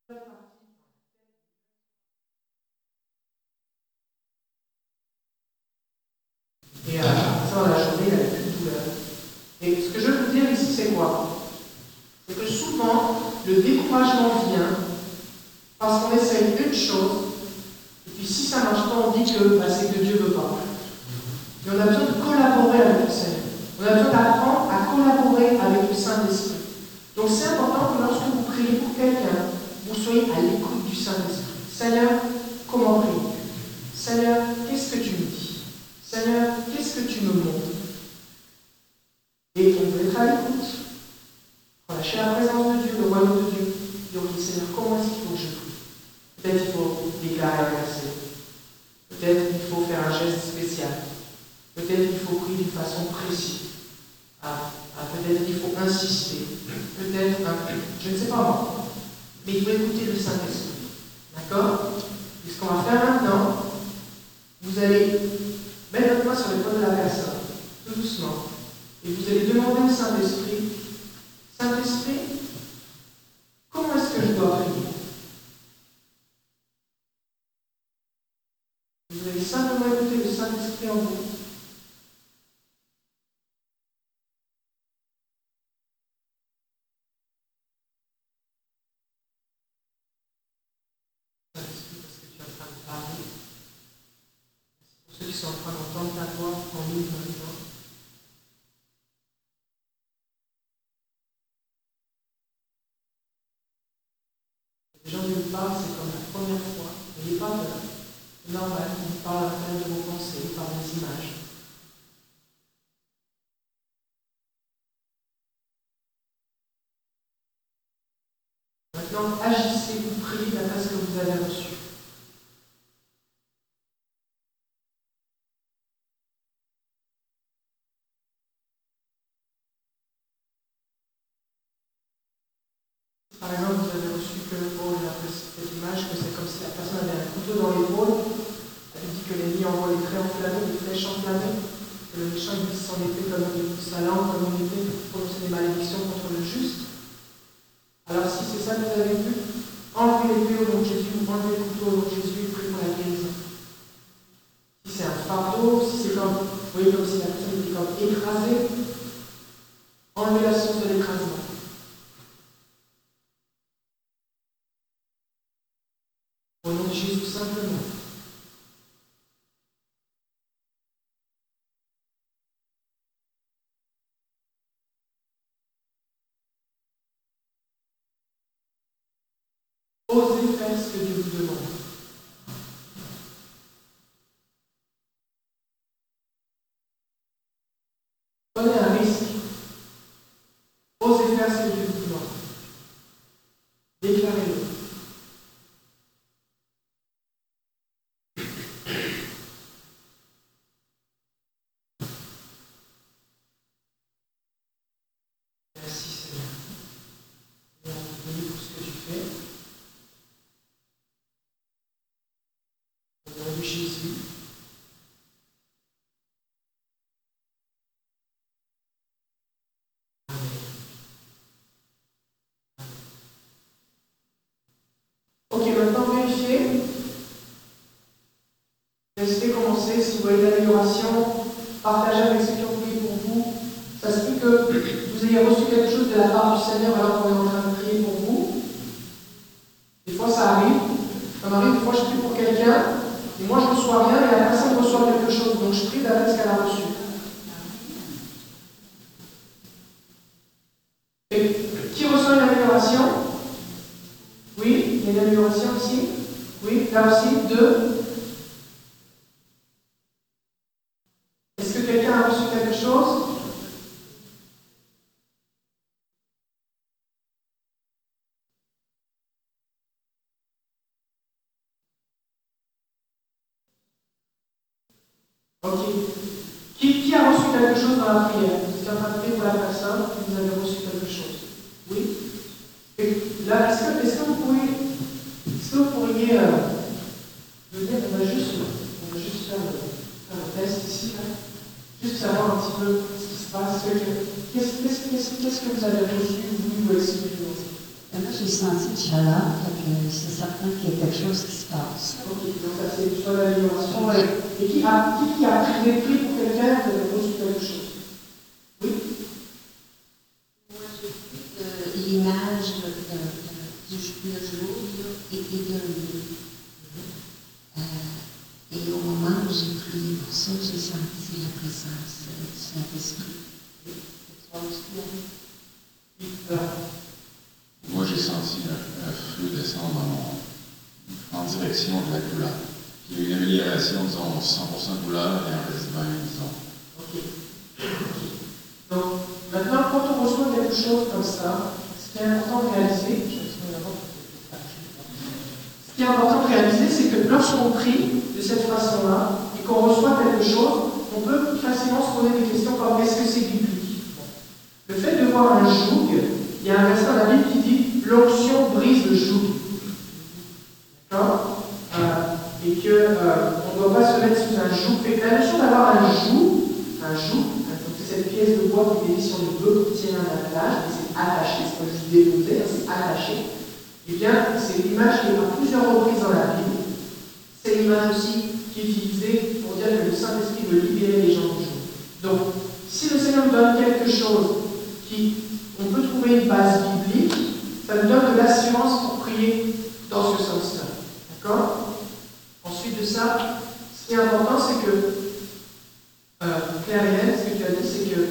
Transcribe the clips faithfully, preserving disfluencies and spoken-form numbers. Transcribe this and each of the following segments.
Et euh, ça, dans la journée, il n'avait plus de douleur. Et ce que je veux vous dire ici, c'est quoi? C'est que souvent, le découragement vient parce qu'on essaye une chose, et puis si ça ne marche pas, on dit que bah, c'est que Dieu ne veut pas. Et on a besoin de collaborer avec le Seigneur. On a besoin d'apprendre à collaborer avec le Saint-Esprit. Donc c'est important que lorsque vous priez pour quelqu'un, vous soyez à l'écoute du Saint-Esprit. Seigneur, comment prier? Seigneur, qu'est-ce que tu me dis? Seigneur, qu'est-ce que tu me montres? Et on peut être à l'écoute. Relâcher la présence de Dieu, le royaume de Dieu. Dire au Seigneur, comment est-ce qu'il faut que je prie? Peut-être qu'il faut déclarer un verset. Peut-être qu'il faut faire un geste spécial. Peut-être qu'il faut prier d'une façon précise. Ah, ah, peut-être qu'il faut insister. Peut-être un peu. Je ne sais pas moi. Mais il faut écouter le Saint-Esprit. D'accord? Et ce qu'on va faire maintenant, vous allez mettre votre main sur l'épaule de la personne, tout doucement. Et vous allez demander au Saint-Esprit, Saint-Esprit, comment est-ce que je dois prier? Vous allez simplement écouter le Saint-Esprit en vous. Saint-Esprit, parce que tu es en train de parler. Pour ceux qui sont en train d'entendre ta voix en nous maintenant. Les gens qui vous parlent, c'est comme la première fois. N'ayez pas peur. C'est normal, on vous parle à l'intérieur de vos pensées, par des images. Maintenant, agissez, vous priez d'après ce que vous avez reçu. Par exemple, vous avez reçu que, oh, il a fait cette image, que c'est comme si la personne avait un couteau dans l'épaule. Elle dit que l'ennemi envoie des traits enflammés, des flèches enflammées, que le méchant glisse son épée comme une sa langue, comme une épée pour prononcer des malédictions contre le juste. Alors si c'est ça que vous avez vu, enlevez l'épée au nom de Jésus, enlevez le couteau au nom de Jésus et priez pour la guérison. Si c'est un fardeau, si c'est comme, vous voyez, comme si la personne était comme écrasée, enlevez la source de l'écrasement. Au nom de Jésus simplement. Osez faire ce que Dieu vous demande. Prenez un risque. Osez faire ce que Dieu vous demande. Déclarez-le. Merci Seigneur. Et on te bénit pour ce que tu fais. Au nom de Jésus. Amen. Amen. Ok, maintenant vérifiez. Laissez commencer. Si vous voyez l'amélioration, partagez avec ceux qui ont prié pour vous. Ça se peut que vous ayez reçu quelque chose de la part du Seigneur alors qu'on est en train de prier pour vous. Des fois, ça arrive. Ça m'arrive, des fois, je prie pour quelqu'un, et moi, je ne reçois rien, et la personne reçoit quelque chose. Donc, je prie d'après ce qu'elle a reçu. Et qui reçoit une amélioration? Oui, il y a une amélioration ici. Oui, là aussi, deux. Est-ce que quelqu'un a reçu quelque chose? Ok. Qui, qui a reçu quelque chose dans la prière? Vous êtes en train de prier pour la personne et vous avez reçu quelque chose. Oui? Et là, est-ce que, est-ce que vous pourriez, est-ce que vous pourriez euh, venir, on va juste, on va juste faire le, faire le test ici, là. Juste savoir un petit peu ce qui se passe. Qu'est-ce, qu'est-ce, qu'est-ce, qu'est-ce que vous avez reçu, vous, ou est-ce que vous Là, j'ai senti une chaleur, que c'est certain qu'il y a quelque chose qui se passe. Ok, donc ça c'est sur l'amélioration. Oui. Et qui a, qui a pris des prix pour quelqu'un qui avait reçu quelque chose? Oui? Moi, j'ai vu euh, l'image de, de, de, du le jour et, et de lui. Euh, et au moment où j'ai prié pour ça, j'ai senti la présence euh, du Saint-Esprit. Moi, j'ai senti un, un feu descendre en, en direction de la douleur. Il y a eu une amélioration, disons, cent pour cent de douleur et un reste vingt, disons. Ok. Donc, maintenant, quand on reçoit quelque chose comme ça, ce qui est important de réaliser, ce qui est important de réaliser, c'est que lorsqu'on prie de cette façon-là et qu'on reçoit quelque chose, on peut facilement se poser des questions comme est-ce que c'est biblique? Le fait de voir un joug, il y a un verset dans la Bible qui dit l'onction brise le joug. D'accord? euh, Et qu'on euh, ne doit pas se mettre sous un joug. Et la notion d'avoir un joug, un joug, c'est cette pièce de bois qui est mise sur le bœuf qui tient un attelage, et c'est attaché, c'est pas juste déposé, c'est attaché. Eh bien, c'est l'image qui est à plusieurs reprises dans la Bible. C'est l'image aussi qui est utilisée pour dire que le Saint-Esprit veut libérer les gens du joug. Donc, si le Seigneur nous donne quelque chose qui, on peut trouver une base biblique, ça nous donne de l'assurance pour prier dans ce sens-là. D'accord? Ensuite de ça, ce qui est important, c'est que, euh, Claire Hélène, ce que tu as dit, c'est que,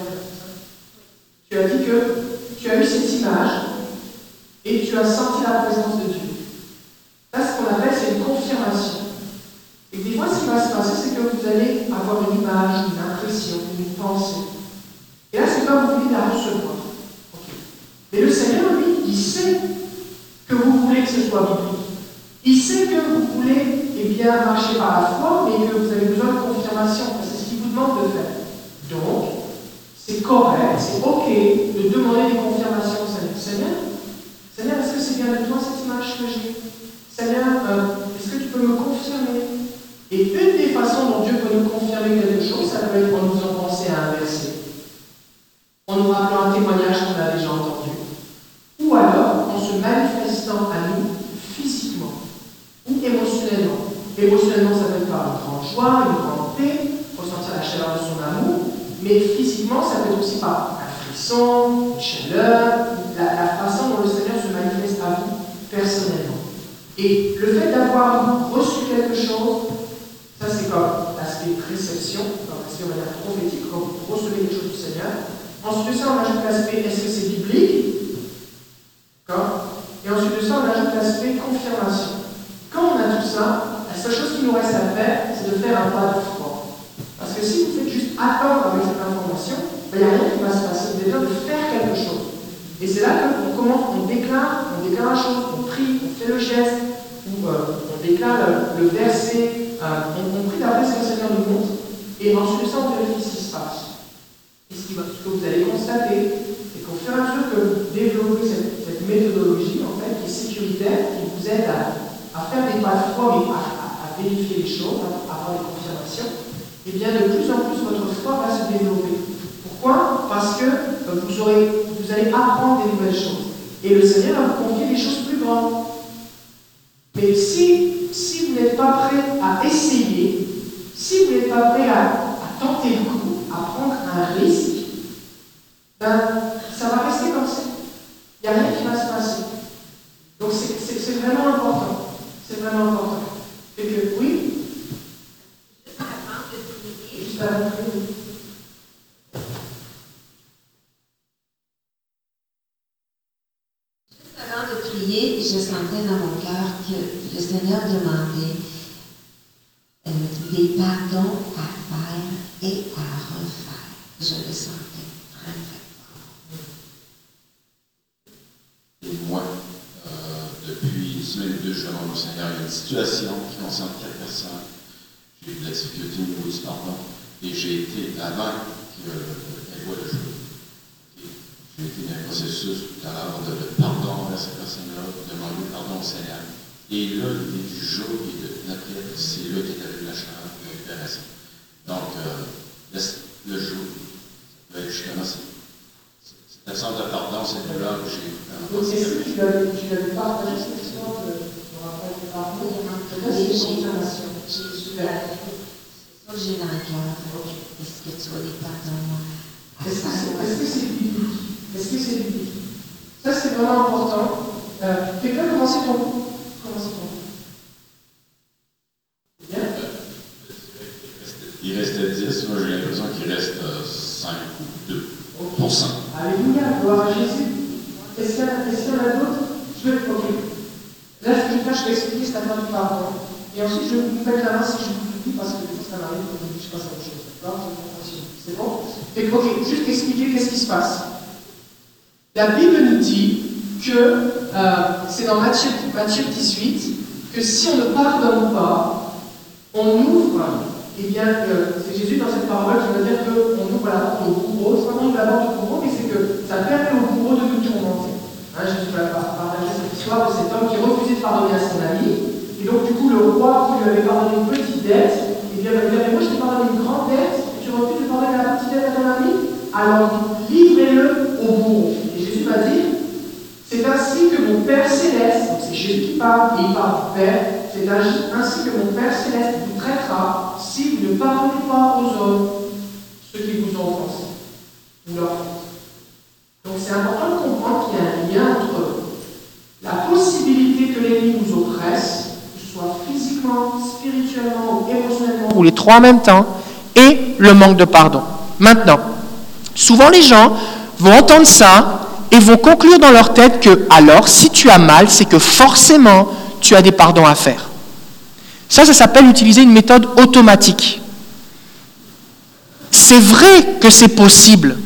tu as dit que tu as eu cette image et tu as senti la présence de Dieu. Ça, ce qu'on appelle, c'est une confirmation. Et des fois, ce qui va se passer, c'est que vous allez avoir une image, une impression, une pensée. Et là, c'est comme vous venez de la recevoir. Okay. Mais le Seigneur, lui, il sait que vous voulez que ce soit biblique. Il sait que vous voulez, eh bien, marcher par la foi, mais que vous avez besoin de confirmation. C'est ce qu'il vous demande de faire. Donc, c'est correct, c'est OK de demander des confirmations au Seigneur. Seigneur, Seigneur, est-ce que c'est bien de toi cette image que j'ai? Seigneur, euh, est-ce que tu peux me confirmer? Et une des façons dont Dieu peut nous confirmer quelque chose, ça peut être en nous en pensant à un verset, en nous rappelant un témoignage qu'on a déjà entendu, ou alors en se manifestant à nous physiquement ou émotionnellement. Émotionnellement, ça peut être par une grande joie, une grande paix, ressentir la chaleur de son amour, mais physiquement, ça peut être aussi par un frisson, une chaleur, la, la façon dont le Seigneur se manifeste à vous personnellement. Et le fait d'avoir reçu quelque chose, ça c'est comme l'aspect réception, comme l'aspect on va dire prophétique, quand vous recevez quelque chose du Seigneur. Ensuite de ça, on ajoute l'aspect est-ce que c'est biblique? D'accord? Et ensuite de ça, on ajoute l'aspect confirmation. Quand on a tout ça, la seule chose qui nous reste à faire, c'est de faire un pas de foi. Parce que si vous faites juste attendre avec cette information, il n'y a rien qui va se passer. Vous avez besoin de faire quelque chose. Et c'est là qu'on commence, on déclare, on déclare la chose, on prie, on fait le geste, ou euh, on déclare le, le verset, euh, on, on prie d'après ce que le Seigneur nous montre, et ensuite de ça, on vérifie ce qui se passe. Et ce, qui va, ce que vous allez constater, c'est qu'au fur et à mesure que vous développez cette, cette méthodologie, en fait, qui est sécuritaire, qui vous aide à, à faire des pas de foi, mais à, à, à vérifier les choses, à, à avoir des confirmations, et bien de plus en plus, votre foi va se développer. Pourquoi? Parce que euh, vous, aurez, vous allez apprendre des nouvelles choses. Et le Seigneur va vous confier des choses plus grandes. Mais si, si vous n'êtes pas prêt à essayer, si vous n'êtes pas prêt à, à tenter le coup, à prendre un risque, ben, ça va rester comme ça. Il n'y a rien qui va se passer. Donc c'est vraiment important. C'est vraiment important. Et que, oui? Juste avant de prier. Juste avant de prier. Avant de prier, je sentais dans mon cœur que le Seigneur demandait euh, des pardons à faire et à refaire. Je le sentais très, très fort. Et moi, euh, depuis une semaine ou deux, je demande au Seigneur, il y a une situation qui concerne quatre personnes. J'ai eu de la difficulté au niveau du pardon et j'ai été avant qu'elle voie le jour. J'ai été dans un processus tout à l'heure de, de pardon envers cette personne-là, de demander pardon au Seigneur. Et là, l'idée du jour et de la prière, c'est là qu'est avec la chaleur de la libération. Donc, euh, le, le jour, ben, justement, cette absence de pardon, cette douleur que j'ai Donc, est-ce que tu l'avais, tu l'avais partagé cette histoire de, de Raphaël et Pardon? Oui, j'ai confirmation. Jésus a fait. C'est ça que j'ai dans le cœur. Est-ce que tu as des pardons à Est-ce que c'est, faire? est-ce que c'est biblique? Est-ce que c'est biblique? Ça, c'est vraiment important. Euh, quelqu'un commencer ton coup? Commencez ton coup. Bien? Il restait dix, moi j'ai l'impression qu'il reste cinq ou deux pour cent. Alléluia, gloire à Jésus. Est-ce qu'il y, a, est-ce qu'il y en a d'autres? Je vais, ok. Là, ce que je vais faire, je vais expliquer cette affaire du pardon. Et ensuite, je vais vous mettre la main si je vous le dis, parce que des fois, ça m'arrive que je passe à autre chose. D'accord? C'est bon? Et, ok, juste expliquer qu'est-ce qui se passe. La Bible nous dit que, euh, c'est dans Matthieu, Matthieu dix-huit, que si on ne pardonne pas, on ouvre. Eh bien, euh, c'est Jésus dans cette parole qui va dire qu'on ouvre la porte au bourreau. C'est pas qu'on ouvre la porte au bourreau, mais c'est que ça permet au bourreau de nous tourmenter. Hein, Jésus va partager cette histoire de cet homme qui refusait de pardonner à son ami. Et donc, du coup, le roi qui lui avait pardonné une petite dette, eh bien, va lui dire, mais moi, je t'ai pardonné une grande dette, et tu refuses de pardonner la petite dette à ton ami? Alors, livrez-le au bourreau. Et Jésus va dire, c'est ainsi que mon Père Céleste, donc c'est Jésus qui parle, et il parle du Père, c'est ainsi que mon Père Céleste vous traitera si vous ne pardonnez pas aux hommes ceux qui vous ont offensés ou leur faute. Donc c'est important de comprendre qu'il y a un lien entre la possibilité que l'ennemi nous oppresse, que ce soit physiquement, spirituellement ou émotionnellement, ou les trois en même temps, et le manque de pardon. Maintenant, souvent les gens vont entendre ça et vont conclure dans leur tête que, alors, si tu as mal, c'est que forcément, tu as des pardons à faire. Ça, ça s'appelle utiliser une méthode automatique. C'est vrai que c'est possible,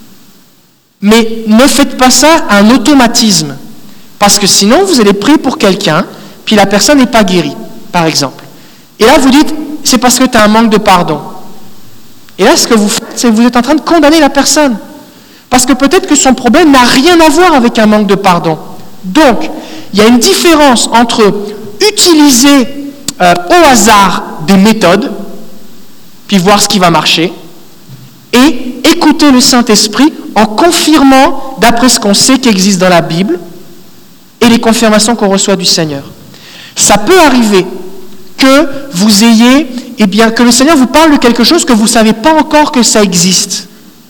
mais ne faites pas ça un automatisme, parce que sinon, vous allez prier pour quelqu'un, puis la personne n'est pas guérie, par exemple. Et là, vous dites, c'est parce que tu as un manque de pardon. Et là, ce que vous faites, c'est que vous êtes en train de condamner la personne. Parce que peut-être que son problème n'a rien à voir avec un manque de pardon. Donc, il y a une différence entre utiliser euh, au hasard des méthodes, puis voir ce qui va marcher, et écouter le Saint-Esprit en confirmant, d'après ce qu'on sait qui existe dans la Bible, et les confirmations qu'on reçoit du Seigneur. Ça peut arriver que vous ayez, eh bien, que le Seigneur vous parle de quelque chose que vous ne savez pas encore que ça existe.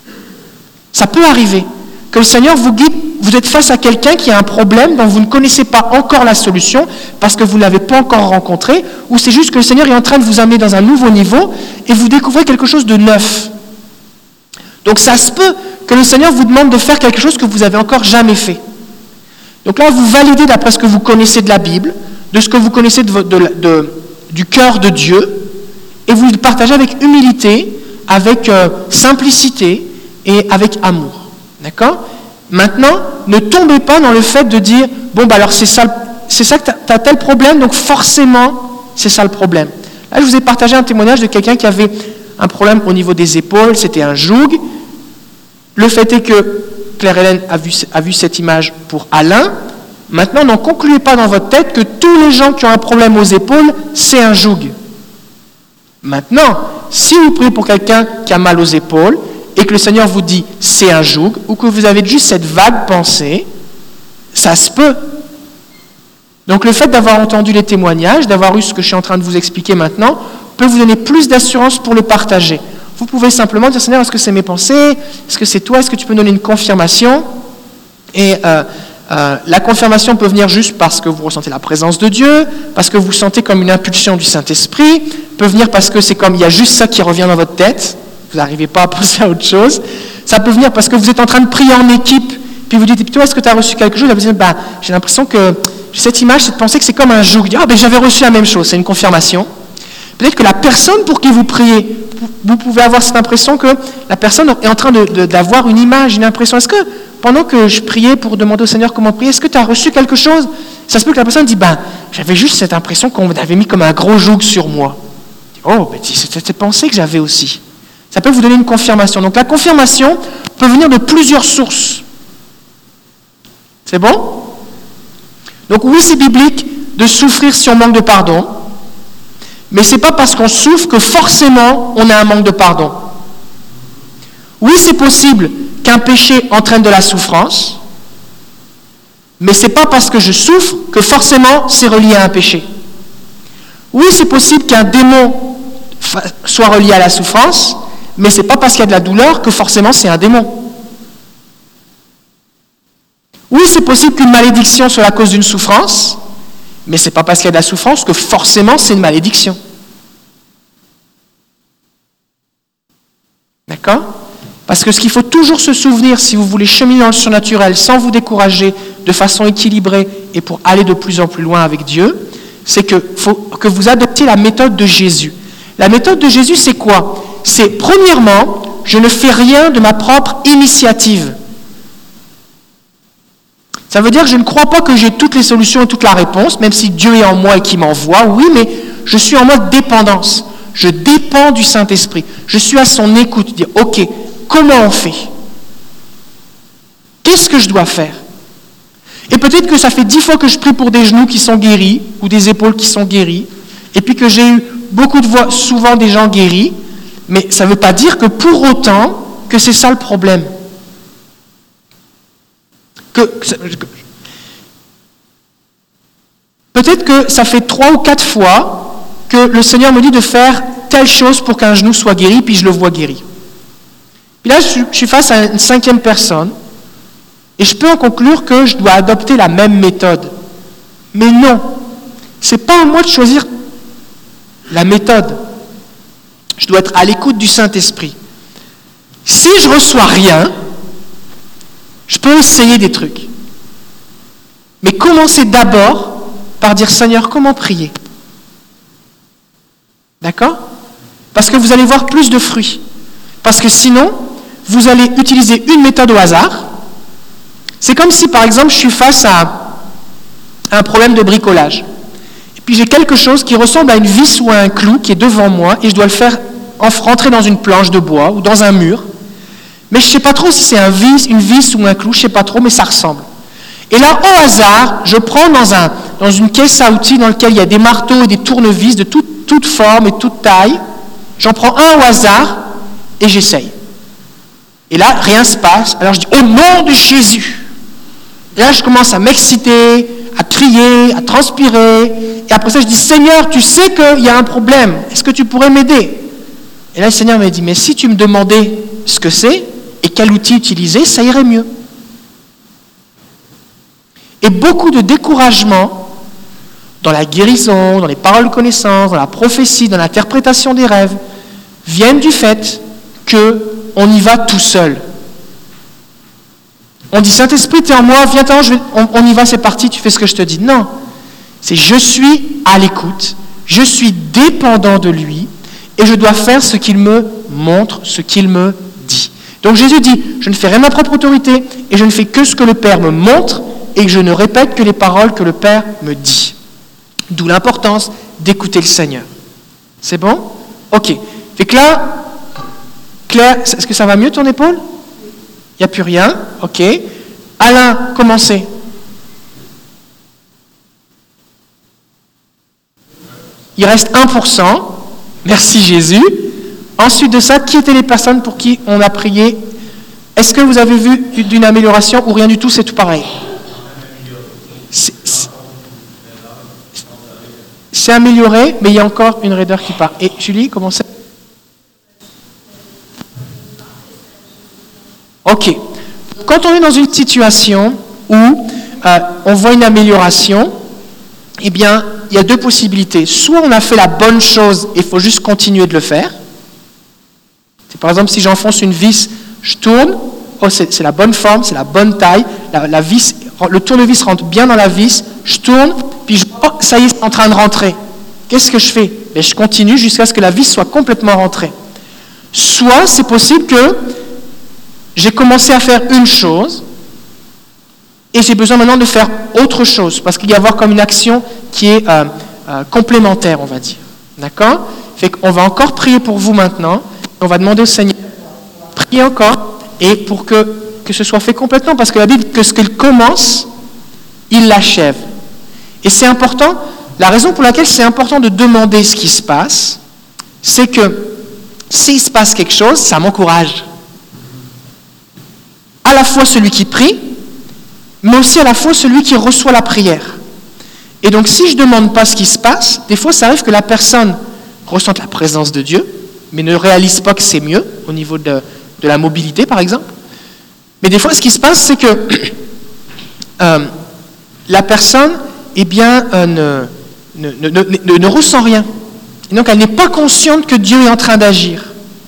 Ça peut arriver que le Seigneur vous guide, vous êtes face à quelqu'un qui a un problème dont vous ne connaissez pas encore la solution parce que vous ne l'avez pas encore rencontré, ou c'est juste que le Seigneur est en train de vous amener dans un nouveau niveau et vous découvrez quelque chose de neuf. Donc ça se peut que le Seigneur vous demande de faire quelque chose que vous n'avez encore jamais fait. Donc là, vous validez d'après ce que vous connaissez de la Bible, de ce que vous connaissez de, de, de, du cœur de Dieu, et vous le partagez avec humilité, avec euh, simplicité, et avec amour. D'accord? Maintenant, ne tombez pas dans le fait de dire, bon, bah alors c'est ça, c'est ça que tu as tel problème, donc forcément, c'est ça le problème. Là, je vous ai partagé un témoignage de quelqu'un qui avait un problème au niveau des épaules, c'était un joug. Le fait est que Claire-Hélène a vu, a vu cette image pour Alain. Maintenant, n'en concluez pas dans votre tête que tous les gens qui ont un problème aux épaules, c'est un joug. Maintenant, si vous priez pour quelqu'un qui a mal aux épaules, et que le Seigneur vous dit « c'est un joug » ou que vous avez juste cette vague pensée, ça se peut. Donc le fait d'avoir entendu les témoignages, d'avoir eu ce que je suis en train de vous expliquer maintenant, peut vous donner plus d'assurance pour le partager. Vous pouvez simplement dire « Seigneur, est-ce que c'est mes pensées? Est-ce que c'est toi? Est-ce que tu peux me donner une confirmation ?» Et euh, euh, la confirmation peut venir juste parce que vous ressentez la présence de Dieu, parce que vous sentez comme une impulsion du Saint-Esprit, peut venir parce que c'est comme il y a juste ça qui revient dans votre tête, vous n'arrivez pas à penser à autre chose. Ça peut venir parce que vous êtes en train de prier en équipe, puis vous dites, toi, est-ce que tu as reçu quelque chose? Et vous dites, bah, j'ai l'impression que cette image, c'est de penser que c'est comme un joug. Ah, ben, j'avais reçu la même chose, c'est une confirmation. Peut-être que la personne pour qui vous priez, vous pouvez avoir cette impression que la personne est en train de, de, d'avoir une image, une impression. Est-ce que, pendant que je priais pour demander au Seigneur comment prier, est-ce que tu as reçu quelque chose? Ça se peut que la personne dit, ben, j'avais juste cette impression qu'on avait mis comme un gros joug sur moi. Oh, ben, c'est cette pensée que j'avais aussi. Ça peut vous donner une confirmation. Donc la confirmation peut venir de plusieurs sources. C'est bon? Donc oui, c'est biblique de souffrir si on manque de pardon, mais ce n'est pas parce qu'on souffre que forcément on a un manque de pardon. Oui, c'est possible qu'un péché entraîne de la souffrance, Mais ce n'est pas parce que je souffre que forcément c'est relié à un péché. Oui, c'est possible qu'un démon soit relié à la souffrance, mais ce n'est pas parce qu'il y a de la douleur que forcément c'est un démon. Oui, c'est possible qu'une malédiction soit la cause d'une souffrance, mais ce n'est pas parce qu'il y a de la souffrance que forcément c'est une malédiction. D'accord ? Parce que ce qu'il faut toujours se souvenir, si vous voulez cheminer dans le surnaturel sans vous décourager de façon équilibrée et pour aller de plus en plus loin avec Dieu, c'est que, faut que vous adoptiez la méthode de Jésus. La méthode de Jésus, c'est quoi ? C'est, premièrement, je ne fais rien de ma propre initiative. Ça veut dire que je ne crois pas que j'ai toutes les solutions et toute la réponse, même si Dieu est en moi et qu'il m'envoie, oui, mais je suis en mode dépendance. Je dépends du Saint-Esprit. Je suis à son écoute. Dire, ok, comment on fait ? Qu'est-ce que je dois faire ? Et peut-être que ça fait dix fois que je prie pour des genoux qui sont guéris, ou des épaules qui sont guéries, et puis que j'ai eu beaucoup de fois, souvent des gens guéris, mais ça ne veut pas dire que pour autant que c'est ça le problème. Que, que, peut-être que ça fait trois ou quatre fois que le Seigneur me dit de faire telle chose pour qu'un genou soit guéri, puis je le vois guéri. Puis là, je, je suis face à une cinquième personne, et je peux en conclure que je dois adopter la même méthode. Mais non, ce n'est pas à moi de choisir la méthode. Je dois être à l'écoute du Saint-Esprit. Si je ne reçois rien, je peux essayer des trucs. Mais commencez d'abord par dire, Seigneur, comment prier ? D'accord ? Parce que vous allez voir plus de fruits. Parce que sinon, vous allez utiliser une méthode au hasard. C'est comme si, par exemple, je suis face à un problème de bricolage. Et puis j'ai quelque chose qui ressemble à une vis ou à un clou qui est devant moi et je dois le faire rentrer dans une planche de bois ou dans un mur. Mais je ne sais pas trop si c'est un vis, une vis ou un clou, je ne sais pas trop, mais ça ressemble. Et là, au hasard, je prends dans, un, dans une caisse à outils dans laquelle il y a des marteaux et des tournevis de toute, toute forme et toute taille. J'en prends un au hasard et j'essaye. Et là, rien ne se passe. Alors je dis, au nom de Jésus. Et là, je commence à m'exciter, à crier, à transpirer. Et après ça, je dis, Seigneur, tu sais qu'il y a un problème. Est-ce que tu pourrais m'aider ? Et là, le Seigneur m'a dit, mais si tu me demandais ce que c'est et quel outil utiliser, ça irait mieux. Et beaucoup de découragement dans la guérison, dans les paroles de connaissance, dans la prophétie, dans l'interprétation des rêves, viennent du fait qu'on y va tout seul. On dit, Saint-Esprit, tu es en moi, viens-t'en, je vais... on, on y va, c'est parti, tu fais ce que je te dis. Non, c'est je suis à l'écoute, je suis dépendant de lui, et je dois faire ce qu'il me montre, ce qu'il me dit. Donc Jésus dit, je ne fais rien de ma propre autorité, et je ne fais que ce que le Père me montre, et que je ne répète que les paroles que le Père me dit. D'où l'importance d'écouter le Seigneur. C'est bon ? Ok. Fait que là, Claire, est-ce que ça va mieux ton épaule ? Il n'y a plus rien, ok. Alain, commencez. Il reste un pour cent. Merci Jésus. Ensuite de ça, qui étaient les personnes pour qui on a prié ? Est-ce que vous avez vu d'une amélioration ou rien du tout, c'est tout pareil ? C'est, c'est, c'est amélioré, mais il y a encore une raideur qui part. Et Julie, comment c'est ? Ok. Quand on est dans une situation où euh, on voit une amélioration, eh bien, il y a deux possibilités. Soit on a fait la bonne chose et il faut juste continuer de le faire. C'est, par exemple, si j'enfonce une vis, je tourne, oh, c'est, c'est la bonne forme, c'est la bonne taille, la, la vis, le tournevis rentre bien dans la vis, je tourne, puis je, oh, ça y est, c'est en train de rentrer. Qu'est-ce que je fais ? Ben, je continue jusqu'à ce que la vis soit complètement rentrée. Soit c'est possible que j'ai commencé à faire une chose et j'ai besoin maintenant de faire autre chose parce qu'il y a avoir comme une action qui est euh, euh, complémentaire, on va dire. D'accord ? Fait qu'on va encore prier pour vous maintenant. On va demander au Seigneur de prier encore et pour que, que ce soit fait complètement parce que la Bible dit que ce qu'il commence, il l'achève. Et c'est important, la raison pour laquelle c'est important de demander ce qui se passe, c'est que s'il se passe quelque chose, ça m'encourage. À la fois celui qui prie mais aussi à la fois celui qui reçoit la prière. Et donc, si je ne demande pas ce qui se passe, des fois, ça arrive que la personne ressente la présence de Dieu, mais ne réalise pas que c'est mieux, au niveau de, de la mobilité, par exemple. Mais des fois, ce qui se passe, c'est que euh, la personne, eh bien, euh, ne, ne, ne, ne, ne ressent rien. Et donc, elle n'est pas consciente que Dieu est en train d'agir.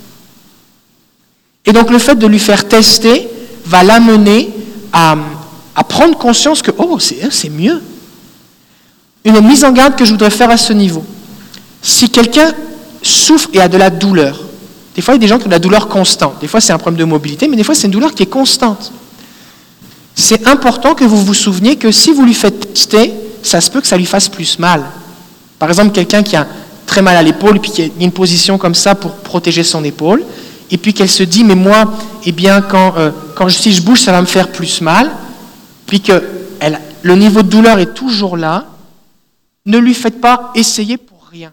Et donc, le fait de lui faire tester va l'amener à, à prendre conscience que, oh, c'est, c'est mieux. Une mise en garde que je voudrais faire à ce niveau. Si quelqu'un souffre et a de la douleur, des fois, il y a des gens qui ont de la douleur constante. Des fois, c'est un problème de mobilité, mais des fois, c'est une douleur qui est constante. C'est important que vous vous souveniez que si vous lui faites tester, ça se peut que ça lui fasse plus mal. Par exemple, quelqu'un qui a très mal à l'épaule, puis qui a une position comme ça pour protéger son épaule, et puis qu'elle se dit, mais moi, eh bien, quand, euh, quand je, si je bouge, ça va me faire plus mal, puis que elle, le niveau de douleur est toujours là, ne lui faites pas essayer pour rien.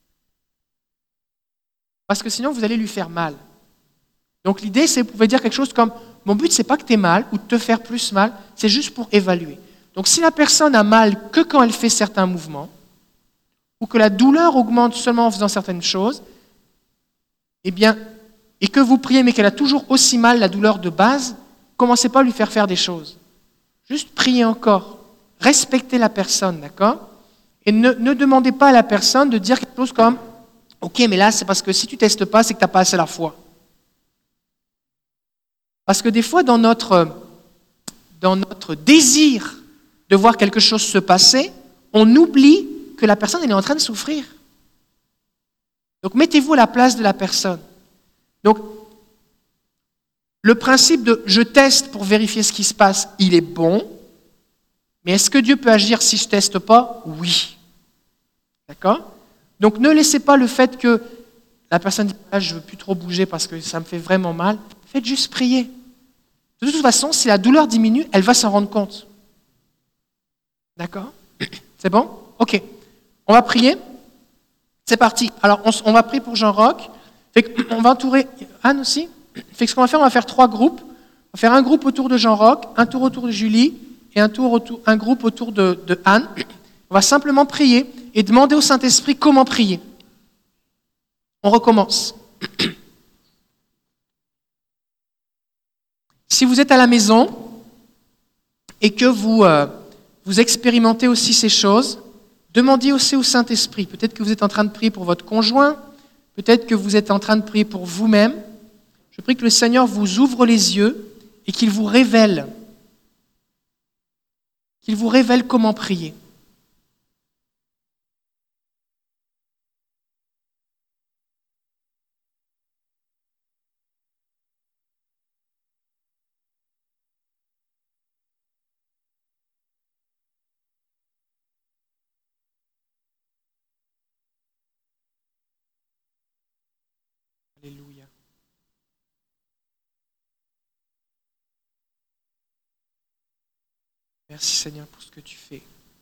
Parce que sinon, vous allez lui faire mal. Donc l'idée, c'est que vous pouvez dire quelque chose comme, mon but, c'est pas que tu aies mal ou de te faire plus mal, c'est juste pour évaluer. Donc si la personne a mal que quand elle fait certains mouvements, ou que la douleur augmente seulement en faisant certaines choses, eh bien, et que vous priez, mais qu'elle a toujours aussi mal la douleur de base, commencez pas à lui faire faire des choses. Juste priez encore. Respectez la personne, d'accord ? Et ne, ne demandez pas à la personne de dire quelque chose comme « Ok, mais là, c'est parce que si tu ne testes pas, c'est que tu n'as pas assez la foi. » Parce que des fois, dans notre, dans notre désir de voir quelque chose se passer, on oublie que la personne elle est en train de souffrir. Donc, mettez-vous à la place de la personne. Donc, le principe de « je teste pour vérifier ce qui se passe », il est bon, mais est-ce que Dieu peut agir si je ne teste pas ? Oui. D'accord ? Donc, ne laissez pas le fait que la personne dit ah, « je ne veux plus trop bouger parce que ça me fait vraiment mal ». Faites juste prier. De toute façon, si la douleur diminue, elle va s'en rendre compte. D'accord ? C'est bon ? Ok. On va prier. C'est parti. Alors, on, on va prier pour Jean-Roch. On va entourer Anne aussi. Fait que ce qu'on va faire, on va faire trois groupes. On va faire un groupe autour de Jean-Roch, un tour autour de Julie et un, tour autour, un groupe autour de, de Anne. On va simplement prier et demander au Saint-Esprit comment prier. On recommence. Si vous êtes à la maison et que vous, euh, vous expérimentez aussi ces choses, demandez aussi au Saint-Esprit. Peut-être que vous êtes en train de prier pour votre conjoint, peut-être que vous êtes en train de prier pour vous-même. Je prie que le Seigneur vous ouvre les yeux et qu'il vous révèle, qu'il vous révèle comment prier. Alléluia. Merci Seigneur pour ce que tu fais.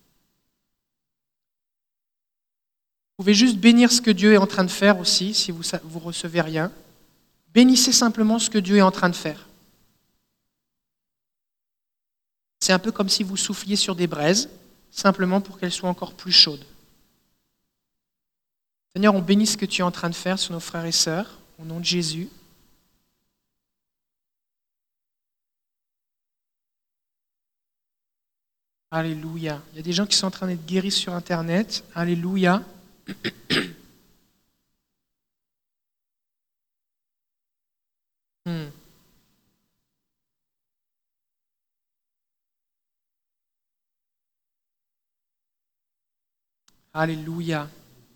Vous pouvez juste bénir ce que Dieu est en train de faire aussi, si vous ne recevez rien. Bénissez simplement ce que Dieu est en train de faire. C'est un peu comme si vous souffliez sur des braises, simplement pour qu'elles soient encore plus chaudes. Seigneur, on bénit ce que tu es en train de faire sur nos frères et sœurs, au nom de Jésus. Alléluia. Il y a des gens qui sont en train d'être guéris sur Internet. Alléluia. hmm. Alléluia.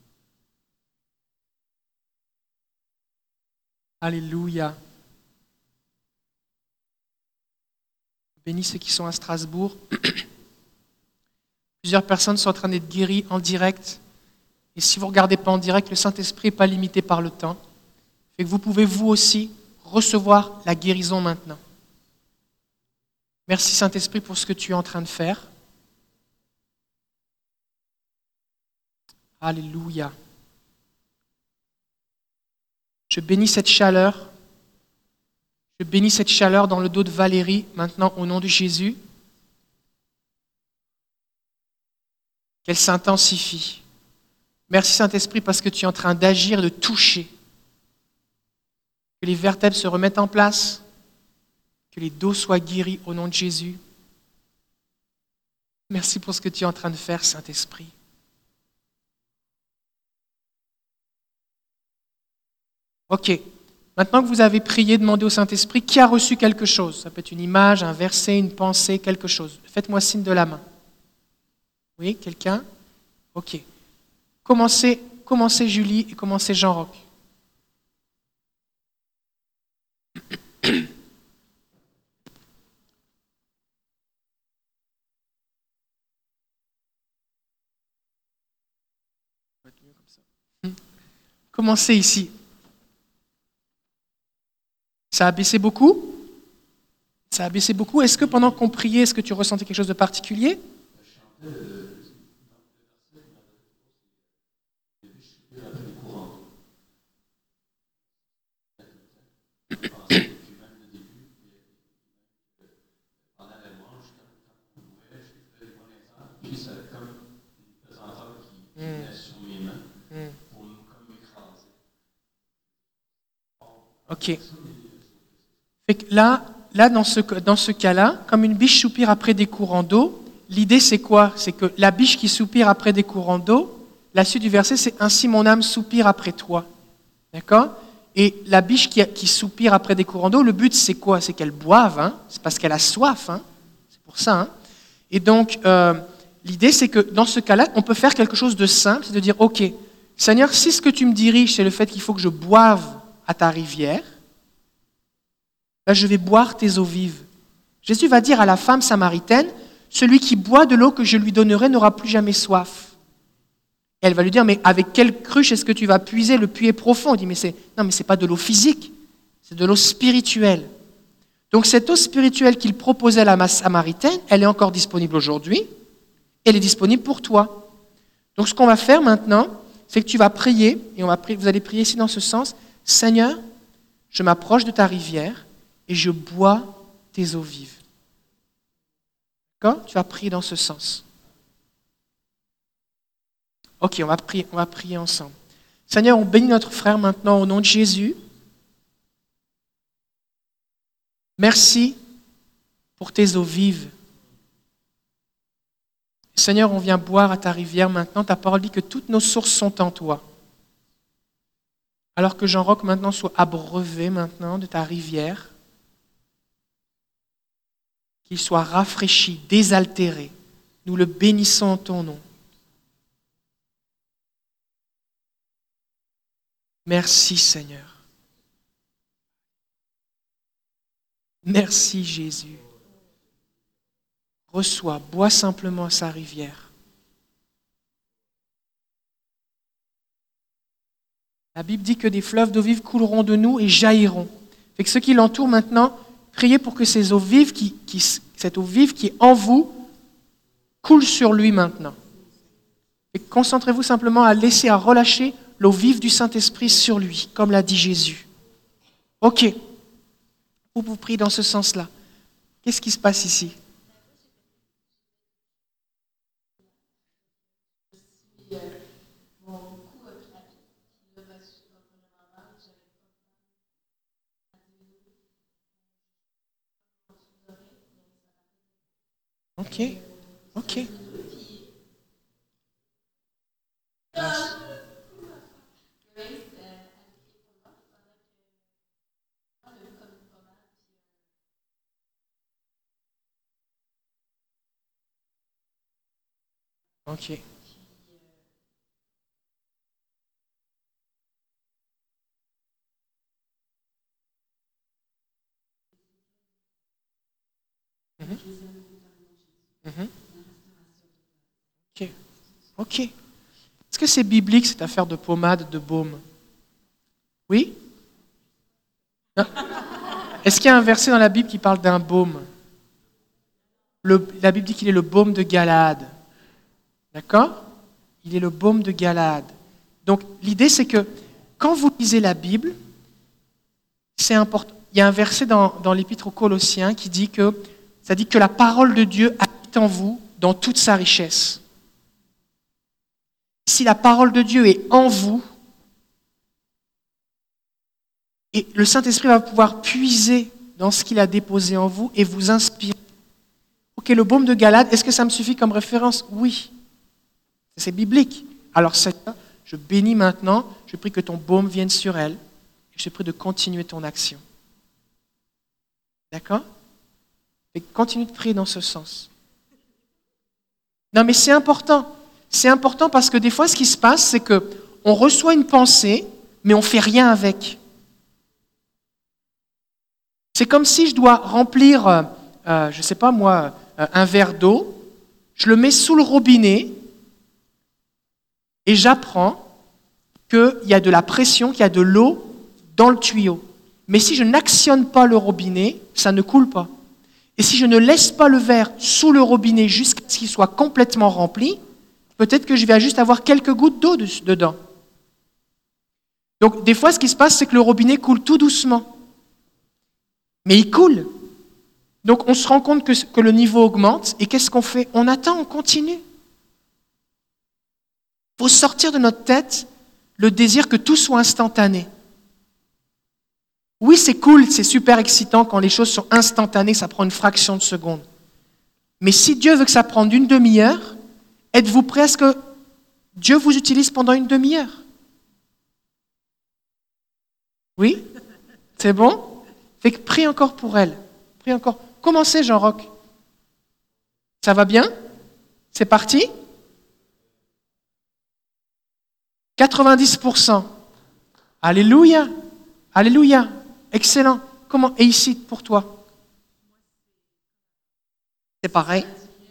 Alléluia. Bénis ceux qui sont à Strasbourg. Plusieurs personnes sont en train d'être guéries en direct. Et si vous ne regardez pas en direct, le Saint-Esprit n'est pas limité par le temps. Fait que vous pouvez vous aussi recevoir la guérison maintenant. Merci Saint-Esprit pour ce que tu es en train de faire. Alléluia. Je bénis cette chaleur. Je bénis cette chaleur dans le dos de Valérie, maintenant au nom de Jésus. qu'elle s'intensifie. Merci Saint-Esprit parce que tu es en train d'agir, de toucher. Que les vertèbres se remettent en place, que les dos soient guéris au nom de Jésus. Merci pour ce que tu es en train de faire, Saint-Esprit. Ok, maintenant que vous avez prié, demandez au Saint-Esprit qui a reçu quelque chose. Ça peut être une image, un verset, une pensée, quelque chose. Faites-moi signe de la main. Oui, quelqu'un? Ok. Commencez, commencez Julie et commencez Jean-Roch. Commencez ici. Ça a baissé beaucoup? Ça a baissé beaucoup. Est-ce que pendant qu'on priait, est-ce que tu ressentais quelque chose de particulier? Ok. Fait que là, là dans ce, dans ce cas-là, comme une biche soupire après des courants d'eau, l'idée c'est quoi? C'est que la biche qui soupire après des courants d'eau, la suite du verset c'est « Ainsi mon âme soupire après toi ». D'accord? Et la biche qui, qui soupire après des courants d'eau, le but c'est quoi? C'est qu'elle boive, hein? C'est parce qu'elle a soif, hein? C'est pour ça. Hein? Et donc, euh, l'idée c'est que dans ce cas-là, on peut faire quelque chose de simple, c'est de dire « Ok, Seigneur, si ce que tu me diriges c'est le fait qu'il faut que je boive à ta rivière, là je vais boire tes eaux vives. » Jésus va dire à la femme samaritaine, « Celui qui boit de l'eau que je lui donnerai n'aura plus jamais soif. » Et elle va lui dire, « Mais avec quelle cruche est-ce que tu vas puiser? Le puits est profond. » Il dit, « Mais c'est, non, mais ce n'est pas de l'eau physique, c'est de l'eau spirituelle. » Donc cette eau spirituelle qu'il proposait à la samaritaine, elle est encore disponible aujourd'hui, elle est disponible pour toi. Donc ce qu'on va faire maintenant, c'est que tu vas prier, et on va prier, vous allez prier ici dans ce sens, « Seigneur, je m'approche de ta rivière et je bois tes eaux vives. » D'accord? Tu vas prier dans ce sens. Ok, on va prier, on va prier ensemble. Seigneur, on bénit notre frère maintenant au nom de Jésus. Merci pour tes eaux vives. Seigneur, on vient boire à ta rivière maintenant. Ta parole dit que toutes nos sources sont en toi. Alors que Jean-Roch maintenant soit abreuvé maintenant de ta rivière, qu'il soit rafraîchi, désaltéré. Nous le bénissons en ton nom. Merci Seigneur. Merci Jésus. Reçois, bois simplement à sa rivière. La Bible dit que des fleuves d'eau vive couleront de nous et jailliront. Fait que ceux qui l'entourent maintenant, priez pour que ces eaux vives, qui, qui, cette eau vive qui est en vous, coule sur lui maintenant. Et concentrez-vous simplement à laisser, à relâcher l'eau vive du Saint-Esprit sur lui, comme l'a dit Jésus. Ok. Vous vous priez dans ce sens-là. Qu'est-ce qui se passe ici? Ok, ok. Ok. Mm-hmm. Mm-hmm. Ok. Ok. Est-ce que c'est biblique cette affaire de pommade, de baume? Oui? Non. Est-ce qu'il y a un verset dans la Bible qui parle d'un baume? Le, la Bible dit qu'il est le baume de Galaad. D'accord? Il est le baume de Galaad. Donc l'idée c'est que quand vous lisez la Bible, c'est important. Il y a un verset dans, dans l'Épître aux Colossiens qui dit que ça dit que la parole de Dieu habite en vous dans toute sa richesse. si la parole de Dieu est en vous, et le Saint-Esprit va pouvoir puiser dans ce qu'il a déposé en vous et vous inspirer. Ok, le baume de Galade, est-ce que ça me suffit comme référence? Oui. C'est biblique. Alors Seigneur, je bénis maintenant, je prie que ton baume vienne sur elle, et je te prie de continuer ton action. D'accord? Et continue de prier dans ce sens. Non, mais c'est important. C'est important parce que des fois, ce qui se passe, c'est qu'on reçoit une pensée, mais on ne fait rien avec. C'est comme si je dois remplir, euh, euh, je ne sais pas moi, euh, un verre d'eau, je le mets sous le robinet et j'apprends qu'il y a de la pression, qu'il y a de l'eau dans le tuyau. Mais si je n'actionne pas le robinet, ça ne coule pas. Et si je ne laisse pas le verre sous le robinet jusqu'à ce qu'il soit complètement rempli, peut-être que je vais juste avoir quelques gouttes d'eau dedans. Donc des fois, ce qui se passe, c'est que le robinet coule tout doucement. Mais il coule. Donc on se rend compte que, que le niveau augmente, et qu'est-ce qu'on fait? On attend, on continue. Il faut sortir de notre tête le désir que tout soit instantané. Oui, c'est cool, c'est super excitant quand les choses sont instantanées, ça prend une fraction de seconde. Mais si Dieu veut que ça prenne une demi-heure, êtes-vous prêt à ce que Dieu vous utilise pendant une demi-heure? Oui? C'est bon? Fait que prie encore pour elle. Prie encore. Commencez, Jean-Roch. Ça va bien? C'est parti? quatre-vingt-dix pour cent. Alléluia. Alléluia. Excellent. Comment? Et ici, pour toi? C'est pareil.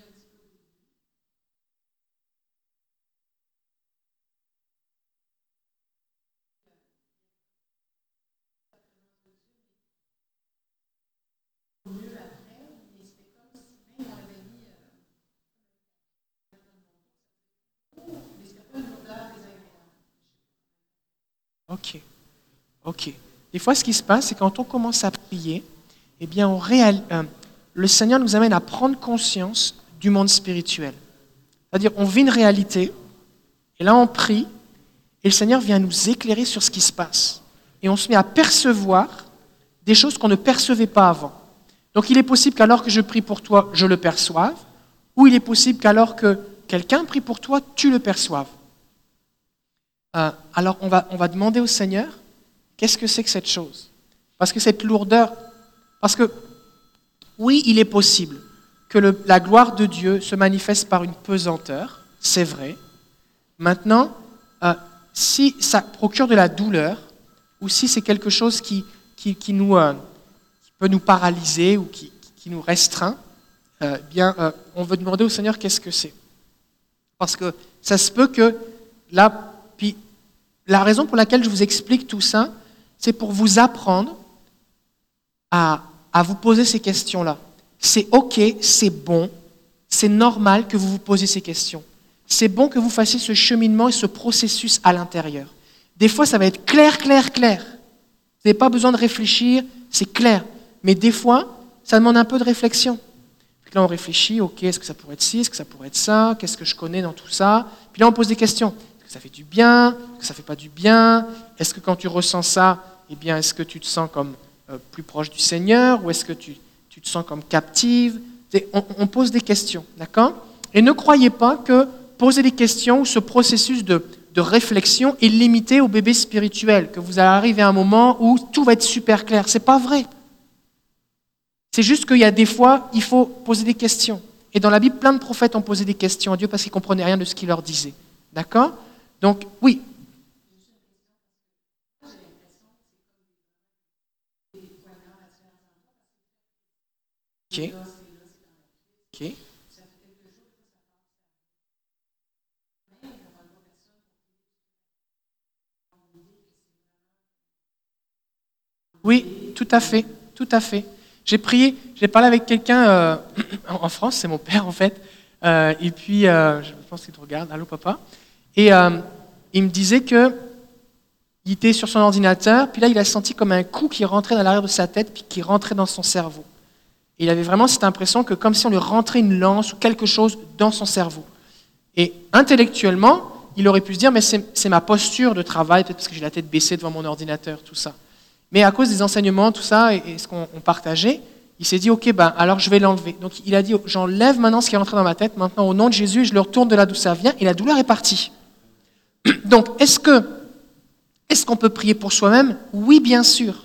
Ok, ok. Des fois, ce qui se passe, c'est quand on commence à prier, eh bien, on réal... euh, le Seigneur nous amène à prendre conscience du monde spirituel. C'est-à-dire, on vit une réalité, et là, on prie, et le Seigneur vient nous éclairer sur ce qui se passe. Et on se met à percevoir des choses qu'on ne percevait pas avant. Donc, il est possible qu'alors que je prie pour toi, je le perçoive, ou il est possible qu'alors que quelqu'un prie pour toi, tu le perçoives. Euh, alors, on va, on va demander au Seigneur, qu'est-ce que c'est que cette chose? Parce que cette lourdeur, parce que, oui, il est possible que le, la gloire de Dieu se manifeste par une pesanteur, c'est vrai. Maintenant, euh, si ça procure de la douleur, ou si c'est quelque chose qui, qui, qui, nous, euh, qui peut nous paralyser ou qui, qui nous restreint, euh, bien, euh, on veut demander au Seigneur qu'est-ce que c'est. Parce que ça se peut que, là, puis la raison pour laquelle je vous explique tout ça, c'est pour vous apprendre à, à vous poser ces questions-là. C'est OK, c'est bon, c'est normal que vous vous posiez ces questions. C'est bon que vous fassiez ce cheminement et ce processus à l'intérieur. Des fois, ça va être clair, clair, clair. Vous n'avez pas besoin de réfléchir, c'est clair. Mais des fois, ça demande un peu de réflexion. Puis là, on réfléchit, OK, est-ce que ça pourrait être ci, est-ce que ça pourrait être ça, qu'est-ce que je connais dans tout ça? Puis là, on pose des questions. Est-ce que ça fait du bien? Est-ce que ça ne fait pas du bien? Est-ce que quand tu ressens ça, eh bien, est-ce que tu te sens comme euh, plus proche du Seigneur? Ou est-ce que tu, tu te sens comme captive? On, on pose des questions, d'accord? Et ne croyez pas que poser des questions ou ce processus de, de réflexion est limité au bébé spirituel, que vous allez arriver à un moment où tout va être super clair. Ce n'est pas vrai. C'est juste qu'il y a des fois, il faut poser des questions. Et dans la Bible, plein de prophètes ont posé des questions à Dieu parce qu'ils ne comprenaient rien de ce qu'il leur disait. D'accord? Donc, oui. Ok. Ok. Oui, tout à fait, tout à fait. J'ai prié, j'ai parlé avec quelqu'un euh, en France, c'est mon père en fait, euh, et puis euh, je pense qu'il te regarde, allô papa, et euh, il me disait que il était sur son ordinateur, puis là il a senti comme un coup qui rentrait dans l'arrière de sa tête, puis qui rentrait dans son cerveau. Et il avait vraiment cette impression que comme si on lui rentrait une lance ou quelque chose dans son cerveau. Et intellectuellement, il aurait pu se dire, mais c'est, c'est ma posture de travail, peut-être parce que j'ai la tête baissée devant mon ordinateur, tout ça. Mais à cause des enseignements, tout ça, et, et ce qu'on on partageait, il s'est dit, ok, ben, alors je vais l'enlever. Donc il a dit, j'enlève maintenant ce qui est rentré dans ma tête, maintenant au nom de Jésus, je le retourne de là d'où ça vient, et la douleur est partie. Donc, est-ce que, est-ce qu'on peut prier pour soi-même? Oui, bien sûr.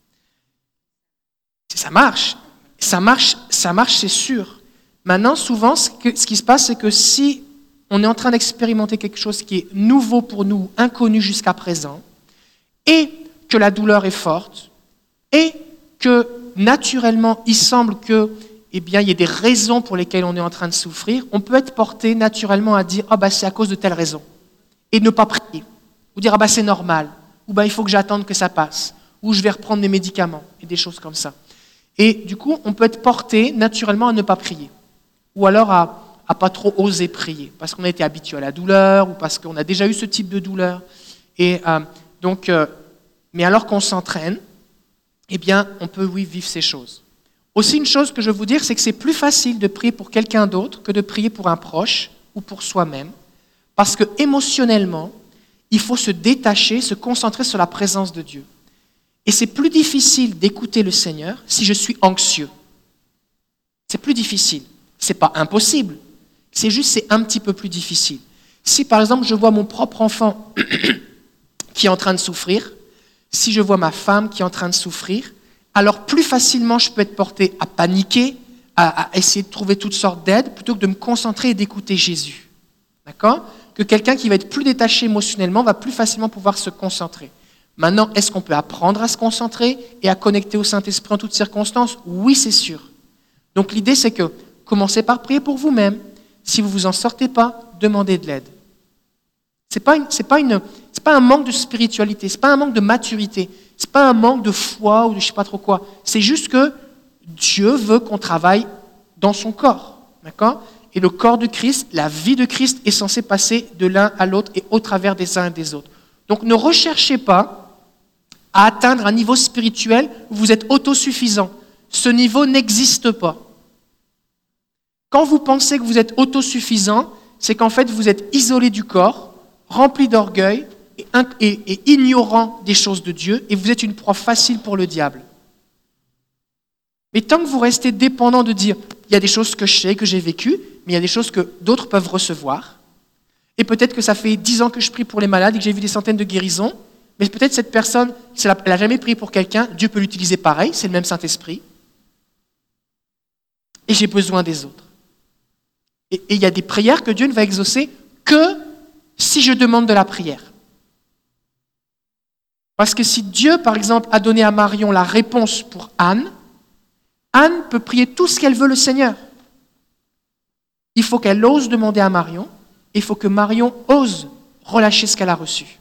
Ça marche. Ça marche, ça marche, c'est sûr. Maintenant, souvent, ce, que, ce qui se passe, c'est que si on est en train d'expérimenter quelque chose qui est nouveau pour nous, inconnu jusqu'à présent, et que la douleur est forte, et que naturellement, il semble que, eh bien, il y ait des raisons pour lesquelles on est en train de souffrir, on peut être porté naturellement à dire « Ah ben, c'est à cause de telle raison », et ne pas prier, ou dire « Ah ben, c'est normal », ou ben, « Il faut que j'attende que ça passe », ou « Je vais reprendre mes médicaments », et des choses comme ça. Et du coup, on peut être porté naturellement à ne pas prier, ou alors à à pas trop oser prier, parce qu'on a été habitué à la douleur, ou parce qu'on a déjà eu ce type de douleur. Et euh, donc, euh, mais alors qu'on s'entraîne, eh bien, on peut, oui, vivre ces choses. Aussi, une chose que je veux vous dire, c'est que c'est plus facile de prier pour quelqu'un d'autre que de prier pour un proche ou pour soi-même, parce que émotionnellement, il faut se détacher, se concentrer sur la présence de Dieu. Et c'est plus difficile d'écouter le Seigneur si je suis anxieux. C'est plus difficile. C'est pas impossible. C'est juste, c'est un petit peu plus difficile. Si, par exemple, je vois mon propre enfant qui est en train de souffrir, si je vois ma femme qui est en train de souffrir, alors plus facilement je peux être porté à paniquer, à, à essayer de trouver toutes sortes d'aides, plutôt que de me concentrer et d'écouter Jésus. D'accord ? Que quelqu'un qui va être plus détaché émotionnellement va plus facilement pouvoir se concentrer. Maintenant, est-ce qu'on peut apprendre à se concentrer et à connecter au Saint-Esprit en toutes circonstances ? Oui, c'est sûr. Donc l'idée, c'est que commencez par prier pour vous-même. Si vous ne vous en sortez pas, demandez de l'aide. Ce n'est pas, une, c'est pas, une, c'est pas un manque de spiritualité, ce n'est pas un manque de maturité, ce n'est pas un manque de foi ou de je ne sais pas trop quoi. C'est juste que Dieu veut qu'on travaille dans son corps. D'accord ? Et le corps de Christ, la vie de Christ est censée passer de l'un à l'autre et au travers des uns et des autres. Donc ne recherchez pas à atteindre un niveau spirituel où vous êtes autosuffisant. Ce niveau n'existe pas. Quand vous pensez que vous êtes autosuffisant, c'est qu'en fait vous êtes isolé du corps, rempli d'orgueil et, et, et ignorant des choses de Dieu, et vous êtes une proie facile pour le diable. Mais tant que vous restez dépendant de dire « il y a des choses que je sais, que j'ai vécues, mais il y a des choses que d'autres peuvent recevoir », et peut-être que ça fait dix ans que je prie pour les malades et que j'ai vu des centaines de guérisons, mais peut-être cette personne, elle n'a jamais prié pour quelqu'un, Dieu peut l'utiliser pareil, c'est le même Saint-Esprit, et j'ai besoin des autres. Et il y a des prières que Dieu ne va exaucer que si je demande de la prière. Parce que si Dieu, par exemple, a donné à Marion la réponse pour Anne, Anne peut prier tout ce qu'elle veut le Seigneur. Il faut qu'elle ose demander à Marion, et il faut que Marion ose relâcher ce qu'elle a reçu.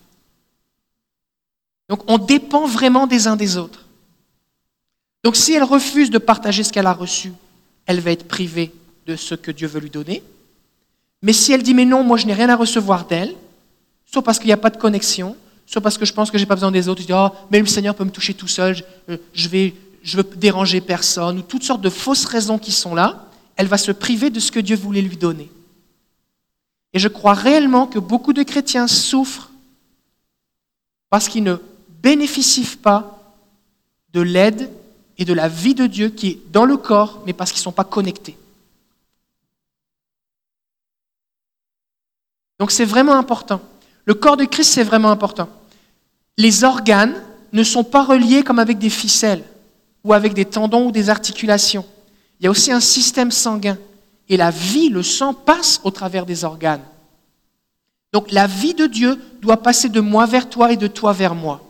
Donc on dépend vraiment des uns des autres. Donc si elle refuse de partager ce qu'elle a reçu, elle va être privée de ce que Dieu veut lui donner. Mais si elle dit « mais non, moi je n'ai rien à recevoir d'elle », soit parce qu'il n'y a pas de connexion, soit parce que je pense que je n'ai pas besoin des autres, je dis « oh, mais le Seigneur peut me toucher tout seul, je, je vais je veux déranger personne », ou toutes sortes de fausses raisons qui sont là, elle va se priver de ce que Dieu voulait lui donner. Et je crois réellement que beaucoup de chrétiens souffrent parce qu'ils ne bénéficient pas de l'aide et de la vie de Dieu qui est dans le corps, mais parce qu'ils ne sont pas connectés. Donc c'est vraiment important. Le corps de Christ, c'est vraiment important. Les organes ne sont pas reliés comme avec des ficelles ou avec des tendons ou des articulations. Il y a aussi un système sanguin. Et la vie, le sang, passe au travers des organes. Donc la vie de Dieu doit passer de moi vers toi et de toi vers moi.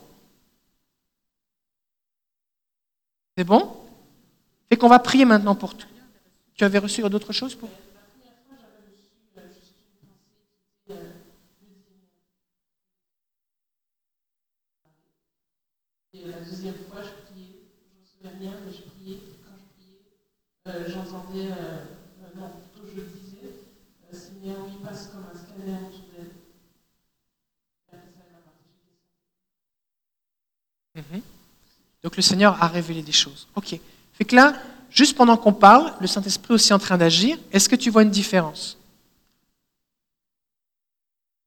C'est bon ? Fait qu'on va prier maintenant pour tout. Tu avais reçu d'autres choses pour... Et la deuxième fois, je priais, je ne me souviens rien, mais je priais. Quand je priais, euh, j'entendais, euh, euh, non, plutôt je disais, euh, Seigneur, oui, passe comme un scanner autour d'elle. Mm-hmm. Donc le Seigneur a révélé des choses. Ok. Fait que là, juste pendant qu'on parle, le Saint-Esprit est aussi en train d'agir. Est-ce que tu vois une différence ?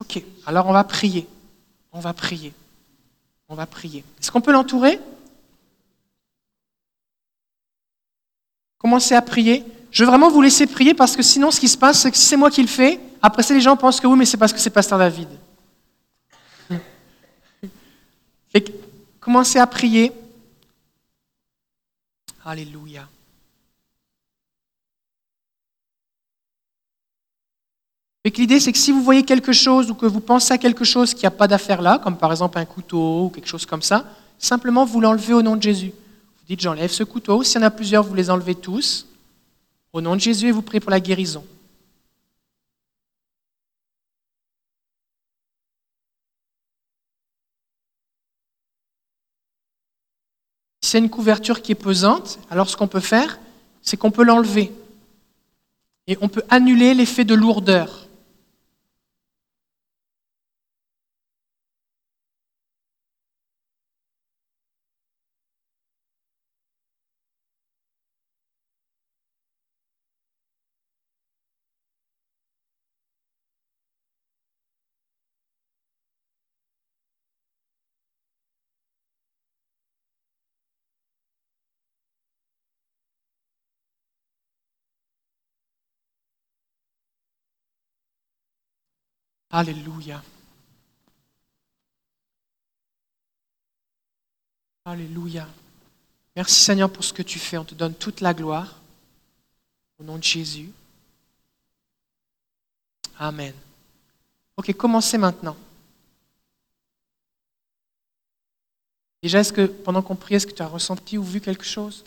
Ok, alors on va prier. On va prier. On va prier. Est-ce qu'on peut l'entourer? Commencez à prier. Je veux vraiment vous laisser prier parce que sinon, ce qui se passe, c'est que si c'est moi qui le fais, après ça, les gens pensent que oui, mais c'est parce que c'est Pasteur David. Fait que, commencez à prier. Alléluia. Fait que l'idée, c'est que si vous voyez quelque chose ou que vous pensez à quelque chose qui n'a pas d'affaire là, comme par exemple un couteau ou quelque chose comme ça, simplement vous l'enlevez au nom de Jésus. Vous dites, j'enlève ce couteau. S'il y en a plusieurs, vous les enlevez tous. Au nom de Jésus, et vous priez pour la guérison. Si c'est une couverture qui est pesante, alors ce qu'on peut faire, c'est qu'on peut l'enlever. Et on peut annuler l'effet de lourdeur. Alléluia. Alléluia. Merci Seigneur pour ce que tu fais. On te donne toute la gloire. Au nom de Jésus. Amen. Ok, commencez maintenant. Déjà, est-ce que pendant qu'on prie, est-ce que tu as ressenti ou vu quelque chose?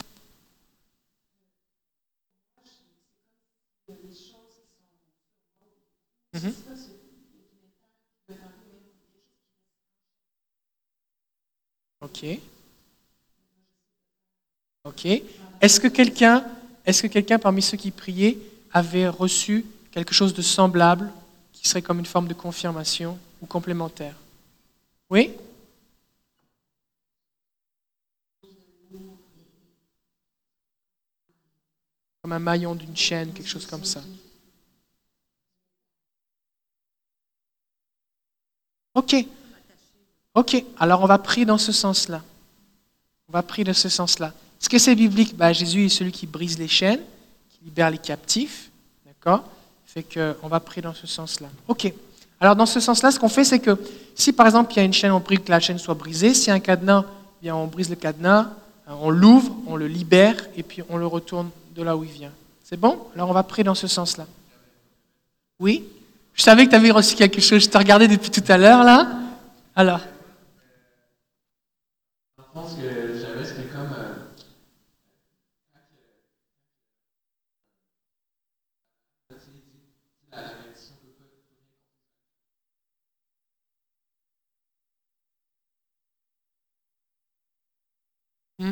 Mhm. Ok. Ok. Est-ce que quelqu'un, est-ce que quelqu'un parmi ceux qui priaient avait reçu quelque chose de semblable, qui serait comme une forme de confirmation ou complémentaire? Oui? Comme un maillon d'une chaîne, quelque chose comme ça. Ok. Ok. Alors on va prier dans ce sens-là. On va prier dans ce sens-là. Est-ce que c'est biblique? Ben, Jésus est celui qui brise les chaînes, qui libère les captifs. D'accord? Fait qu'on va prier dans ce sens-là. Ok. Alors dans ce sens-là, ce qu'on fait, c'est que si par exemple il y a une chaîne, on prie que la chaîne soit brisée. S'il y a un cadenas, bien, on brise le cadenas, on l'ouvre, on le libère et puis on le retourne de là où il vient. C'est bon? Alors on va prier dans ce sens-là. Oui? Je savais que tu avais reçu quelque chose. Je te regardais depuis tout à l'heure là. Alors. Je pense que j'avais, c'était comme euh, la, la malédiction peut pas. Hmm.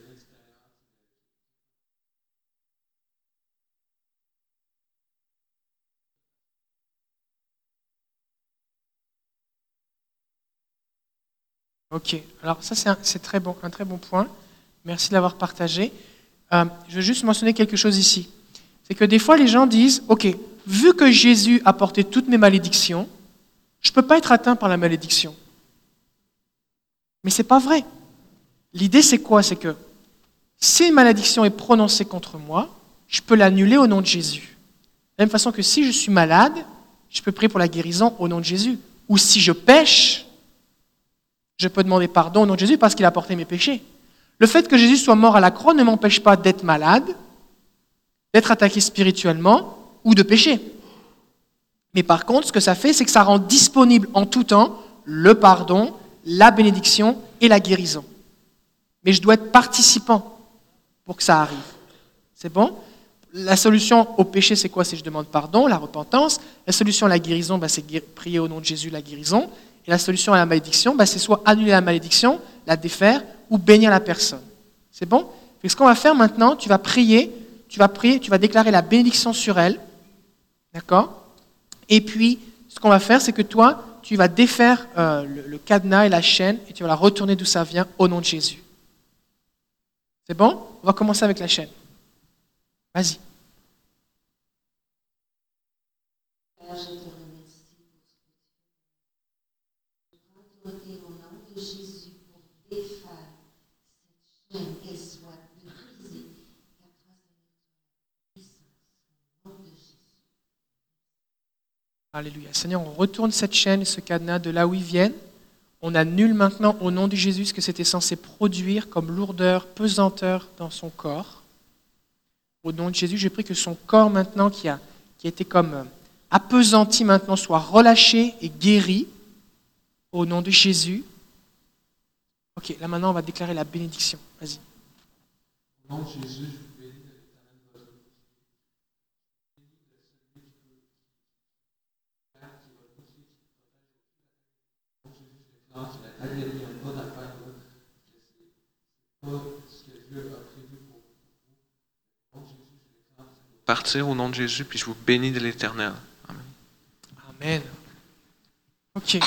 Ok, alors ça c'est un, c'est très bon, un très bon point. Merci de l'avoir partagé. Euh, je veux juste mentionner quelque chose ici. C'est que des fois les gens disent, ok, vu que Jésus a porté toutes mes malédictions, je ne peux pas être atteint par la malédiction. Mais ce n'est pas vrai. L'idée c'est quoi? C'est que si une malédiction est prononcée contre moi, je peux l'annuler au nom de Jésus. De la même façon que si je suis malade, je peux prier pour la guérison au nom de Jésus. Ou si je pêche, je peux demander pardon au nom de Jésus parce qu'il a porté mes péchés. Le fait que Jésus soit mort à la croix ne m'empêche pas d'être malade, d'être attaqué spirituellement ou de pécher. Mais par contre, ce que ça fait, c'est que ça rend disponible en tout temps le pardon, la bénédiction et la guérison. Mais je dois être participant pour que ça arrive. C'est bon? La solution au péché, c'est quoi? C'est je demande pardon, la repentance. La solution à la guérison, ben, c'est prier au nom de Jésus la guérison. Et la solution à la malédiction, ben, c'est soit annuler la malédiction, la défaire ou bénir la personne. C'est bon? Et ce qu'on va faire maintenant, tu vas prier, tu vas prier, tu vas déclarer la bénédiction sur elle. D'accord? Et puis, ce qu'on va faire, c'est que toi, tu vas défaire euh, le, le cadenas et la chaîne et tu vas la retourner d'où ça vient au nom de Jésus. C'est bon? On va commencer avec la chaîne. Vas-y. Père, je te remercie Jésus pour défaire cette chaîne, qu'elle soit brisée, qu'elle fasse de puissance au nom de Jésus. Alléluia. Seigneur, on retourne cette chaîne et ce cadenas de là où ils viennent. On annule maintenant au nom de Jésus ce que c'était censé produire comme lourdeur, pesanteur dans son corps. Au nom de Jésus, je prie que son corps maintenant qui a, qui a été comme appesanti maintenant soit relâché et guéri. Au nom de Jésus. Ok, là maintenant on va déclarer la bénédiction. Vas-y. Au nom de Jésus, je vous bénis de l'éternel de votre vie. La l'ennemi n'a pas d'affaire là. C'est pas ce que Dieu a prévu pour vous. Au nom de Jésus, je déclare partir au nom de Jésus, puis je vous bénis de l'éternel. Amen. Amen. Ok.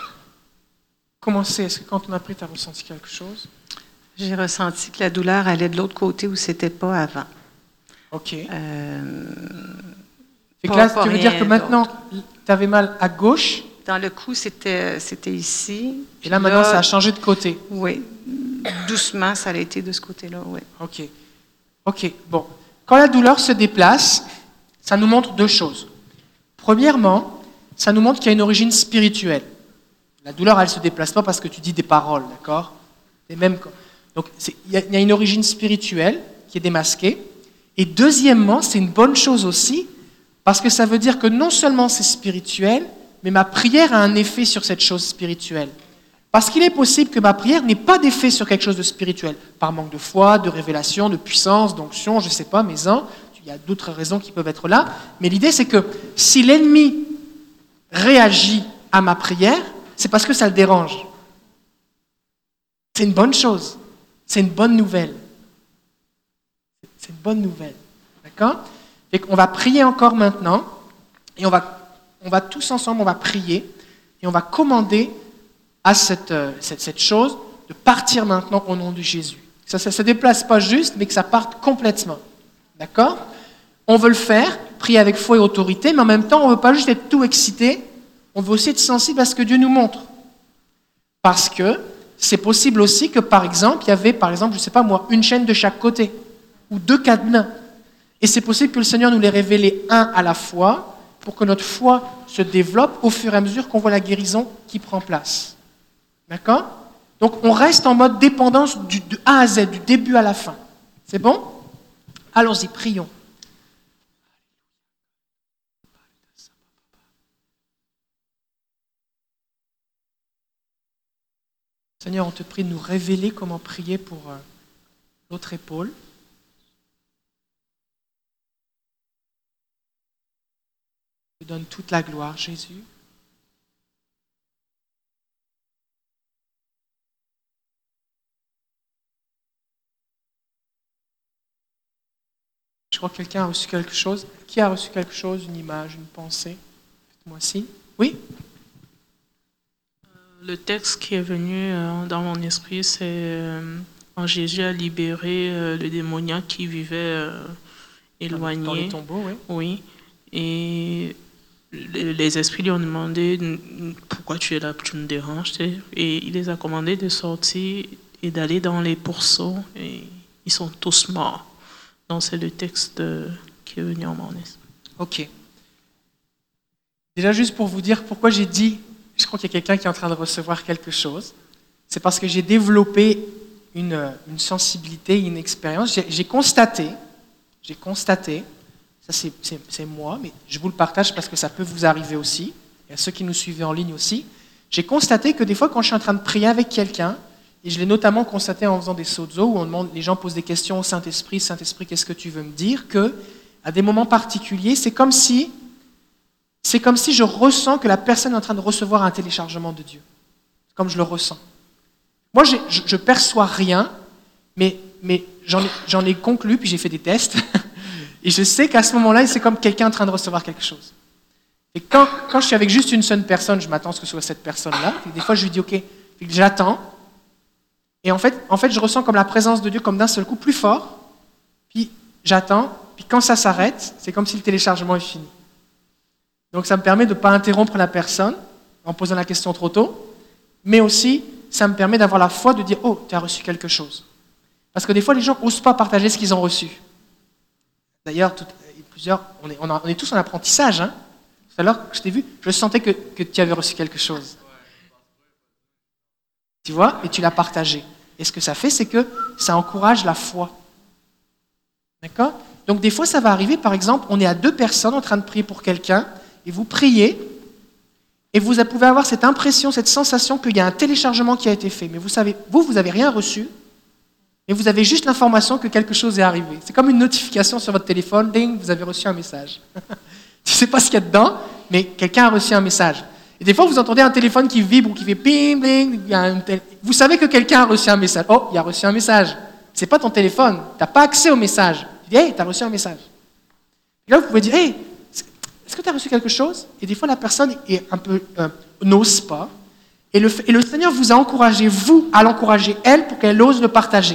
Comment c'est? Est-ce que quand on a pris, tu as ressenti quelque chose? J'ai ressenti que la douleur allait de l'autre côté où c'était pas avant. Ok. Euh, Fait que pas- là, pas tu veux dire rien que maintenant, tu avais mal à gauche, Dans le cou, c'était, c'était ici. et là Puis maintenant, ça a changé de côté. Oui. Doucement, ça a été de ce côté-là, oui. Ok. Ok, bon. Quand la douleur se déplace, ça nous montre deux choses. Premièrement, ça nous montre qu'il y a une origine spirituelle. La douleur, elle ne se déplace pas parce que tu dis des paroles, d'accord? Et même quand- Donc, c'est- il y, a- il y a une origine spirituelle qui est démasquée. Et deuxièmement, c'est une bonne chose aussi, parce que ça veut dire que non seulement c'est spirituel, mais ma prière a un effet sur cette chose spirituelle. Parce qu'il est possible que ma prière n'ait pas d'effet sur quelque chose de spirituel, par manque de foi, de révélation, de puissance, d'onction, je ne sais pas, mais un, il y a d'autres raisons qui peuvent être là. Mais l'idée, c'est que si l'ennemi réagit à ma prière, c'est parce que ça le dérange. C'est une bonne chose. C'est une bonne nouvelle. C'est une bonne nouvelle. D'accord? Et on va prier encore maintenant, et on va, on va tous ensemble, on va prier, et on va commander à cette, euh, cette, cette chose de partir maintenant au nom de Jésus. Ça ne se déplace pas juste, mais que ça parte complètement. D'accord? On veut le faire, prier avec foi et autorité, mais en même temps, on ne veut pas juste être tout excité, on veut aussi être sensible à ce que Dieu nous montre. Parce que c'est possible aussi que, par exemple, il y avait, par exemple, je ne sais pas moi, une chaîne de chaque côté, ou deux cadenas. Et c'est possible que le Seigneur nous les révèle un à la fois, pour que notre foi se développe au fur et à mesure qu'on voit la guérison qui prend place. D'accord? Donc on reste en mode dépendance du, de A à Z, du début à la fin. C'est bon? Allons-y, prions. Seigneur, on te prie de nous révéler comment prier pour euh, l'autre épaule. Je te donne toute la gloire, Jésus. Je crois que quelqu'un a reçu quelque chose. Qui a reçu quelque chose, une image, une pensée? Faites-moi signe. Oui? Le texte qui est venu euh, dans mon esprit, c'est euh, quand Jésus a libéré euh, le démoniaque qui vivait euh, éloigné. Dans les tombeaux, oui. Oui. Et les, les esprits lui ont demandé pourquoi tu es là, tu nous déranges. Tu sais. Et il les a commandés de sortir et d'aller dans les pourceaux. Et ils sont tous morts. Donc c'est le texte euh, qui est venu en mon esprit. Ok. Déjà, juste pour vous dire pourquoi j'ai dit, je crois qu'il y a quelqu'un qui est en train de recevoir quelque chose, c'est parce que j'ai développé une, une sensibilité, une expérience. J'ai, j'ai constaté, j'ai constaté, ça c'est, c'est, c'est moi, mais je vous le partage parce que ça peut vous arriver aussi, et à ceux qui nous suivent en ligne aussi, j'ai constaté que des fois quand je suis en train de prier avec quelqu'un, et je l'ai notamment constaté en faisant des sozo, où on demande, les gens posent des questions au Saint-Esprit, Saint-Esprit, qu'est-ce que tu veux me dire, que à des moments particuliers, c'est comme si C'est comme si je ressens que la personne est en train de recevoir un téléchargement de Dieu. Comme je le ressens. Moi, j'ai, je, je perçois rien, mais, mais j'en, ai, j'en ai conclu, puis j'ai fait des tests, et je sais qu'à ce moment-là, c'est comme quelqu'un en train de recevoir quelque chose. Et quand, quand je suis avec juste une seule personne, je m'attends à ce que ce soit cette personne-là, et des fois je lui dis, ok, j'attends, et en fait, en fait, je ressens comme la présence de Dieu, comme d'un seul coup, plus fort, puis j'attends, puis quand ça s'arrête, c'est comme si le téléchargement est fini. Donc ça me permet de ne pas interrompre la personne en posant la question trop tôt, mais aussi ça me permet d'avoir la foi de dire « Oh, tu as reçu quelque chose ». Parce que des fois, les gens n'osent pas partager ce qu'ils ont reçu. D'ailleurs, tout, plusieurs, on, est, on, a, on est tous en apprentissage. Hein. Tout à l'heure, je t'ai vu, je sentais que, que tu avais reçu quelque chose. Tu vois, et tu l'as partagé. Et ce que ça fait, c'est que ça encourage la foi. D'accord ? Donc des fois, ça va arriver, par exemple, on est à deux personnes en train de prier pour quelqu'un, et vous priez, et vous pouvez avoir cette impression, cette sensation qu'il y a un téléchargement qui a été fait. Mais vous savez, vous, vous n'avez rien reçu, mais vous avez juste l'information que quelque chose est arrivé. C'est comme une notification sur votre téléphone, ding, vous avez reçu un message. Tu ne sais pas ce qu'il y a dedans, mais quelqu'un a reçu un message. Et des fois, vous entendez un téléphone qui vibre ou qui fait ping, bling, il y a un tel... vous savez que quelqu'un a reçu un message. Oh, il a reçu un message. Ce n'est pas ton téléphone, tu n'as pas accès au message. Tu dis, hey, tu as reçu un message. Et là, vous pouvez dire, hey, est-ce que tu as reçu quelque chose? Et des fois, la personne est un peu, euh, n'ose pas. Et le, et le Seigneur vous a encouragé, vous, à l'encourager, elle, pour qu'elle ose le partager.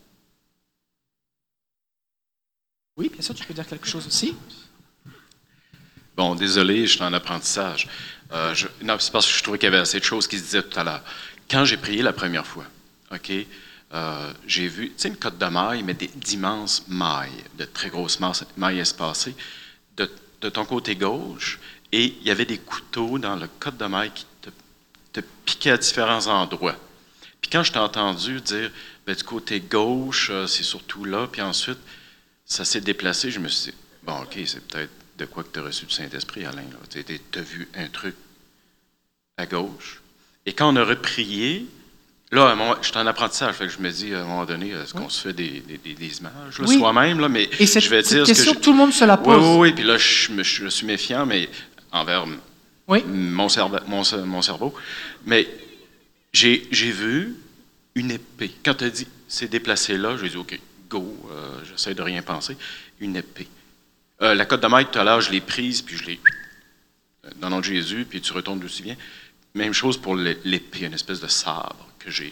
Oui, bien sûr, tu peux dire quelque chose aussi. Bon, désolé, je suis en apprentissage. Euh, je, non, c'est parce que je trouvais qu'il y avait assez de choses qui se disaient tout à l'heure. Quand j'ai prié la première fois, OK, euh, j'ai vu, tu sais, une cotte de mailles, mais des, d'immenses mailles, de très grosses mailles, mailles espacées, de, de ton côté gauche, et il y avait des couteaux dans le cotte de mailles qui te, te piquaient à différents endroits. Puis quand je t'ai entendu dire, ben, du côté gauche, euh, c'est surtout là, puis ensuite, ça s'est déplacé, je me suis dit, bon, OK, c'est peut-être de quoi que tu as reçu du Saint-Esprit, Alain. Tu as vu un truc à gauche. Et quand on a reprié, là, je suis en apprentissage, fait que je me dis, à un moment donné, est-ce qu'on oui. se fait des, des, des images là, oui. soi-même? Là, mais et cette, je vais cette dire question ce que, que tout le monde se la pose. Oui, oui, oui. Puis là, je, me, je suis méfiant, mais envers oui. mon, cerveau, mon, mon cerveau. Mais j'ai, j'ai vu une épée. Quand tu as dit, c'est déplacé là, j'ai dit, OK, go, euh, j'essaie de rien penser. Une épée. Euh, la cotte de maille, tout à l'heure, je l'ai prise, puis je l'ai dans le nom de Jésus, puis tu retournes aussi bien. Même chose pour l'épée, une espèce de sabre que j'ai.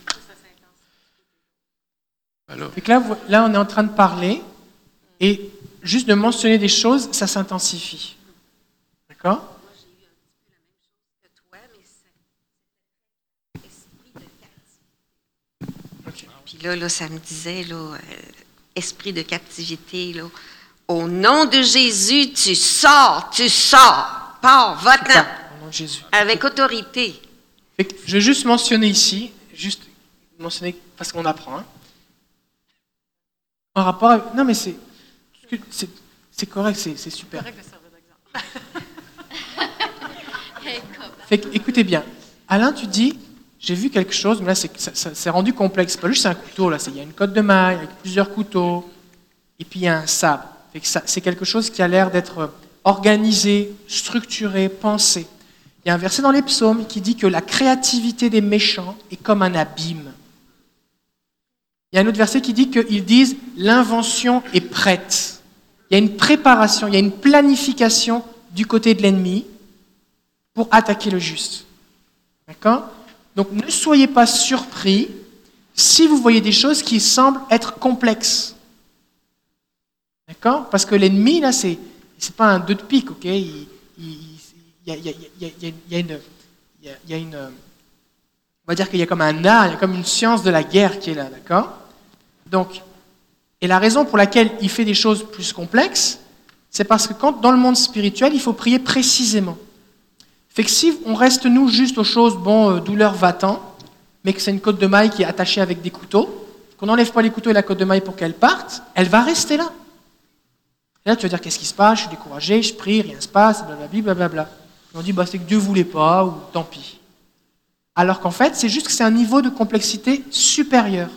Voilà. Et que là, là, on est en train de parler, et juste de mentionner des choses, ça s'intensifie. D'accord? Moi, j'ai eu un petit peu la même chose que toi, mais c'est esprit de captivité. Okay. Puis là, là, ça me disait, là, euh, esprit de captivité, là. Au nom de Jésus, tu sors, tu sors, pars, va-t'en. Au nom de Jésus. Avec autorité. Je vais juste mentionner ici, juste mentionner parce qu'on apprend. Hein. En rapport avec... Non, mais c'est, c'est, c'est correct, c'est, c'est super. C'est correct de servir d'exemple. Fait que, écoutez bien. Alain, tu dis, j'ai vu quelque chose, mais là, c'est, ça, ça, c'est rendu complexe. C'est pas juste un couteau, là. C'est, il y a une cotte de maille avec plusieurs couteaux, et puis il y a un sabre. Fait que ça, c'est quelque chose qui a l'air d'être organisé, structuré, pensé. Il y a un verset dans les psaumes qui dit que la créativité des méchants est comme un abîme. Il y a un autre verset qui dit qu'ils disent « l'invention est prête ». Il y a une préparation, il y a une planification du côté de l'ennemi pour attaquer le juste. D'accord ? Donc ne soyez pas surpris si vous voyez des choses qui semblent être complexes. D'accord ? Parce que l'ennemi, là, c'est, c'est pas un deux de pique, ok ? Il, il, il, y a, il, y a, il, y a, il y a une... Il y a, il y a une on va dire qu'il y a comme un art, il y a comme une science de la guerre qui est là, d'accord ? Donc, et la raison pour laquelle il fait des choses plus complexes, c'est parce que quand, dans le monde spirituel, il faut prier précisément. Fait que si on reste, nous, juste aux choses, bon, euh, douleur va-t'en, mais que c'est une côte de maille qui est attachée avec des couteaux, qu'on n'enlève pas les couteaux et la côte de maille pour qu'elle parte, elle va rester là. Et là, tu vas dire, qu'est-ce qui se passe? Je suis découragé, je prie, rien ne se passe, blablabla, blablabla. On dit, bah, c'est que Dieu ne voulait pas, ou tant pis. Alors qu'en fait, c'est juste que c'est un niveau de complexité supérieur.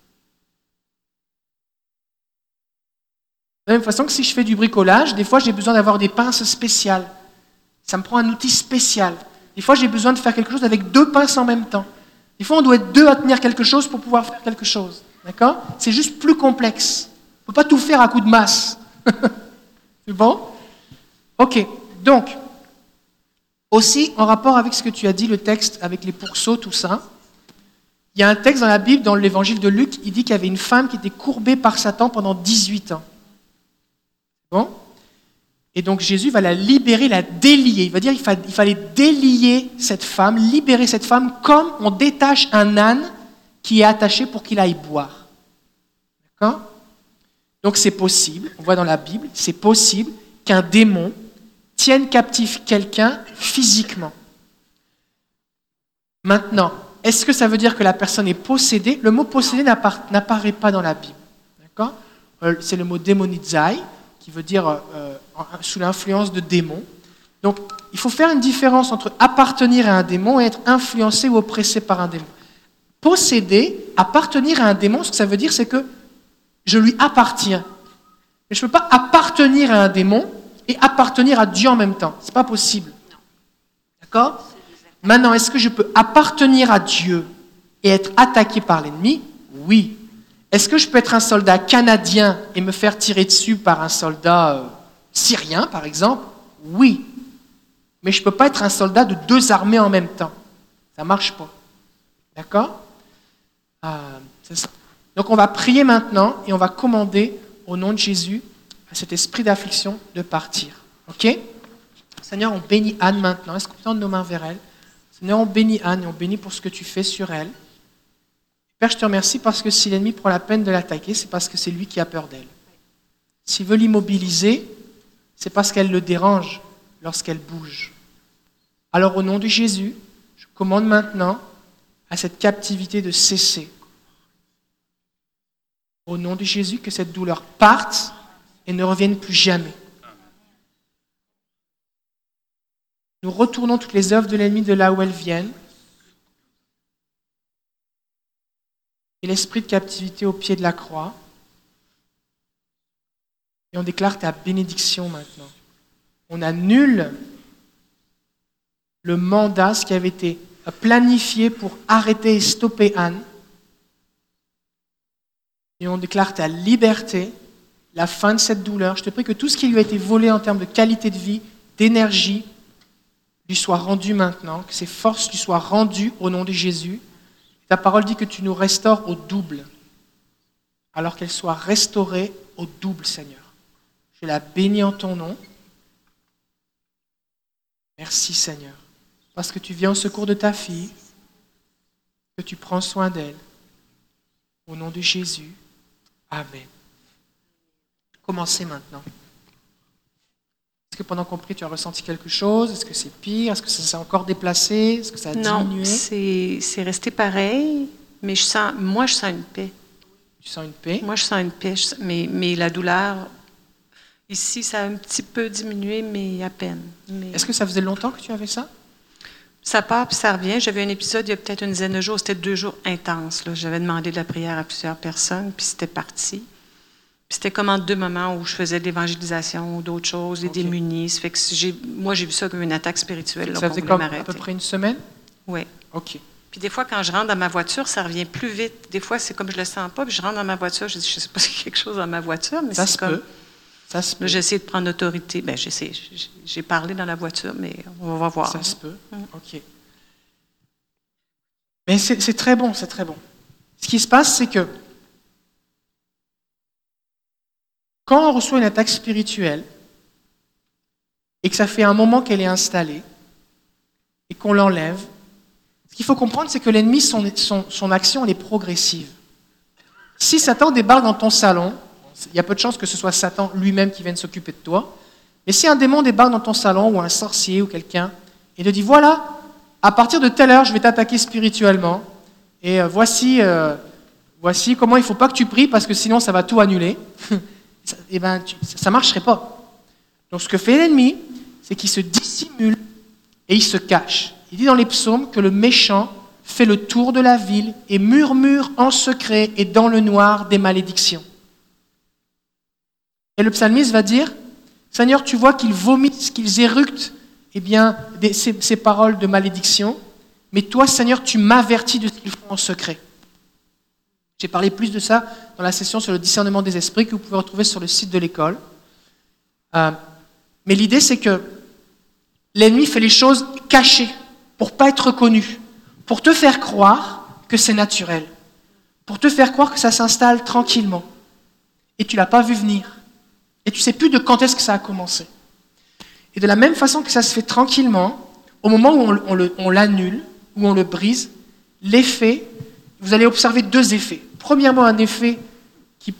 De la même façon que si je fais du bricolage, des fois, j'ai besoin d'avoir des pinces spéciales. Ça me prend un outil spécial. Des fois, j'ai besoin de faire quelque chose avec deux pinces en même temps. Des fois, on doit être deux à tenir quelque chose pour pouvoir faire quelque chose. D'accord ? C'est juste plus complexe. On ne peut pas tout faire à coup de masse. C'est bon ? Ok, donc, aussi, en rapport avec ce que tu as dit, le texte avec les pourceaux, tout ça, il y a un texte dans la Bible, dans l'évangile de Luc, il dit qu'il y avait une femme qui était courbée par Satan pendant dix-huit ans. Bon ? Et donc Jésus va la libérer, la délier. Il va dire qu'il fa- il fallait délier cette femme, libérer cette femme comme on détache un âne qui est attaché pour qu'il aille boire. D'accord ? Donc c'est possible, on voit dans la Bible, c'est possible qu'un démon tienne captif quelqu'un physiquement. Maintenant, est-ce que ça veut dire que la personne est possédée ? Le mot possédé n'appara- n'apparaît pas dans la Bible. D'accord ? Euh, c'est le mot démonizai, qui veut dire euh, sous l'influence de démons. Donc, il faut faire une différence entre appartenir à un démon et être influencé ou oppressé par un démon. Posséder, appartenir à un démon, ce que ça veut dire, c'est que je lui appartiens. Mais je ne peux pas appartenir à un démon et appartenir à Dieu en même temps. Ce n'est pas possible. D'accord ? Maintenant, est-ce que je peux appartenir à Dieu et être attaqué par l'ennemi ? Oui. Est-ce que je peux être un soldat canadien et me faire tirer dessus par un soldat euh, syrien, par exemple ? Oui. Mais je ne peux pas être un soldat de deux armées en même temps. Ça ne marche pas. D'accord ? euh, C'est ça. Donc on va prier maintenant et on va commander au nom de Jésus à cet esprit d'affliction de partir. Ok ? Seigneur, on bénit Anne maintenant. Est-ce qu'on peut tendre nos mains vers elle ? Seigneur, on bénit Anne et on bénit pour ce que tu fais sur elle. Père, je te remercie parce que si l'ennemi prend la peine de l'attaquer, c'est parce que c'est lui qui a peur d'elle. S'il veut l'immobiliser, c'est parce qu'elle le dérange lorsqu'elle bouge. Alors au nom de Jésus, je commande maintenant à cette captivité de cesser. Au nom de Jésus, que cette douleur parte et ne revienne plus jamais. Nous retournons toutes les œuvres de l'ennemi de là où elles viennent. Et l'esprit de captivité au pied de la croix. Et on déclare ta bénédiction maintenant. On annule le mandat, ce qui avait été planifié pour arrêter et stopper Anne. Et on déclare ta liberté, la fin de cette douleur. Je te prie que tout ce qui lui a été volé en termes de qualité de vie, d'énergie, lui soit rendu maintenant, que ses forces lui soient rendues au nom de Jésus. Ta parole dit que tu nous restaures au double, alors qu'elle soit restaurée au double, Seigneur. Je la bénis en ton nom. Merci, Seigneur, parce que tu viens au secours de ta fille, que tu prends soin d'elle. Au nom de Jésus, Amen. Commencez maintenant. Est-ce que pendant qu'on prie, tu as ressenti quelque chose? Est-ce que c'est pire? Est-ce que ça s'est encore déplacé? Est-ce que ça a Non, diminué? c'est, c'est resté pareil, mais je sens, moi, je sens une paix. Tu sens une paix? Moi, je sens une paix, je sens- mais, mais la douleur, ici, ça a un petit peu diminué, mais à peine. Mais Est-ce que ça faisait longtemps que tu avais ça? ça part puis ça revient. J'avais un épisode il y a peut-être une dizaine de jours, c'était deux jours intenses, là. J'avais demandé de la prière à plusieurs personnes, puis c'était parti. Puis c'était comme en deux moments où je faisais de l'évangélisation ou d'autres choses, les Ok. démunis. Ça fait que j'ai, moi, j'ai vu ça comme une attaque spirituelle. Là, Ça qu'on faisait voulait comme à m'arrêter. peu près une semaine? Oui. OK. Puis des fois, quand je rentre dans ma voiture, ça revient plus vite. Des fois, c'est comme je le sens pas, puis je rentre dans ma voiture, je dis, je sais pas s'il y a quelque chose dans ma voiture, mais Ça c'est se comme... peut. Ça se peut. Là, j'essaie de prendre autorité. Bien, j'essaie. J'ai- J'ai parlé dans la voiture, mais on va voir. Ça se peut. Mm. OK. Mais c'est c'est très bon, c'est très bon. Ce qui se passe, c'est que quand on reçoit une attaque spirituelle et que ça fait un moment qu'elle est installée et qu'on l'enlève, ce qu'il faut comprendre, c'est que l'ennemi, son, son, son action, elle est progressive. Si Satan débarque dans ton salon, il y a peu de chances que ce soit Satan lui-même qui vienne s'occuper de toi, mais si un démon débarque dans ton salon ou un sorcier ou quelqu'un et te dit, voilà, à partir de telle heure, je vais t'attaquer spirituellement et euh, voici, euh, voici comment il ne faut pas que tu pries parce que sinon ça va tout annuler. Eh ben, tu- ça ne marcherait pas. Donc ce que fait l'ennemi, c'est qu'il se dissimule et il se cache. Il dit dans les psaumes que le méchant fait le tour de la ville et murmure en secret et dans le noir des malédictions. Et le psalmiste va dire, Seigneur, tu vois qu'ils vomissent, qu'ils éructent eh bien, des- ces, ces paroles de malédiction, mais toi, Seigneur, tu m'avertis de ce qu'ils font en secret. J'ai parlé plus de ça dans la session sur le discernement des esprits que vous pouvez retrouver sur le site de l'école. Euh, mais l'idée, c'est que l'ennemi fait les choses cachées pour ne pas être reconnu, pour te faire croire que c'est naturel, pour te faire croire que ça s'installe tranquillement. Et tu ne l'as pas vu venir. Et tu ne sais plus de quand est-ce que ça a commencé. Et de la même façon que ça se fait tranquillement, au moment où on, on, le, on l'annule, où on le brise, l'effet, vous allez observer deux effets. Premièrement, un effet qui,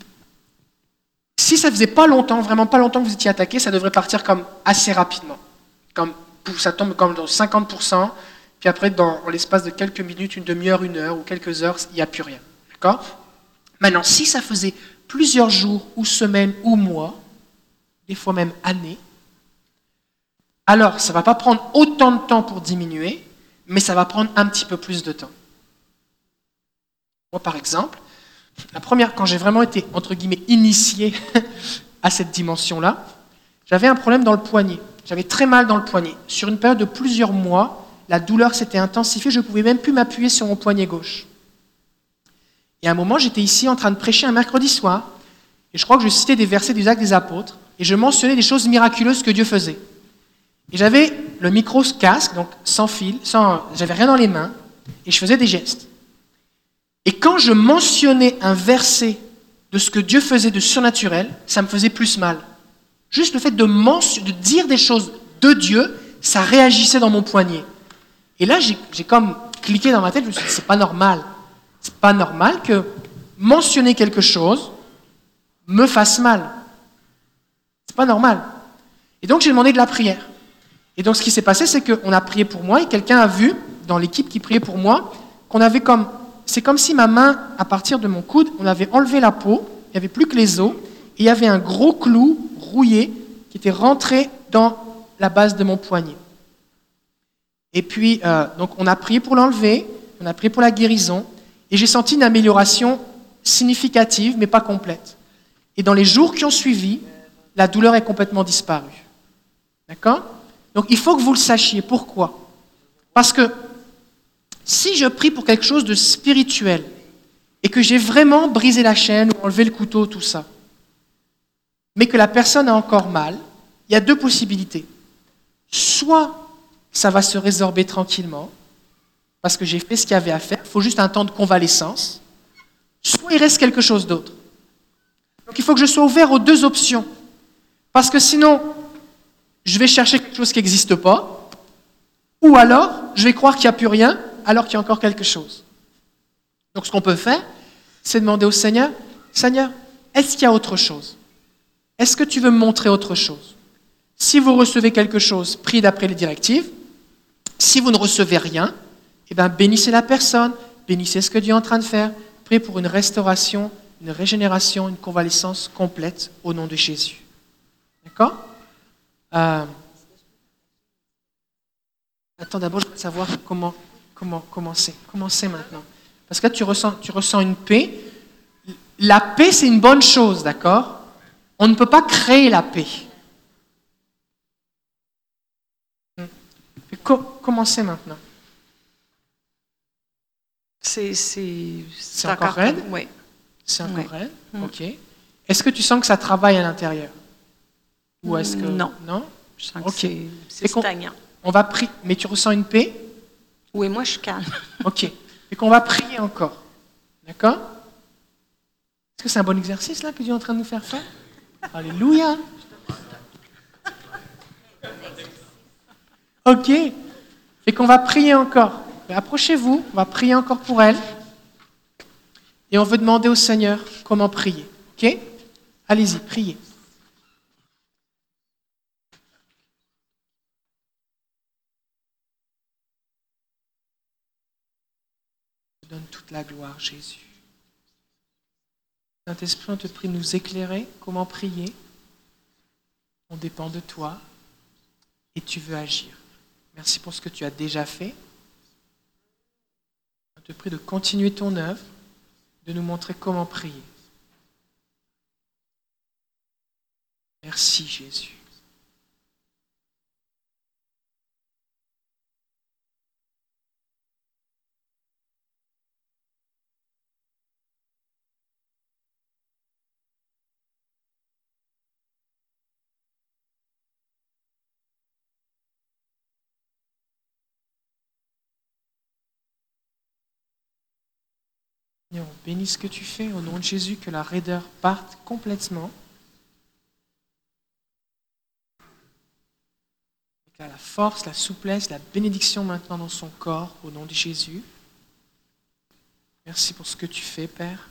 si ça faisait pas longtemps, vraiment pas longtemps que vous étiez attaqué, ça devrait partir comme assez rapidement. Comme, ça tombe comme dans cinquante pour cent, puis après, dans l'espace de quelques minutes, une demi-heure, une heure ou quelques heures, il n'y a plus rien. D'accord ? Maintenant, si ça faisait plusieurs jours ou semaines ou mois, des fois même années, alors ça ne va pas prendre autant de temps pour diminuer, mais ça va prendre un petit peu plus de temps. Moi, par exemple, la première, quand j'ai vraiment été, entre guillemets, initié à cette dimension-là, j'avais un problème dans le poignet. J'avais très mal dans le poignet. Sur une période de plusieurs mois, la douleur s'était intensifiée, je ne pouvais même plus m'appuyer sur mon poignet gauche. Et à un moment, j'étais ici en train de prêcher un mercredi soir, et je crois que je citais des versets des Actes des Apôtres, et je mentionnais des choses miraculeuses que Dieu faisait. Et j'avais le micro casque, donc sans fil, sans, j'avais rien dans les mains, et je faisais des gestes. Et quand je mentionnais un verset de ce que Dieu faisait de surnaturel, ça me faisait plus mal. Juste le fait de, mention, de dire des choses de Dieu, ça réagissait dans mon poignet. Et là, j'ai, j'ai comme cliqué dans ma tête, je me suis dit, c'est pas normal. C'est pas normal que mentionner quelque chose me fasse mal. C'est pas normal. Et donc, j'ai demandé de la prière. Et donc, ce qui s'est passé, c'est qu'on a prié pour moi et quelqu'un a vu, dans l'équipe qui priait pour moi, qu'on avait comme... C'est comme si ma main, à partir de mon coude, on avait enlevé la peau, il n'y avait plus que les os, et il y avait un gros clou rouillé qui était rentré dans la base de mon poignet. Et puis, euh, donc, on a prié pour l'enlever, on a prié pour la guérison, et j'ai senti une amélioration significative, mais pas complète. Et dans les jours qui ont suivi, la douleur est complètement disparue. D'accord ? Donc, il faut que vous le sachiez. Pourquoi ? Parce que si je prie pour quelque chose de spirituel et que j'ai vraiment brisé la chaîne ou enlevé le couteau, tout ça, mais que la personne a encore mal, il y a deux possibilités. Soit ça va se résorber tranquillement, parce que j'ai fait ce qu'il y avait à faire, il faut juste un temps de convalescence, soit il reste quelque chose d'autre. Donc il faut que je sois ouvert aux deux options, parce que sinon, je vais chercher quelque chose qui n'existe pas, ou alors, je vais croire qu'il n'y a plus rien, alors qu'il y a encore quelque chose. Donc ce qu'on peut faire, c'est demander au Seigneur, Seigneur, est-ce qu'il y a autre chose ? Est-ce que tu veux me montrer autre chose ? Si vous recevez quelque chose, priez d'après les directives. Si vous ne recevez rien, eh bien, bénissez la personne, bénissez ce que Dieu est en train de faire, priez pour une restauration, une régénération, une convalescence complète au nom de Jésus. D'accord ? euh... Attends, d'abord, je veux savoir comment, comment commencer. Commencer maintenant. Parce que là, tu ressens, tu ressens une paix. La paix, c'est une bonne chose, d'accord ? On ne peut pas créer la paix. Co- commencez maintenant. C'est, c'est, c'est encore, encore raide ? Oui. C'est encore oui. raide ? Mm. Ok. Est-ce que tu sens que ça travaille à l'intérieur ? Ou est-ce que... Non. Non ? Je sens okay. que c'est, c'est stagnant. On va prier. Mais tu ressens une paix ? Oui, moi je suis calme. Ok. Et qu'on va prier encore. D'accord ? Est-ce que c'est un bon exercice là que Dieu est en train de nous faire faire ? Alléluia. Ok. Et qu'on va prier encore. Mais approchez-vous, on va prier encore pour elle. Et on veut demander au Seigneur comment prier. Ok ? Allez-y, priez. Je te donne toute la gloire, Jésus. Saint-Esprit, on te prie de nous éclairer comment prier. On dépend de toi et tu veux agir. Merci pour ce que tu as déjà fait. On te prie de continuer ton œuvre, de nous montrer comment prier. Merci Jésus. Et on bénit ce que tu fais au nom de Jésus, que la raideur parte complètement. La force, la souplesse, la bénédiction maintenant dans son corps, au nom de Jésus. Merci pour ce que tu fais, Père.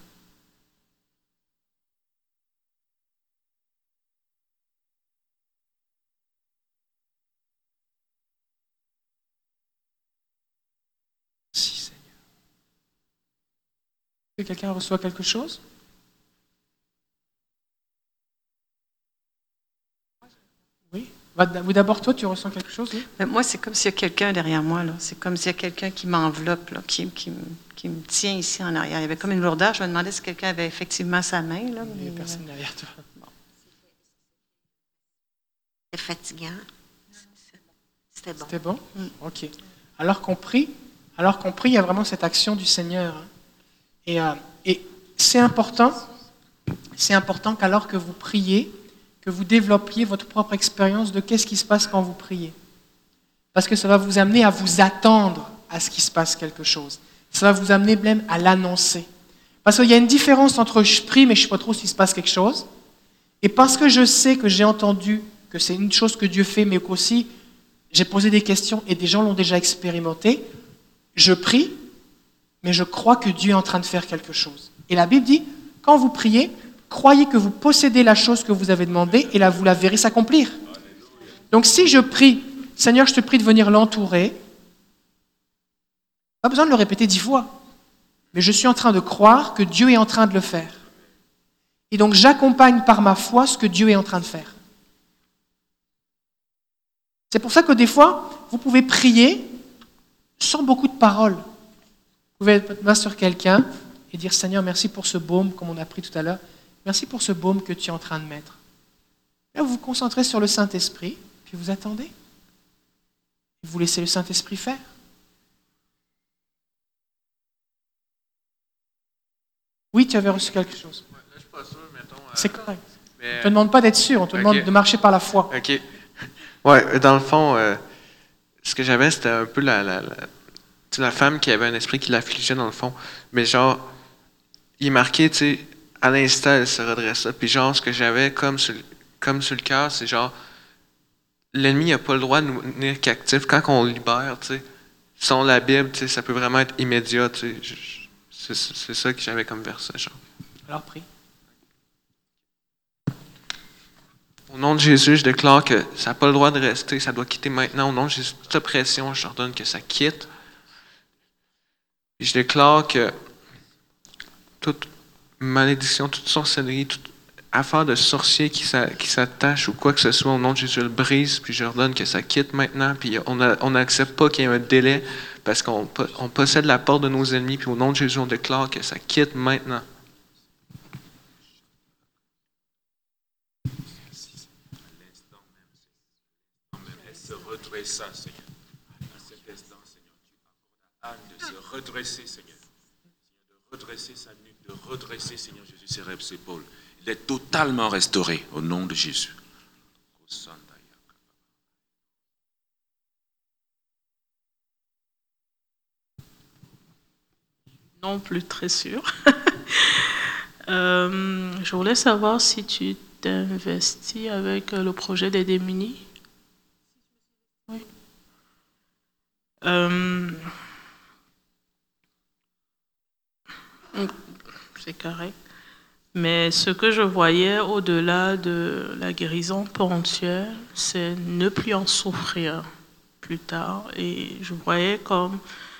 Merci, Seigneur. Est-ce que quelqu'un reçoit quelque chose? Oui. Oui, d'abord, toi, tu ressens quelque chose? Oui? Ben, moi, c'est comme s'il y a quelqu'un derrière moi. Là. C'est comme s'il y a quelqu'un qui m'enveloppe, là, qui, qui, qui me tient ici en arrière. Il y avait comme une lourdeur. Je me demandais si quelqu'un avait effectivement sa main. Là, Il n'y a mais, personne derrière toi. Bon. C'était fatigant. C'était bon. C'était bon? Mm. OK. Alors qu'on prie, alors qu'on prie, il y a vraiment cette action du Seigneur. Et, euh, et c'est important, c'est important qu'alors que vous priez, que vous développiez votre propre expérience de qu'est-ce qui se passe quand vous priez. Parce que ça va vous amener à vous attendre à ce qu'il se passe quelque chose. Ça va vous amener même à l'annoncer. Parce qu'il y a une différence entre je prie mais je ne sais pas trop s'il se passe quelque chose, et parce que je sais que j'ai entendu que c'est une chose que Dieu fait, mais qu'aussi j'ai posé des questions et des gens l'ont déjà expérimenté, je prie, mais je crois que Dieu est en train de faire quelque chose. Et la Bible dit, quand vous priez, croyez que vous possédez la chose que vous avez demandée et là, vous la verrez s'accomplir. Donc si je prie, Seigneur, je te prie de venir l'entourer, pas besoin de le répéter dix fois, mais je suis en train de croire que Dieu est en train de le faire. Et donc j'accompagne par ma foi ce que Dieu est en train de faire. C'est pour ça que des fois, vous pouvez prier sans beaucoup de paroles. Vous pouvez être votre main sur quelqu'un et dire, Seigneur, merci pour ce baume, comme on a pris tout à l'heure. Merci pour ce baume que tu es en train de mettre. Là, vous vous concentrez sur le Saint-Esprit, puis vous attendez. Vous laissez le Saint-Esprit faire. Oui, tu avais reçu quelque chose. Ouais, là, je suis pas sûr, mettons. euh, C'est correct. mais, On ne te demande pas d'être sûr, on te Ok. demande de marcher par la foi. OK. Ouais, dans le fond, euh, ce que j'avais, c'était un peu la, la, la, tu sais, la femme qui avait un esprit qui l'affligeait, dans le fond. Mais genre, il est marqué, tu sais, à l'instant, elle se redressa. Puis genre, ce que j'avais comme sur, le- comme sur le cœur, c'est genre, l'ennemi n'a pas le droit de nous tenir captifs. Quand on le libère, tu sais, selon la Bible, tu sais, ça peut vraiment être immédiat, tu sais. Je- je- C'est, c'est ça que j'avais comme verset, genre. Alors prie. Au nom de Jésus, je déclare que ça n'a pas le droit de rester, ça doit quitter maintenant. Au nom de Jésus, toute oppression, je ordonne que ça quitte. Et je déclare que toute malédiction, toute sorcellerie, toute affaire de sorcier qui, s'a- qui s'attache ou quoi que ce soit, au nom de Jésus, je le brise, puis je ordonne que ça quitte maintenant. Puis on n'accepte pas qu'il y ait un délai parce qu'on po- on possède la porte de nos ennemis, puis au nom de Jésus, on déclare que ça quitte maintenant. Elle se redressa, Seigneur. À cet instant, Seigneur, tu accordes à Anne de se redresser, Seigneur. Seigneur, de redresser sa nuque, de redresser, Seigneur Jésus, ses rêves, ses épaules. Il est totalement restauré au nom de Jésus. Non plus très sûr. Euh, je voulais savoir si tu t'investis avec euh, le projet des démunis. Oui. Euh, c'est correct. Mais ce que je voyais au-delà de la guérison ponctuelle, c'est ne plus en souffrir plus tard. Et je voyais comme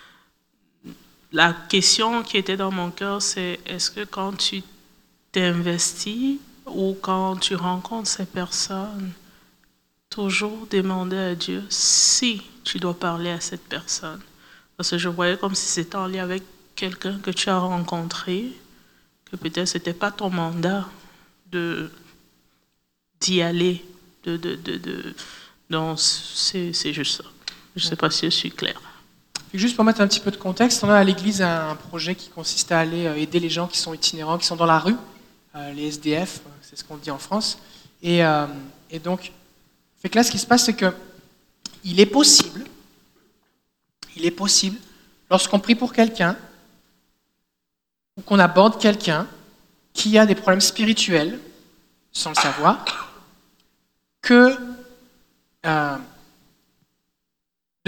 la question qui était dans mon cœur, c'est est-ce que quand tu t'investis ou quand tu rencontres ces personnes, toujours demander à Dieu si tu dois parler à cette personne. Parce que je voyais comme si c'était en lien avec quelqu'un que tu as rencontré, que peut-être ce n'était pas ton mandat de, d'y aller. De, de, de, de, non, c'est, c'est juste ça. Je ne sais pas si je suis claire. Juste pour mettre un petit peu de contexte, on a à l'église un projet qui consiste à aller aider les gens qui sont itinérants, qui sont dans la rue, euh, les S D F, c'est ce qu'on dit en France. Et, euh, et donc, fait que là, ce qui se passe, c'est que il est possible, il est possible, lorsqu'on prie pour quelqu'un, ou qu'on aborde quelqu'un qui a des problèmes spirituels, sans le savoir, que euh,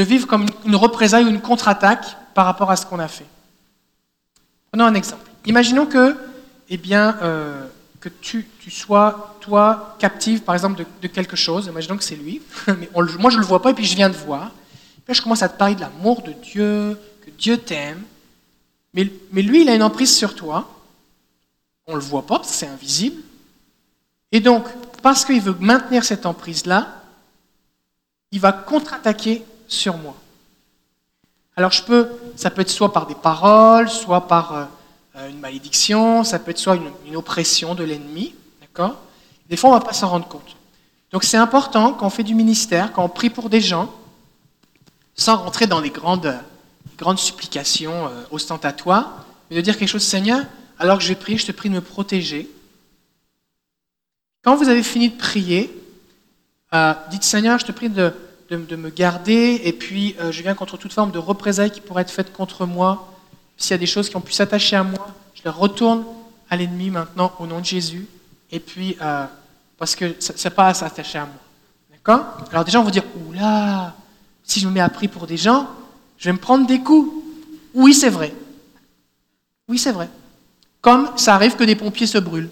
de vivre comme une représaille ou une contre-attaque par rapport à ce qu'on a fait. Prenons un exemple. Imaginons que, eh bien, euh, que tu, tu sois, toi, captive, par exemple, de, de quelque chose. Imaginons que c'est lui, mais on, moi je ne le vois pas et puis je viens de voir. Puis là, je commence à te parler de l'amour de Dieu, que Dieu t'aime. Mais, mais lui, il a une emprise sur toi. On ne le voit pas parce que c'est invisible. Et donc, parce qu'il veut maintenir cette emprise-là, il va contre-attaquer sur moi. Alors, je peux, ça peut être soit par des paroles, soit par euh, une malédiction, ça peut être soit une, une oppression de l'ennemi, d'accord ? Des fois, on ne va pas s'en rendre compte. Donc, c'est important, quand on fait du ministère, quand on prie pour des gens, sans rentrer dans les grandes, les grandes supplications euh, ostentatoires, mais de dire quelque chose, Seigneur, alors que je vais prier, je te prie de me protéger. Quand vous avez fini de prier, euh, dites, Seigneur, je te prie de... De, de me garder, et puis euh, je viens contre toute forme de représailles qui pourraient être faites contre moi. S'il y a des choses qui ont pu s'attacher à moi, je les retourne à l'ennemi maintenant au nom de Jésus, et puis euh, parce que ça n'est pas à s'attacher à moi. D'accord ? Alors des gens vont dire, oula, si je me mets à prier pour des gens, je vais me prendre des coups. Oui, c'est vrai. Oui, c'est vrai. Comme ça arrive que des pompiers se brûlent.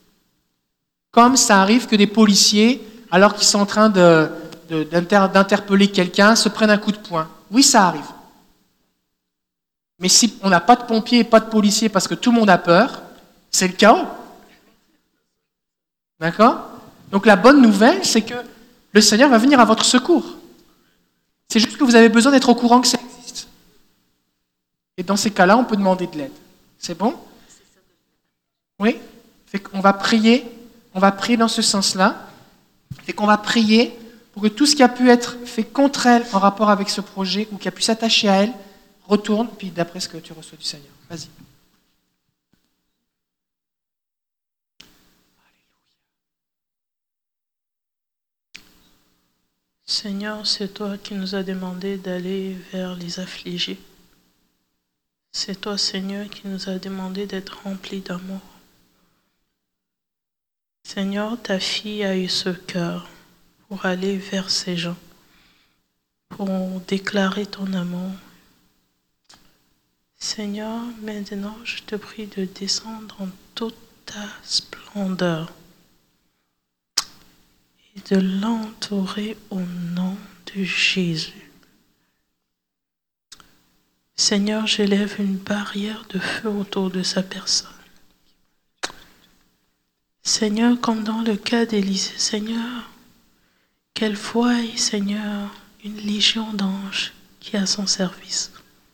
Comme ça arrive que des policiers, alors qu'ils sont en train de De, d'inter, d'interpeller quelqu'un, se prennent un coup de poing. Oui, ça arrive. Mais si on n'a pas de pompiers et pas de policiers parce que tout le monde a peur, c'est le chaos. D'accord ? Donc la bonne nouvelle, c'est que le Seigneur va venir à votre secours. C'est juste que vous avez besoin d'être au courant que ça existe. Et dans ces cas-là, on peut demander de l'aide. C'est bon ? Oui ? Fait qu'on va prier, on va prier dans ce sens-là. Fait qu'on va prier pour que tout ce qui a pu être fait contre elle en rapport avec ce projet ou qui a pu s'attacher à elle, retourne, puis d'après ce que tu reçois du Seigneur. Vas-y. Seigneur, c'est toi qui nous as demandé d'aller vers les affligés. C'est toi, Seigneur, qui nous as demandé d'être remplis d'amour. Seigneur, ta fille a eu ce cœur pour aller vers ces gens, pour déclarer ton amour. Seigneur, maintenant, je te prie de descendre en toute ta splendeur et de l'entourer au nom de Jésus. Seigneur, j'élève une barrière de feu autour de sa personne. Seigneur, comme dans le cas d'Élisée, Seigneur, qu'elle voie, Seigneur, une légion d'anges qui est à son service.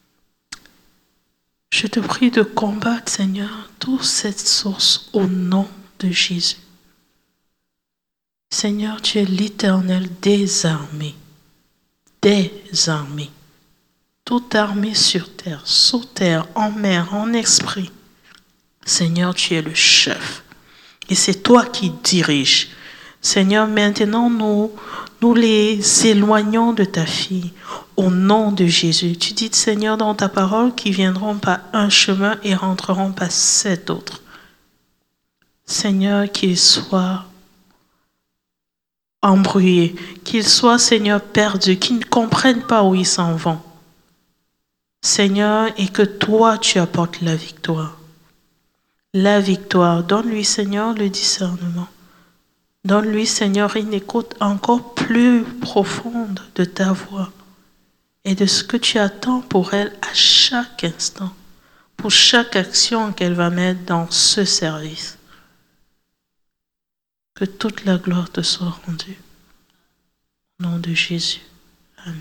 Je te prie de combattre, Seigneur, toute cette source au nom de Jésus. Seigneur, tu es l'Éternel des armées, des armées, toute armée sur terre, sous terre, en mer, en esprit. Seigneur, tu es le chef et c'est toi qui diriges. Seigneur, maintenant, nous, nous les éloignons de ta fille au nom de Jésus. Tu dis, Seigneur, dans ta parole, qu'ils viendront par un chemin et rentreront par sept autres. Seigneur, qu'ils soient embrouillés, qu'ils soient, Seigneur, perdus, qu'ils ne comprennent pas où ils s'en vont. Seigneur, et que toi, tu apportes la victoire. La victoire. Donne-lui, Seigneur, le discernement. Donne-lui, Seigneur, une écoute encore plus profonde de ta voix et de ce que tu attends pour elle à chaque instant, pour chaque action qu'elle va mettre dans ce service. Que toute la gloire te soit rendue. Au nom de Jésus. Amen.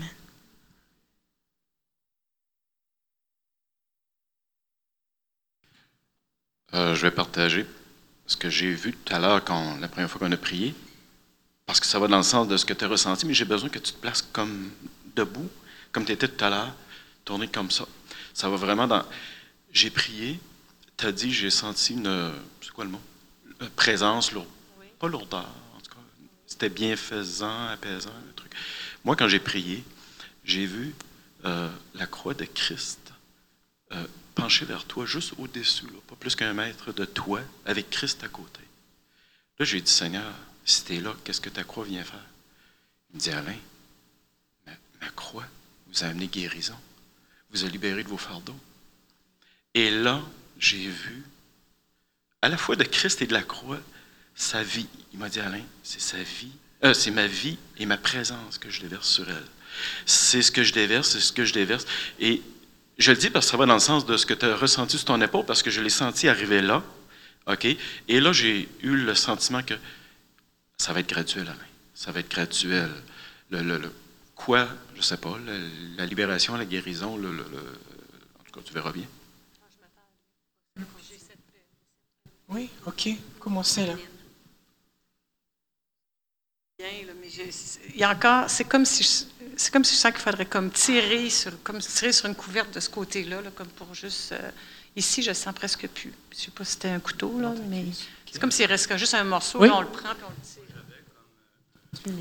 Euh, je vais partager ce que j'ai vu tout à l'heure quand la première fois qu'on a prié, parce que ça va dans le sens de ce que tu as ressenti, mais j'ai besoin que tu te places comme debout, comme tu étais tout à l'heure, tourné comme ça. Ça va vraiment dans... J'ai prié, tu as dit, j'ai senti une... C'est quoi le mot? Une présence, lourde. Oui. Pas lourdeur, en tout cas. C'était bienfaisant, apaisant, le truc. Moi, quand j'ai prié, j'ai vu euh, la croix de Christ euh, penché vers toi, juste au-dessus, là, pas plus qu'un mètre de toi, avec Christ à côté. Là, j'ai dit, Seigneur, si t'es là, qu'est-ce que ta croix vient faire? Il me dit, Alain, ma, ma croix vous a amené guérison, vous a libéré de vos fardeaux. Et là, j'ai vu, à la fois de Christ et de la croix, sa vie. Il m'a dit, Alain, c'est sa vie, euh, c'est ma vie et ma présence que je déverse sur elle. C'est ce que je déverse, c'est ce que je déverse. Et je le dis parce que ça va dans le sens de ce que tu as ressenti sur ton épaule, parce que je l'ai senti arriver là. OK? Et là, j'ai eu le sentiment que ça va être graduel, Alain. Ça va être graduel. Le, le, le quoi, je ne sais pas, le, la libération, la guérison, le, le, le, en tout cas, tu verras bien. Oui, OK. Commencez là. Bien, là, mais je, il y a encore, c'est comme si je, c'est comme si je sens qu'il faudrait comme tirer sur, comme tirer sur une couverte de ce côté-là, là, comme pour juste. Euh, ici, je sens presque plus. Je ne sais pas si c'était un couteau, là, mais c'est comme s'il reste juste un morceau, oui. Là, on le prend et on le tire.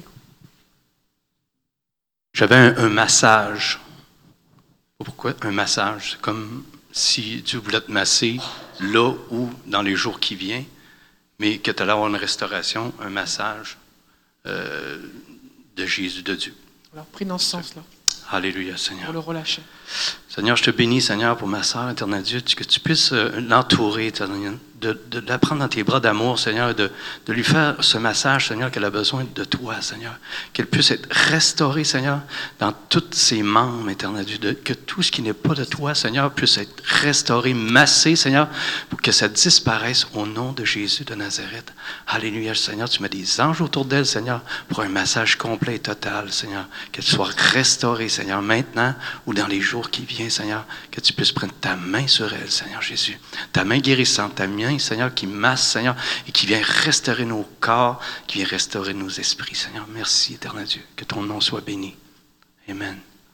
J'avais un, un massage. Pourquoi un massage? C'est comme si Dieu voulait te masser là ou dans les jours qui viennent, mais que tu allais avoir une restauration, un massage euh, de Jésus, de Dieu. Alors, pris dans ce sens-là. Alléluia, Seigneur. Pour le relâcher. Seigneur, je te bénis, Seigneur, pour ma sœur, éternel Dieu, que tu puisses euh, l'entourer, de, de, de la prendre dans tes bras d'amour, Seigneur, de, de lui faire ce massage, Seigneur, qu'elle a besoin de toi, Seigneur. Qu'elle puisse être restaurée, Seigneur, dans toutes ses membres, éternel Dieu. De, que tout ce qui n'est pas de toi, Seigneur, puisse être restauré, massé, Seigneur, pour que ça disparaisse au nom de Jésus de Nazareth. Alléluia, Seigneur. Tu mets des anges autour d'elle, Seigneur, pour un massage complet et total, Seigneur. Qu'elle soit restaurée, Seigneur, maintenant ou dans les jours qui viennent, Seigneur. Que tu puisses prendre ta main sur elle, Seigneur Jésus. Ta main guérissante, ta main, Seigneur, qui masse, Seigneur, et qui vient restaurer nos corps, qui vient restaurer nos esprits, Seigneur. Merci, éternel Dieu. Que ton nom soit béni. Amen.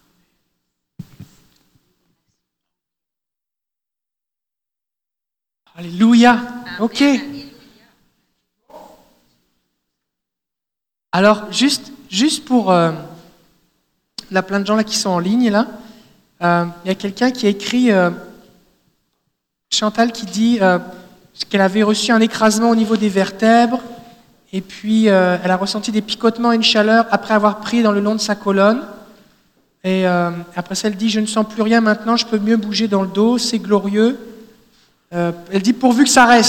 Alléluia. OK. Alors, juste, juste pour... Euh, il y a plein de gens là qui sont en ligne, là. Euh, il y a quelqu'un qui a écrit... Euh, Chantal qui dit euh, qu'elle avait reçu un écrasement au niveau des vertèbres et puis euh, elle a ressenti des picotements et une chaleur après avoir pris dans le long de sa colonne. Et euh, après ça, elle dit « Je ne sens plus rien maintenant, je peux mieux bouger dans le dos, c'est glorieux. Euh, » Elle dit « Pourvu que ça reste. »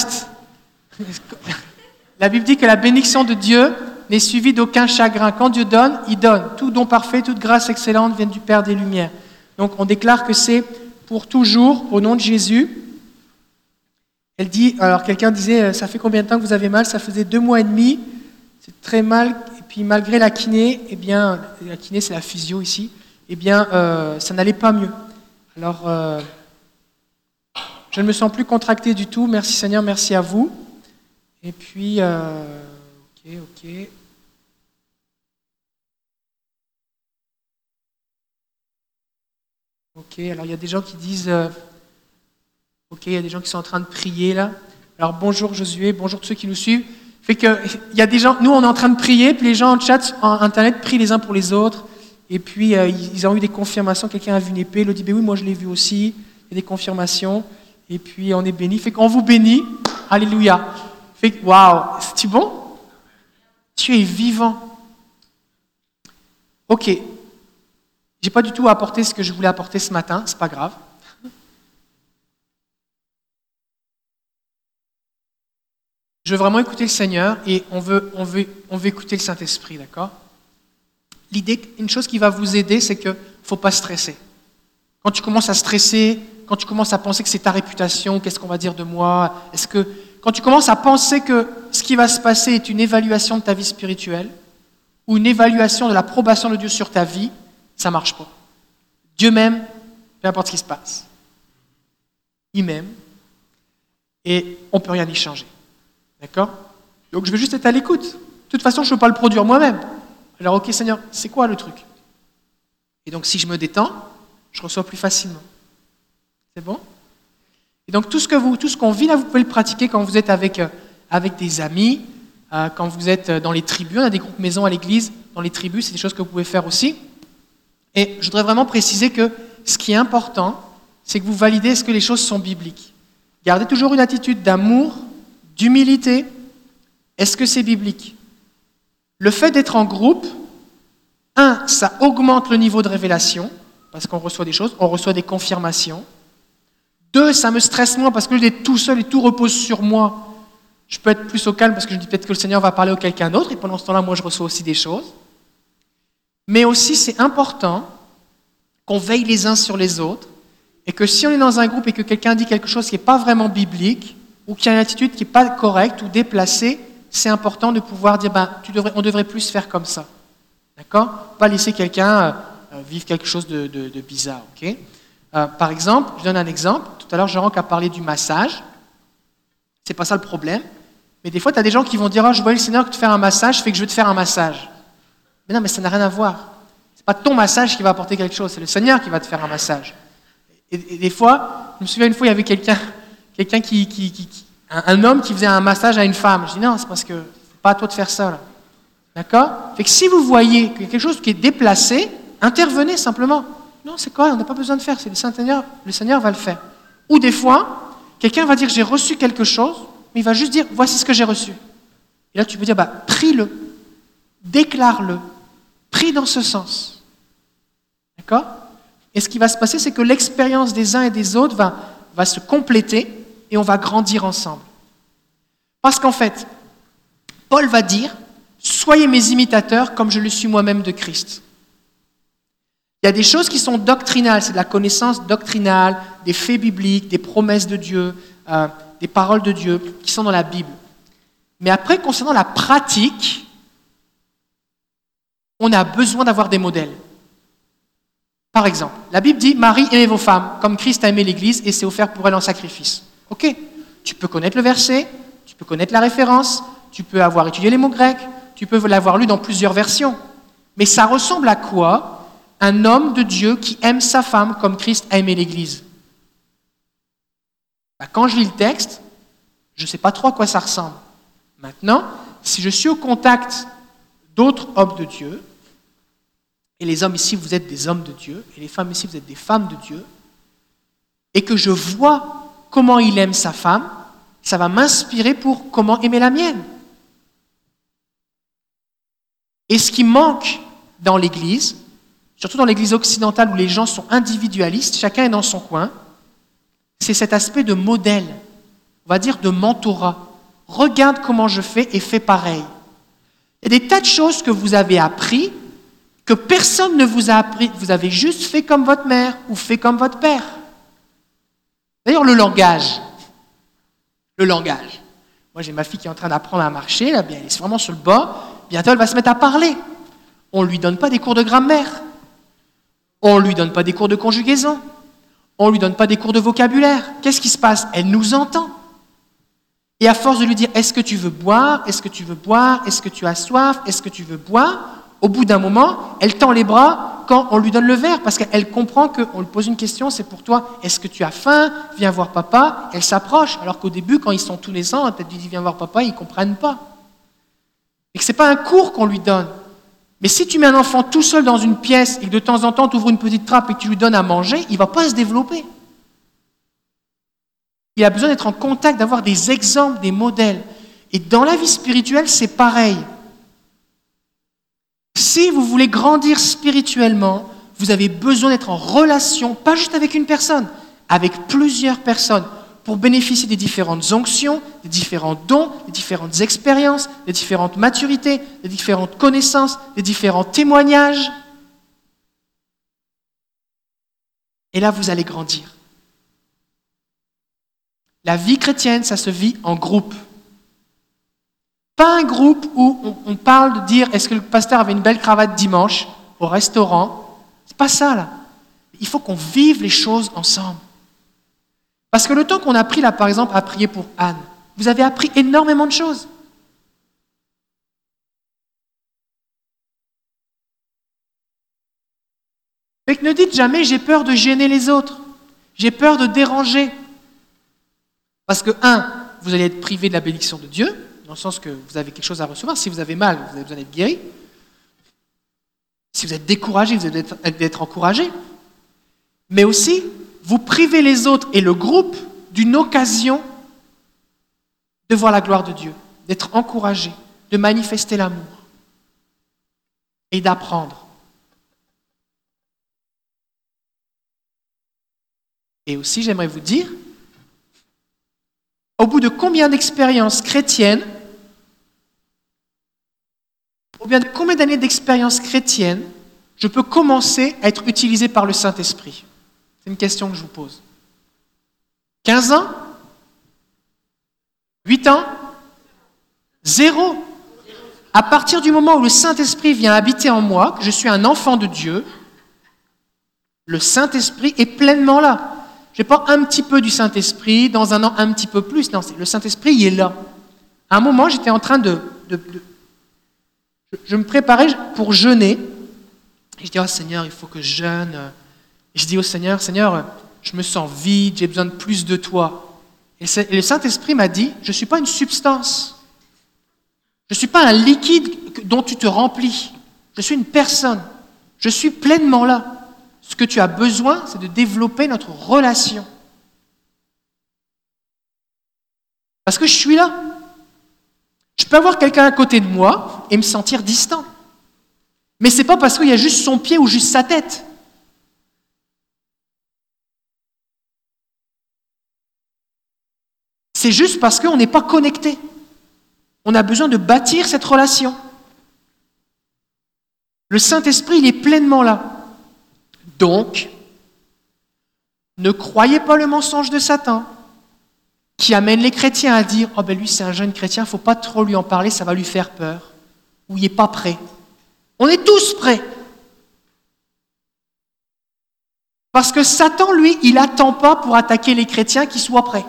La Bible dit que la bénédiction de Dieu n'est suivie d'aucun chagrin. Quand Dieu donne, il donne. Tout don parfait, toute grâce excellente viennent du Père des Lumières. Donc on déclare que c'est pour toujours, au nom de Jésus. Elle dit, alors quelqu'un disait, ça fait combien de temps que vous avez mal? Ça faisait deux mois et demi, c'est très mal, et puis malgré la kiné, eh bien, la kiné c'est la physio ici, eh bien, euh, ça n'allait pas mieux. Alors, euh, je ne me sens plus contracté du tout, merci Seigneur, merci à vous. Et puis, euh, ok, ok. Ok, alors il y a des gens qui disent... Euh, Ok, il y a des gens qui sont en train de prier là. Alors bonjour Josué, bonjour tous ceux qui nous suivent. Fait que il y a des gens, nous on est en train de prier, puis les gens en chat, en internet prient les uns pour les autres. Et puis euh, ils ont eu des confirmations. Quelqu'un a vu une épée, il a dit ben oui, moi je l'ai vu aussi. Il y a des confirmations. Et puis on est béni. Fait qu'on vous bénit. Alléluia. Fait que waouh, c'est-tu bon? Tu es vivant. Ok. J'ai pas du tout apporté ce que je voulais apporter ce matin. C'est pas grave. Je veux vraiment écouter le Seigneur et on veut, on veut, on veut écouter le Saint-Esprit, d'accord? L'idée, une chose qui va vous aider, c'est qu'il ne faut pas stresser. Quand tu commences à stresser, quand tu commences à penser que c'est ta réputation, qu'est-ce qu'on va dire de moi, est-ce que, quand tu commences à penser que ce qui va se passer est une évaluation de ta vie spirituelle ou une évaluation de l'approbation de Dieu sur ta vie, ça ne marche pas. Dieu m'aime, peu importe ce qui se passe. Il m'aime et on ne peut rien y changer. D'accord? Donc je vais juste être à l'écoute. De toute façon, je ne peux pas le produire moi-même. Alors, ok Seigneur, c'est quoi le truc? Et donc, si je me détends, je reçois plus facilement. C'est bon? Et donc, tout ce que vous, tout ce qu'on vit là, vous pouvez le pratiquer quand vous êtes avec, euh, avec des amis, euh, quand vous êtes dans les tribus. On a des groupes maisons à l'église. Dans les tribus, c'est des choses que vous pouvez faire aussi. Et je voudrais vraiment préciser que ce qui est important, c'est que vous validez est-ce que les choses sont bibliques. Gardez toujours une attitude d'amour, d'humilité. Est-ce que c'est biblique? Le fait d'être en groupe, un, ça augmente le niveau de révélation. parce qu'on reçoit des choses, on reçoit des confirmations. Deux, ça me stresse moins parce que je suis tout seul et tout repose sur moi. Je peux être plus au calme parce que je dis peut-être que le Seigneur va parler à quelqu'un d'autre et pendant ce temps-là, moi, je reçois aussi des choses. Mais aussi, c'est important qu'on veille les uns sur les autres et que si on est dans un groupe et que quelqu'un dit quelque chose qui n'est pas vraiment biblique ou qui a une attitude qui n'est pas correcte ou déplacée, c'est important de pouvoir dire ben, tu devrais, on devrait plus faire comme ça. D'accord ? Pas laisser quelqu'un euh, vivre quelque chose de, de, de bizarre. Okay ? Euh, par exemple, je donne un exemple. Tout à l'heure, Jean a parlé du massage. C'est pas ça le problème. Mais des fois, tu as des gens qui vont dire oh, je voyais le Seigneur te faire un massage, fait que je vais te faire un massage. Mais non, mais ça n'a rien à voir. C'est pas ton massage qui va apporter quelque chose, c'est le Seigneur qui va te faire un massage. Et, et des fois, je me souviens une fois, il y avait quelqu'un, quelqu'un qui, qui, qui, qui un, un homme qui faisait un massage à une femme. Je dis non, c'est parce que c'est pas à toi de faire ça là. D'accord ? Fait que si vous voyez quelque chose qui est déplacé, intervenez simplement. Non, c'est quoi ? On n'a pas besoin de faire, c'est le Seigneur, le Seigneur va le faire. Ou des fois, quelqu'un va dire j'ai reçu quelque chose, mais il va juste dire voici ce que j'ai reçu. Et là, tu peux dire bah prie-le, déclare-le, prie dans ce sens. D'accord ? Et ce qui va se passer, c'est que l'expérience des uns et des autres va, va se compléter et on va grandir ensemble. Parce qu'en fait, Paul va dire soyez mes imitateurs comme je le suis moi-même de Christ. Il y a des choses qui sont doctrinales, c'est de la connaissance doctrinale, des faits bibliques, des promesses de Dieu, euh, des paroles de Dieu qui sont dans la Bible. Mais après, concernant la pratique, on a besoin d'avoir des modèles. Par exemple, la Bible dit « Marie, aimez vos femmes, comme Christ a aimé l'Église et s'est offert pour elle en sacrifice. » Ok, tu peux connaître le verset, tu peux connaître la référence, tu peux avoir étudié les mots grecs, tu peux l'avoir lu dans plusieurs versions. Mais ça ressemble à quoi ? Un homme de Dieu qui aime sa femme comme Christ a aimé l'Église. Ben, quand je lis le texte, je ne sais pas trop à quoi ça ressemble. Maintenant, si je suis au contact d'autres hommes de Dieu, et les hommes ici, vous êtes des hommes de Dieu, et les femmes ici, vous êtes des femmes de Dieu, et que je vois comment il aime sa femme, ça va m'inspirer pour comment aimer la mienne. Et ce qui manque dans l'Église, surtout dans l'Église occidentale où les gens sont individualistes, chacun est dans son coin, c'est cet aspect de modèle, on va dire de mentorat. Regarde comment je fais et fais pareil. Il y a des tas de choses que vous avez appris que personne ne vous a appris. Vous avez juste fait comme votre mère ou fait comme votre père. D'ailleurs, le langage. Le langage. Moi, j'ai ma fille qui est en train d'apprendre à marcher, là, bien, elle est vraiment sur le bas. Bientôt, elle va se mettre à parler. On ne lui donne pas des cours de grammaire. On ne lui donne pas des cours de conjugaison. On ne lui donne pas des cours de vocabulaire. Qu'est-ce qui se passe ? Elle nous entend. Et à force de lui dire « Est-ce que tu veux boire ? Est-ce que tu veux boire ? Est-ce que tu as soif ? Est-ce que tu veux boire ?» Au bout d'un moment, elle tend les bras quand on lui donne le verre parce qu'elle comprend qu'on lui pose une question, c'est pour toi. Est-ce que tu as faim ? Viens voir papa. Elle s'approche. Alors qu'au début, quand ils sont tout naissants, peut-être lui dit « Viens voir papa », ils ne comprennent pas. Et que ce n'est pas un cours qu'on lui donne. Mais si tu mets un enfant tout seul dans une pièce et que de temps en temps tu ouvres une petite trappe et que tu lui donnes à manger, il ne va pas se développer. Il a besoin d'être en contact, d'avoir des exemples, des modèles. Et dans la vie spirituelle, c'est pareil. Si vous voulez grandir spirituellement, vous avez besoin d'être en relation, pas juste avec une personne, avec plusieurs personnes, pour bénéficier des différentes onctions, des différents dons, des différentes expériences, des différentes maturités, des différentes connaissances, des différents témoignages. Et là, vous allez grandir. La vie chrétienne, ça se vit en groupe. Pas un groupe où on, on parle de dire est-ce que le pasteur avait une belle cravate dimanche au restaurant. C'est pas ça, là. Il faut qu'on vive les choses ensemble. Parce que le temps qu'on a pris, là, par exemple, à prier pour Anne, vous avez appris énormément de choses. Fait que ne dites jamais j'ai peur de gêner les autres. J'ai peur de déranger. Parce que, un, vous allez être privé de la bénédiction de Dieu, dans le sens que vous avez quelque chose à recevoir. Si vous avez mal, vous avez besoin d'être guéri. Si vous êtes découragé, vous avez besoin d'être encouragé. Mais aussi, vous privez les autres et le groupe d'une occasion de voir la gloire de Dieu, d'être encouragé, de manifester l'amour et d'apprendre. Et aussi, j'aimerais vous dire, au bout de combien d'expériences chrétiennes, au bout de combien d'années d'expérience chrétienne, je peux commencer à être utilisé par le Saint-Esprit? C'est une question que je vous pose. quinze ans? huit ans? Zéro. À partir du moment où le Saint-Esprit vient habiter en moi, que je suis un enfant de Dieu, le Saint-Esprit est pleinement là. Je n'ai pas un petit peu du Saint-Esprit, dans un an un petit peu plus. Non, le Saint-Esprit, il est là. À un moment, j'étais en train de... de, de je, je me préparais pour jeûner. Et je dis, oh Seigneur, il faut que je jeûne. Et je dis au Seigneur, Seigneur, je me sens vide, j'ai besoin de plus de toi. Et, et le Saint-Esprit m'a dit, je ne suis pas une substance. Je ne suis pas un liquide dont tu te remplis. Je suis une personne. Je suis pleinement là. Ce que tu as besoin, c'est de développer notre relation. Parce que je suis là. Je peux avoir quelqu'un à côté de moi et me sentir distant. Mais ce n'est pas parce qu'il y a juste son pied ou juste sa tête. C'est juste parce qu'on n'est pas connecté. On a besoin de bâtir cette relation. Le Saint-Esprit, il est pleinement là. Donc, ne croyez pas le mensonge de Satan qui amène les chrétiens à dire « Oh ben lui, c'est un jeune chrétien, il ne faut pas trop lui en parler, ça va lui faire peur. » Ou « Il n'est pas prêt. » On est tous prêts. Parce que Satan, lui, il n'attend pas pour attaquer les chrétiens qui soient prêts.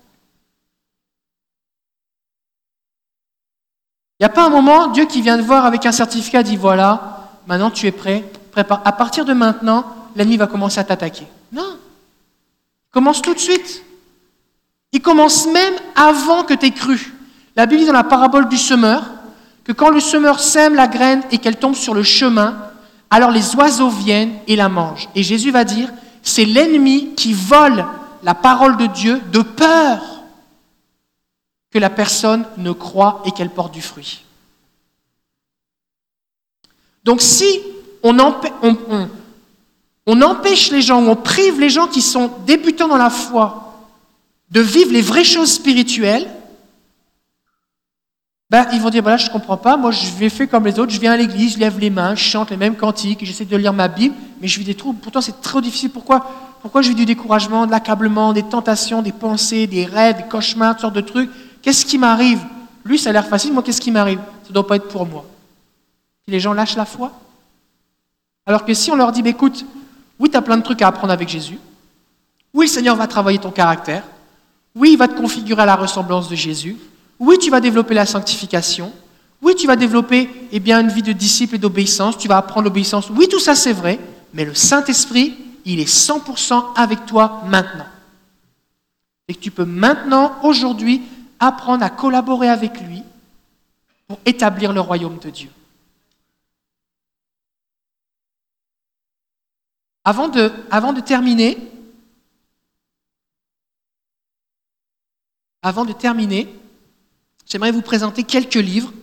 Il n'y a pas un moment, Dieu qui vient te voir avec un certificat dit « Voilà, maintenant tu es prêt, prépare. À partir de maintenant, l'ennemi va commencer à t'attaquer. » Non. Il commence tout de suite. Il commence même avant que tu aies cru. La Bible dit dans la parabole du semeur que quand le semeur sème la graine et qu'elle tombe sur le chemin, alors les oiseaux viennent et la mangent. Et Jésus va dire, c'est l'ennemi qui vole la parole de Dieu de peur que la personne ne croit et qu'elle porte du fruit. Donc si on, empê- on, on, on empêche les gens, ou on prive les gens qui sont débutants dans la foi de vivre les vraies choses spirituelles, ben, ils vont dire, voilà, je ne comprends pas, moi je vais faire comme les autres, je viens à l'église, je lève les mains, je chante les mêmes cantiques, j'essaie de lire ma Bible, mais je vis des troubles, pourtant c'est trop difficile. Pourquoi, Pourquoi je vis du découragement, de l'accablement, des tentations, des pensées, des rêves, des cauchemars, toutes sortes de trucs? Qu'est-ce qui m'arrive? Lui, ça a l'air facile, moi, qu'est-ce qui m'arrive? Ça ne doit pas être pour moi. Et les gens lâchent la foi. Alors que si on leur dit, bah, écoute, oui, tu as plein de trucs à apprendre avec Jésus, oui, le Seigneur va travailler ton caractère, oui, il va te configurer à la ressemblance de Jésus, oui, tu vas développer la sanctification, oui, tu vas développer eh bien, une vie de disciple et d'obéissance, tu vas apprendre l'obéissance, oui, tout ça c'est vrai, mais le Saint-Esprit, il est cent pour cent avec toi maintenant. Et que tu peux maintenant, aujourd'hui, apprendre à collaborer avec lui pour établir le royaume de Dieu. Avant de, avant de terminer, avant de terminer, j'aimerais vous présenter quelques livres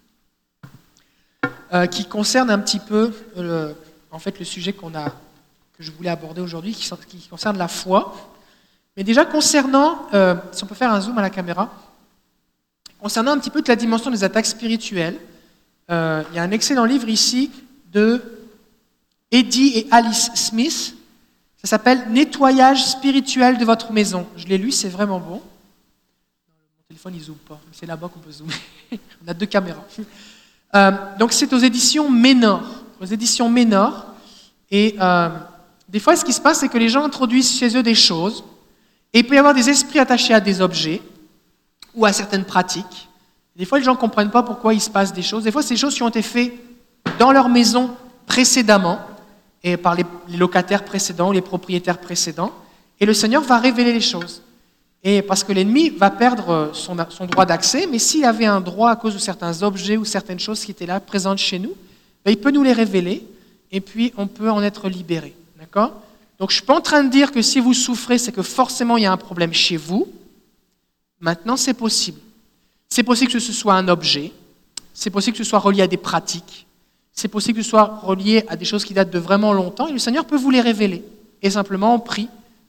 euh, qui concernent un petit peu euh, le, en fait, le sujet qu'on a, que je voulais aborder aujourd'hui, qui, qui concerne la foi. Mais déjà concernant, euh, si on peut faire un zoom à la caméra, concernant un petit peu de la dimension des attaques spirituelles, euh, il y a un excellent livre ici de Eddie et Alice Smith. Ça s'appelle « Nettoyage spirituel de votre maison ». Je l'ai lu, c'est vraiment bon. Mon téléphone, il ne zoome pas. C'est là-bas qu'on peut zoomer. On a deux caméras. Euh, donc, c'est aux éditions Ménor. Aux éditions Ménor. Et euh, des fois, ce qui se passe, c'est que les gens introduisent chez eux des choses. Et il peut y avoir des esprits attachés à des objets ou à certaines pratiques. Des fois, les gens ne comprennent pas pourquoi il se passe des choses. Des fois, c'est des choses qui ont été faites dans leur maison précédemment et par les, les locataires précédents ou les propriétaires précédents. Et le Seigneur va révéler les choses. Et parce que l'ennemi va perdre son, son droit d'accès, mais s'il avait un droit à cause de certains objets ou certaines choses qui étaient là, présentes chez nous, ben, il peut nous les révéler et puis on peut en être libéré. D'accord ? Donc, je ne suis pas en train de dire que si vous souffrez, c'est que forcément il y a un problème chez vous. Maintenant, c'est possible. C'est possible que ce soit un objet. C'est possible que ce soit relié à des pratiques. C'est possible que ce soit relié à des choses qui datent de vraiment longtemps. Et le Seigneur peut vous les révéler. Et simplement, on prie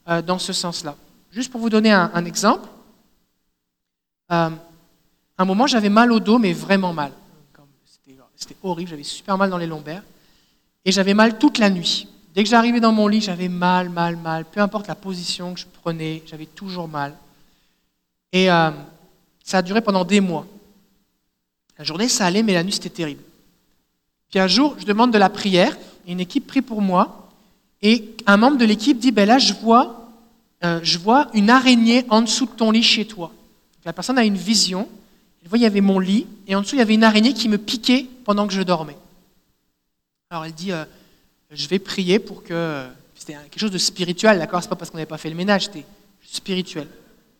euh, dans ce sens-là. Juste pour vous donner un, un exemple, euh, à un moment, j'avais mal au dos, mais vraiment mal. C'était, c'était horrible, j'avais super mal dans les lombaires. Et j'avais mal toute la nuit. Dès que j'arrivais dans mon lit, j'avais mal, mal, mal. Peu importe la position que je prenais, j'avais toujours mal. Et euh, ça a duré pendant des mois. La journée, ça allait, mais la nuit, c'était terrible. Puis un jour, je demande de la prière, et une équipe prie pour moi, et un membre de l'équipe dit, ben là, je vois, euh, je vois une araignée en dessous de ton lit chez toi. La personne a une vision, elle voit, il y avait mon lit, et en dessous, il y avait une araignée qui me piquait pendant que je dormais. Alors elle dit, euh, je vais prier pour que... C'était quelque chose de spirituel, d'accord? C'est pas parce qu'on n'avait pas fait le ménage, c'était spirituel.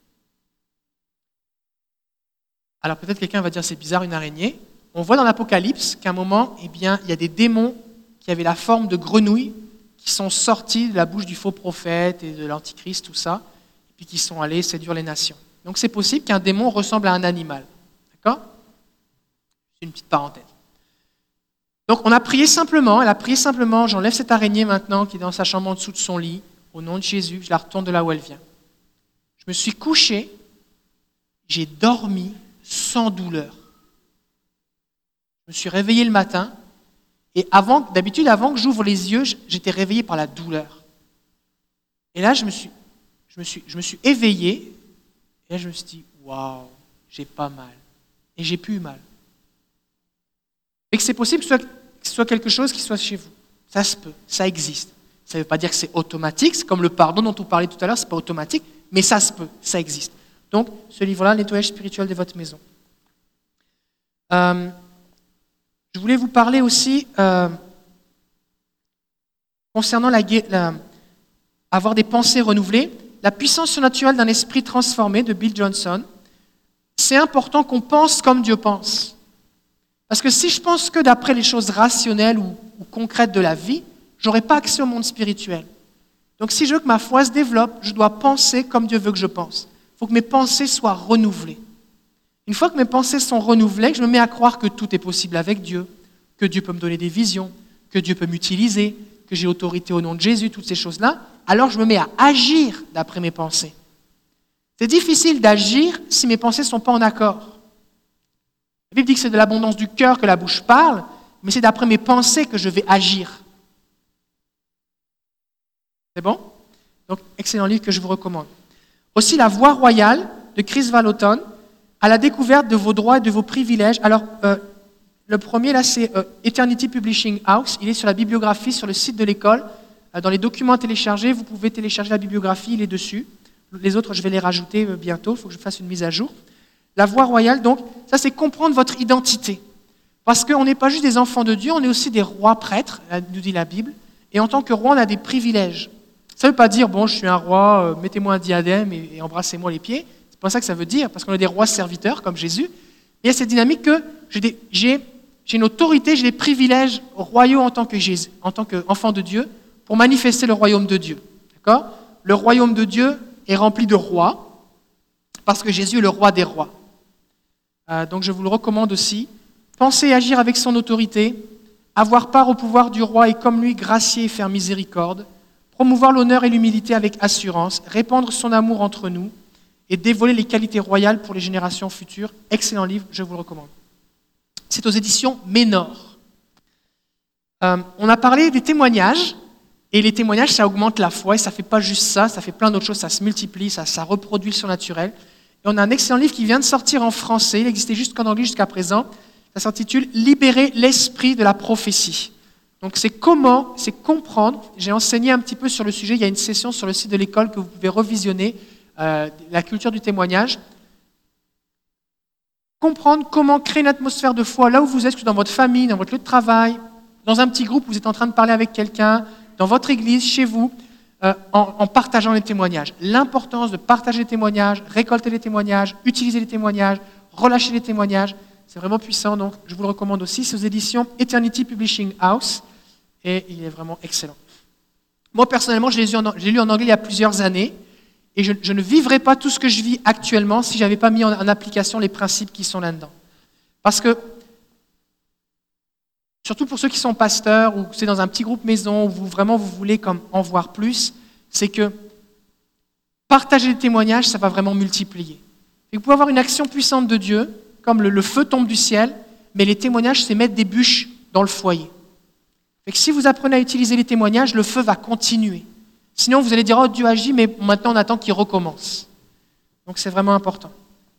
Alors peut-être quelqu'un va dire, c'est bizarre, une araignée. On voit dans l'Apocalypse qu'à un moment, eh bien, il y a des démons qui avaient la forme de grenouilles qui sont sortis de la bouche du faux prophète et de l'antichrist, tout ça, et puis qui sont allés séduire les nations. Donc c'est possible qu'un démon ressemble à un animal. D'accord? C'est une petite parenthèse. Donc on a prié simplement, elle a prié simplement, j'enlève cette araignée maintenant qui est dans sa chambre en dessous de son lit, au nom de Jésus, je la retourne de là où elle vient. Je me suis couché, j'ai dormi sans douleur. Je me suis réveillé le matin, et avant, d'habitude, avant que j'ouvre les yeux, j'étais réveillé par la douleur. Et là, je me suis, je me suis, je me suis éveillé, et là, je me suis dit, waouh, j'ai pas mal. Et j'ai plus eu mal. Et que c'est possible que ce, soit, que ce soit quelque chose qui soit chez vous. Ça se peut, ça existe. Ça ne veut pas dire que c'est automatique, c'est comme le pardon dont on parlait tout à l'heure, c'est pas automatique, mais ça se peut, ça existe. Donc, ce livre-là, le nettoyage spirituel de votre maison. Euh, je voulais vous parler aussi euh, concernant la, la, avoir des pensées renouvelées, la puissance surnaturelle d'un esprit transformé de Bill Johnson. C'est important qu'on pense comme Dieu pense. Parce que si je pense que d'après les choses rationnelles ou, ou concrètes de la vie, je n'aurai pas accès au monde spirituel. Donc si je veux que ma foi se développe, je dois penser comme Dieu veut que je pense. Il faut que mes pensées soient renouvelées. Une fois que mes pensées sont renouvelées, je me mets à croire que tout est possible avec Dieu, que Dieu peut me donner des visions, que Dieu peut m'utiliser, que j'ai autorité au nom de Jésus, toutes ces choses-là, alors je me mets à agir d'après mes pensées. C'est difficile d'agir si mes pensées ne sont pas en accord. La Bible dit que c'est de l'abondance du cœur que la bouche parle, mais c'est d'après mes pensées que je vais agir. C'est bon? Donc, excellent livre que je vous recommande. Aussi, La Voie royale de Chris Vallotton, à la découverte de vos droits et de vos privilèges. Alors, euh, le premier, là, c'est euh, Eternity Publishing House. Il est sur la bibliographie, sur le site de l'école. Euh, dans les documents à télécharger, vous pouvez télécharger la bibliographie, il est dessus. Les autres, je vais les rajouter euh, bientôt, il faut que je fasse une mise à jour. La voie royale, donc, ça c'est comprendre votre identité. Parce qu'on n'est pas juste des enfants de Dieu, on est aussi des rois prêtres, nous dit la Bible. Et en tant que roi, on a des privilèges. Ça ne veut pas dire, bon, je suis un roi, euh, mettez-moi un diadème et, et embrassez-moi les pieds. C'est pas ça que ça veut dire, parce qu'on est des rois serviteurs, comme Jésus. Mais il y a cette dynamique que j'ai, des, j'ai, j'ai une autorité, j'ai des privilèges royaux en tant que Jésus, en tant qu'enfant de Dieu, pour manifester le royaume de Dieu. D'accord ? Le royaume de Dieu est rempli de rois, parce que Jésus est le roi des rois. Euh, donc je vous le recommande aussi. Penser et agir avec son autorité, avoir part au pouvoir du roi et comme lui gracier et faire miséricorde, promouvoir l'honneur et l'humilité avec assurance, répandre son amour entre nous et dévoiler les qualités royales pour les générations futures. Excellent livre, je vous le recommande. C'est aux éditions Ménor. Euh, on a parlé des témoignages, et les témoignages, ça augmente la foi, et ça ne fait pas juste ça, ça fait plein d'autres choses, ça se multiplie, ça, ça reproduit le surnaturel. Et on a un excellent livre qui vient de sortir en français, il existait juste qu'en anglais jusqu'à présent, ça s'intitule « Libérer l'esprit de la prophétie ». Donc c'est comment, c'est comprendre, j'ai enseigné un petit peu sur le sujet, il y a une session sur le site de l'école que vous pouvez revisionner, euh, la culture du témoignage. Comprendre comment créer une atmosphère de foi là où vous êtes, que dans votre famille, dans votre lieu de travail, dans un petit groupe où vous êtes en train de parler avec quelqu'un, dans votre église, chez vous, euh, en, en partageant les témoignages. L'importance de partager les témoignages, récolter les témoignages, utiliser les témoignages, relâcher les témoignages, c'est vraiment puissant, donc je vous le recommande aussi. C'est aux éditions Eternity Publishing House, et il est vraiment excellent. Moi, personnellement, je l'ai lu en, je l'ai lu en anglais il y a plusieurs années, et je, je ne vivrais pas tout ce que je vis actuellement si je n'avais pas mis en, en application les principes qui sont là-dedans. Parce que, surtout pour ceux qui sont pasteurs, ou c'est dans un petit groupe maison, où vous, vraiment vous voulez comme en voir plus, c'est que partager des témoignages, ça va vraiment multiplier. Et vous pouvez avoir une action puissante de Dieu, comme le, le feu tombe du ciel, mais les témoignages, c'est mettre des bûches dans le foyer. Et que si vous apprenez à utiliser les témoignages, le feu va continuer. Sinon, vous allez dire, oh, Dieu agit, mais maintenant on attend qu'il recommence. Donc c'est vraiment important.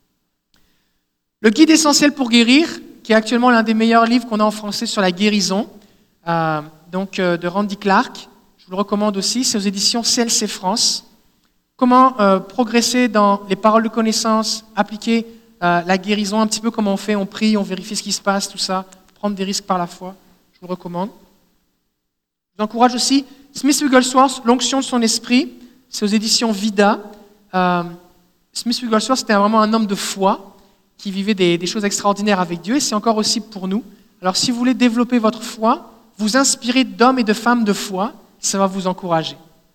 Le guide essentiel pour guérir, qui est actuellement l'un des meilleurs livres qu'on a en français sur la guérison, euh, donc euh, de Randy Clark, je vous le recommande aussi, c'est aux éditions C L C France. Comment euh, progresser dans les paroles de connaissance, appliquer euh, la guérison, un petit peu comme on fait, on prie, on vérifie ce qui se passe, tout ça, prendre des risques par la foi, je vous le recommande. Je vous encourage aussi Smith Wigglesworth, l'onction de son esprit, c'est aux éditions Vida. Euh, Smith Wigglesworth, c'était vraiment un homme de foi qui vivait des, des choses extraordinaires avec Dieu, et c'est encore aussi pour nous. Alors si vous voulez développer votre foi, vous inspirez d'hommes et de femmes de foi, ça va vous encourager.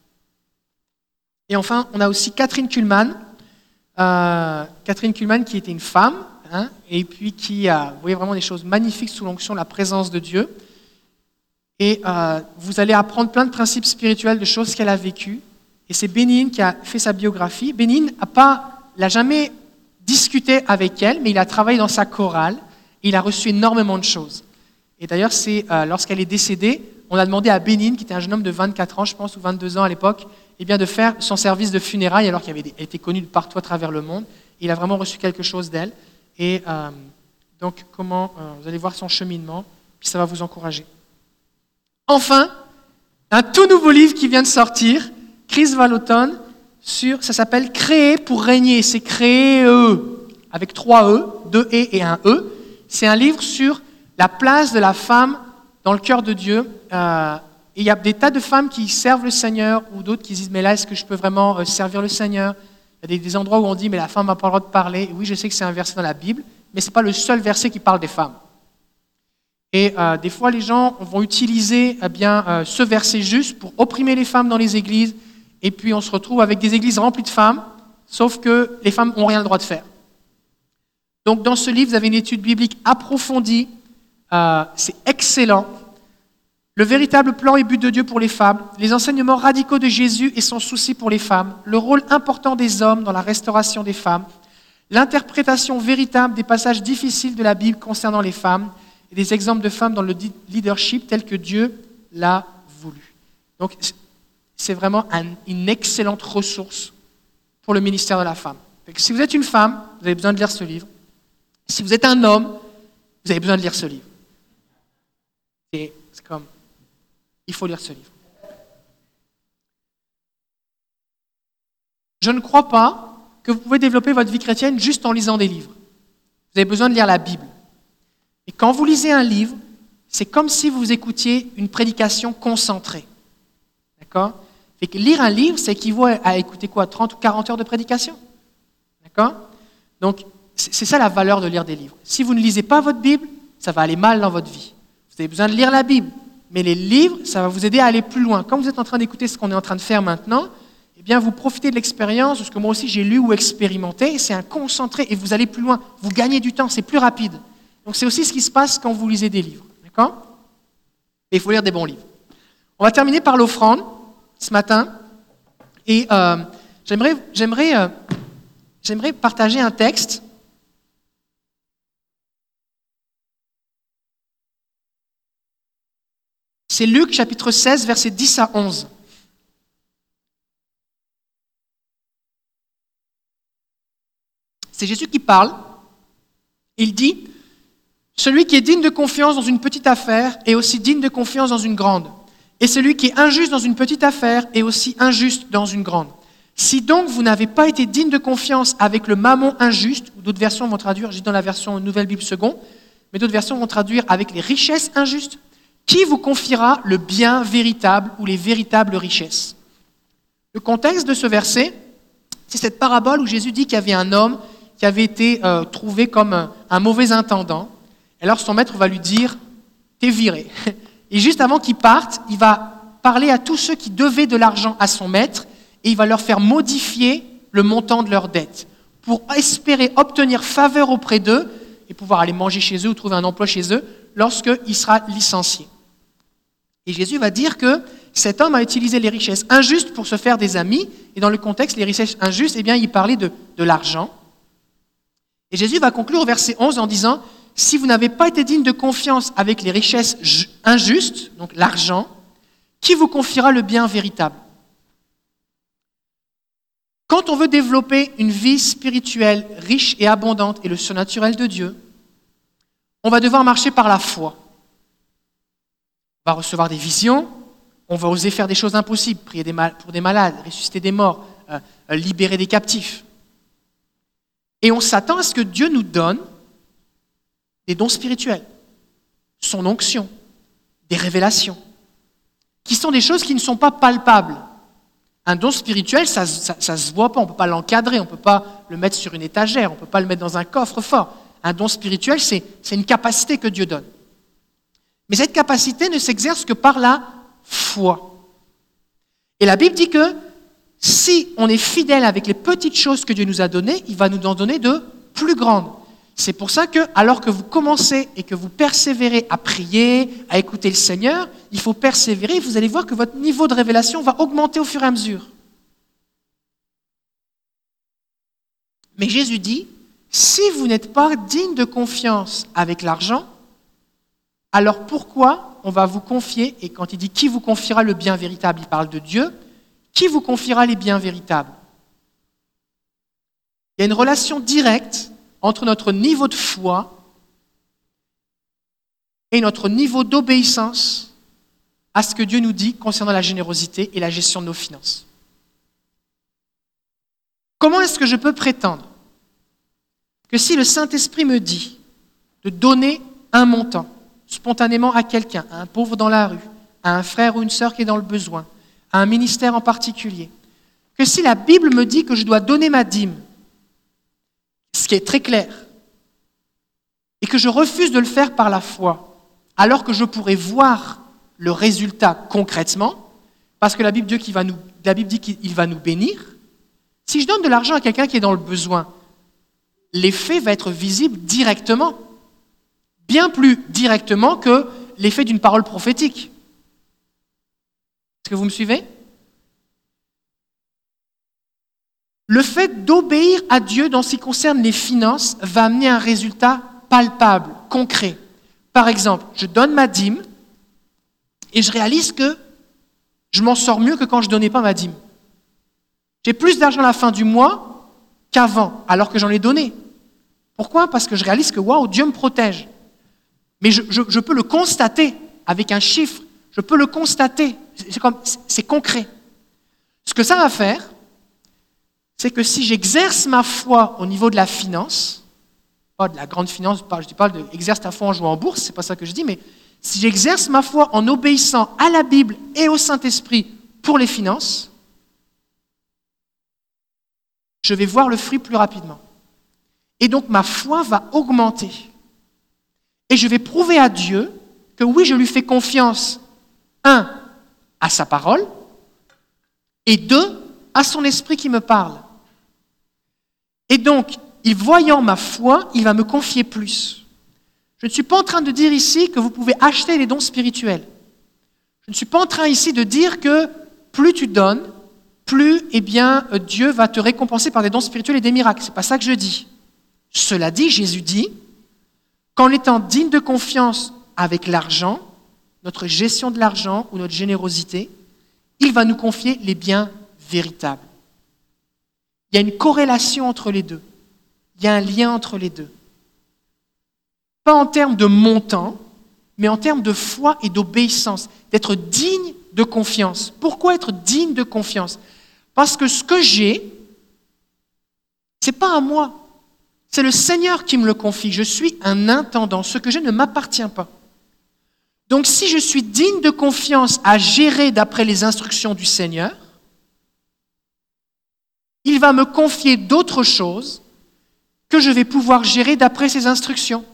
Et enfin, on a aussi Catherine Kuhlman, euh, Catherine Kuhlman qui était une femme, hein, et puis qui a, vous voyez vraiment des choses magnifiques sous l'onction, la présence de Dieu. Et euh, vous allez apprendre plein de principes spirituels, de choses qu'elle a vécues. Et c'est Bénin qui a fait sa biographie. Bénin n'a pas, l'a jamais discuté avec elle, mais il a travaillé dans sa chorale et il a reçu énormément de choses. Et d'ailleurs, c'est euh, lorsqu'elle est décédée, on a demandé à Bénin, qui était un jeune homme de vingt-quatre ans, je pense, ou vingt-deux ans à l'époque, eh bien, de faire son service de funérailles, alors qu'elle avait été connue de partout à travers le monde. Et il a vraiment reçu quelque chose d'elle. Et euh, donc, comment euh, vous allez voir son cheminement, puis ça va vous encourager. Enfin, un tout nouveau livre qui vient de sortir, Chris Vallotton, sur, ça s'appelle « Créer pour régner ». C'est « Créer E », avec trois E, deux E et un E. C'est un livre sur la place de la femme dans le cœur de Dieu. Euh, et il y a des tas de femmes qui servent le Seigneur, ou d'autres qui disent « Mais là, est-ce que je peux vraiment euh, servir le Seigneur ?» Il y a des, des endroits où on dit « Mais la femme n'a pas le droit de parler ». Oui, je sais que c'est un verset dans la Bible, mais ce n'est pas le seul verset qui parle des femmes. Et euh, des fois, les gens vont utiliser eh bien, euh, ce verset juste pour opprimer les femmes dans les églises, et puis on se retrouve avec des églises remplies de femmes, sauf que les femmes n'ont rien le droit de faire. Donc dans ce livre, vous avez une étude biblique approfondie, euh, c'est excellent. Le véritable plan et but de Dieu pour les femmes, les enseignements radicaux de Jésus et son souci pour les femmes, le rôle important des hommes dans la restauration des femmes, l'interprétation véritable des passages difficiles de la Bible concernant les femmes, et des exemples de femmes dans le leadership tel que Dieu l'a voulu. Donc, c'est vraiment un, une excellente ressource pour le ministère de la femme. Donc, si vous êtes une femme, vous avez besoin de lire ce livre. Si vous êtes un homme, vous avez besoin de lire ce livre. Et c'est comme, il faut lire ce livre. Je ne crois pas que vous pouvez développer votre vie chrétienne juste en lisant des livres. Vous avez besoin de lire la Bible. Et quand vous lisez un livre, c'est comme si vous écoutiez une prédication concentrée. D'accord ? Fait que lire un livre, ça équivaut à écouter quoi, trente ou quarante heures de prédication. D'accord ? Donc, c'est ça la valeur de lire des livres. Si vous ne lisez pas votre Bible, ça va aller mal dans votre vie. Vous avez besoin de lire la Bible. Mais les livres, ça va vous aider à aller plus loin. Quand vous êtes en train d'écouter ce qu'on est en train de faire maintenant, eh bien, vous profitez de l'expérience, de ce que moi aussi j'ai lu ou expérimenté, c'est un concentré, et vous allez plus loin. Vous gagnez du temps, c'est plus rapide. Donc, c'est aussi ce qui se passe quand vous lisez des livres. D'accord ? Et il faut lire des bons livres. On va terminer par l'offrande ce matin. Et euh, j'aimerais, j'aimerais, euh, j'aimerais partager un texte. C'est Luc, chapitre seize, versets dix à onze. C'est Jésus qui parle. Il dit... Celui qui est digne de confiance dans une petite affaire est aussi digne de confiance dans une grande. Et celui qui est injuste dans une petite affaire est aussi injuste dans une grande. Si donc vous n'avez pas été digne de confiance avec le mammon injuste, ou d'autres versions vont traduire, je dis dans la version Nouvelle Bible Second, mais d'autres versions vont traduire avec les richesses injustes, qui vous confiera le bien véritable ou les véritables richesses ? Le contexte de ce verset, c'est cette parabole où Jésus dit qu'il y avait un homme qui avait été euh, trouvé comme un, un mauvais intendant. Alors son maître va lui dire « t'es viré ». Et juste avant qu'il parte, il va parler à tous ceux qui devaient de l'argent à son maître et il va leur faire modifier le montant de leur dette pour espérer obtenir faveur auprès d'eux et pouvoir aller manger chez eux ou trouver un emploi chez eux lorsqu'il sera licencié. Et Jésus va dire qu'il cet homme a utilisé les richesses injustes pour se faire des amis. Et dans le contexte, les richesses injustes, eh bien, il parlait de, de l'argent. Et Jésus va conclure au verset onze en disant, « Si vous n'avez pas été digne de confiance avec les richesses injustes, donc l'argent, qui vous confiera le bien véritable ?» Quand on veut développer une vie spirituelle riche et abondante et le surnaturel de Dieu, on va devoir marcher par la foi. On va recevoir des visions, on va oser faire des choses impossibles, prier des mal- pour des malades, ressusciter des morts, euh, euh, libérer des captifs. Et on s'attend à ce que Dieu nous donne des dons spirituels, son onction, des révélations, qui sont des choses qui ne sont pas palpables. Un don spirituel, ça ne se voit pas, on ne peut pas l'encadrer, on ne peut pas le mettre sur une étagère, on ne peut pas le mettre dans un coffre-fort. Un don spirituel, c'est, c'est une capacité que Dieu donne. Mais cette capacité ne s'exerce que par la foi. Et la Bible dit que si on est fidèle avec les petites choses que Dieu nous a données, il va nous en donner de plus grandes. C'est pour ça que, alors que vous commencez et que vous persévérez à prier, à écouter le Seigneur, il faut persévérer et vous allez voir que votre niveau de révélation va augmenter au fur et à mesure. Mais Jésus dit, si vous n'êtes pas digne de confiance avec l'argent, alors pourquoi on va vous confier, et quand il dit qui vous confiera le bien véritable, il parle de Dieu, qui vous confiera les biens véritables? Il y a une relation directe entre notre niveau de foi et notre niveau d'obéissance à ce que Dieu nous dit concernant la générosité et la gestion de nos finances. Comment est-ce que je peux prétendre que si le Saint-Esprit me dit de donner un montant spontanément à quelqu'un, à un pauvre dans la rue, à un frère ou une sœur qui est dans le besoin, à un ministère en particulier, que si la Bible me dit que je dois donner ma dîme, ce qui est très clair, et que je refuse de le faire par la foi, alors que je pourrais voir le résultat concrètement, parce que la Bible dit qu'il va nous, la Bible dit qu'il va nous bénir, si je donne de l'argent à quelqu'un qui est dans le besoin, l'effet va être visible directement, bien plus directement que l'effet d'une parole prophétique. Est-ce que vous me suivez? Le fait d'obéir à Dieu dans ce qui concerne les finances va amener un résultat palpable, concret. Par exemple, je donne ma dîme et je réalise que je m'en sors mieux que quand je ne donnais pas ma dîme. J'ai plus d'argent à la fin du mois qu'avant, alors que j'en ai donné. Pourquoi? Parce que je réalise que, waouh, Dieu me protège. Mais je, je, je peux le constater avec un chiffre. Je peux le constater. C'est, comme, c'est concret. Ce que ça va faire, c'est que si j'exerce ma foi au niveau de la finance, pas de la grande finance, je ne dis pas de exerce ta foi en jouant en bourse, c'est pas ça que je dis, mais si j'exerce ma foi en obéissant à la Bible et au Saint-Esprit pour les finances, je vais voir le fruit plus rapidement. Et donc ma foi va augmenter. Et je vais prouver à Dieu que oui, je lui fais confiance, un, à sa parole, et deux, à son esprit qui me parle. Et donc, il voyant ma foi, il va me confier plus. Je ne suis pas en train de dire ici que vous pouvez acheter les dons spirituels. Je ne suis pas en train ici de dire que plus tu donnes, plus eh bien, Dieu va te récompenser par des dons spirituels et des miracles. Ce n'est pas ça que je dis. Cela dit, Jésus dit qu'en étant digne de confiance avec l'argent, notre gestion de l'argent ou notre générosité, il va nous confier les biens véritables. Il y a une corrélation entre les deux. Il y a un lien entre les deux. Pas en termes de montant, mais en termes de foi et d'obéissance, d'être digne de confiance. Pourquoi être digne de confiance? Parce que ce que j'ai, ce n'est pas à moi. C'est le Seigneur qui me le confie. Je suis un intendant. Ce que j'ai ne m'appartient pas. Donc si je suis digne de confiance à gérer d'après les instructions du Seigneur, il va me confier d'autres choses que je vais pouvoir gérer d'après ses instructions.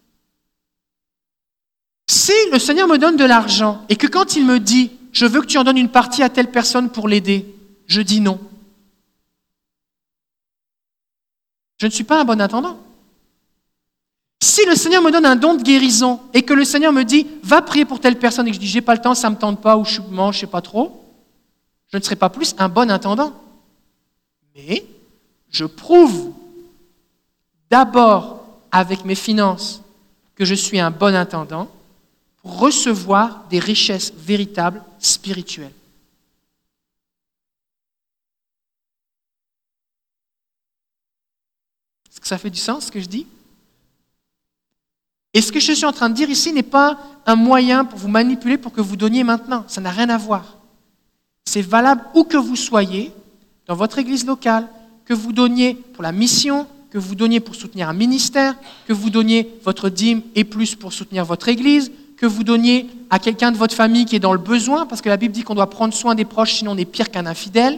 Si le Seigneur me donne de l'argent et que quand il me dit « je veux que tu en donnes une partie à telle personne pour l'aider », je dis non. Je ne suis pas un bon intendant. Si le Seigneur me donne un don de guérison et que le Seigneur me dit « va prier pour telle personne » et que je dis « j'ai pas le temps, ça me tente pas » ou « je ne sais pas trop », je ne serai pas plus un bon intendant. Mais je prouve d'abord avec mes finances que je suis un bon intendant pour recevoir des richesses véritables spirituelles. Est-ce que ça fait du sens ce que je dis? Et ce que je suis en train de dire ici n'est pas un moyen pour vous manipuler pour que vous donniez maintenant. Ça n'a rien à voir. C'est valable où que vous soyez, dans votre église locale, que vous donniez pour la mission, que vous donniez pour soutenir un ministère, que vous donniez votre dîme et plus pour soutenir votre église, que vous donniez à quelqu'un de votre famille qui est dans le besoin, parce que la Bible dit qu'on doit prendre soin des proches, sinon on est pire qu'un infidèle.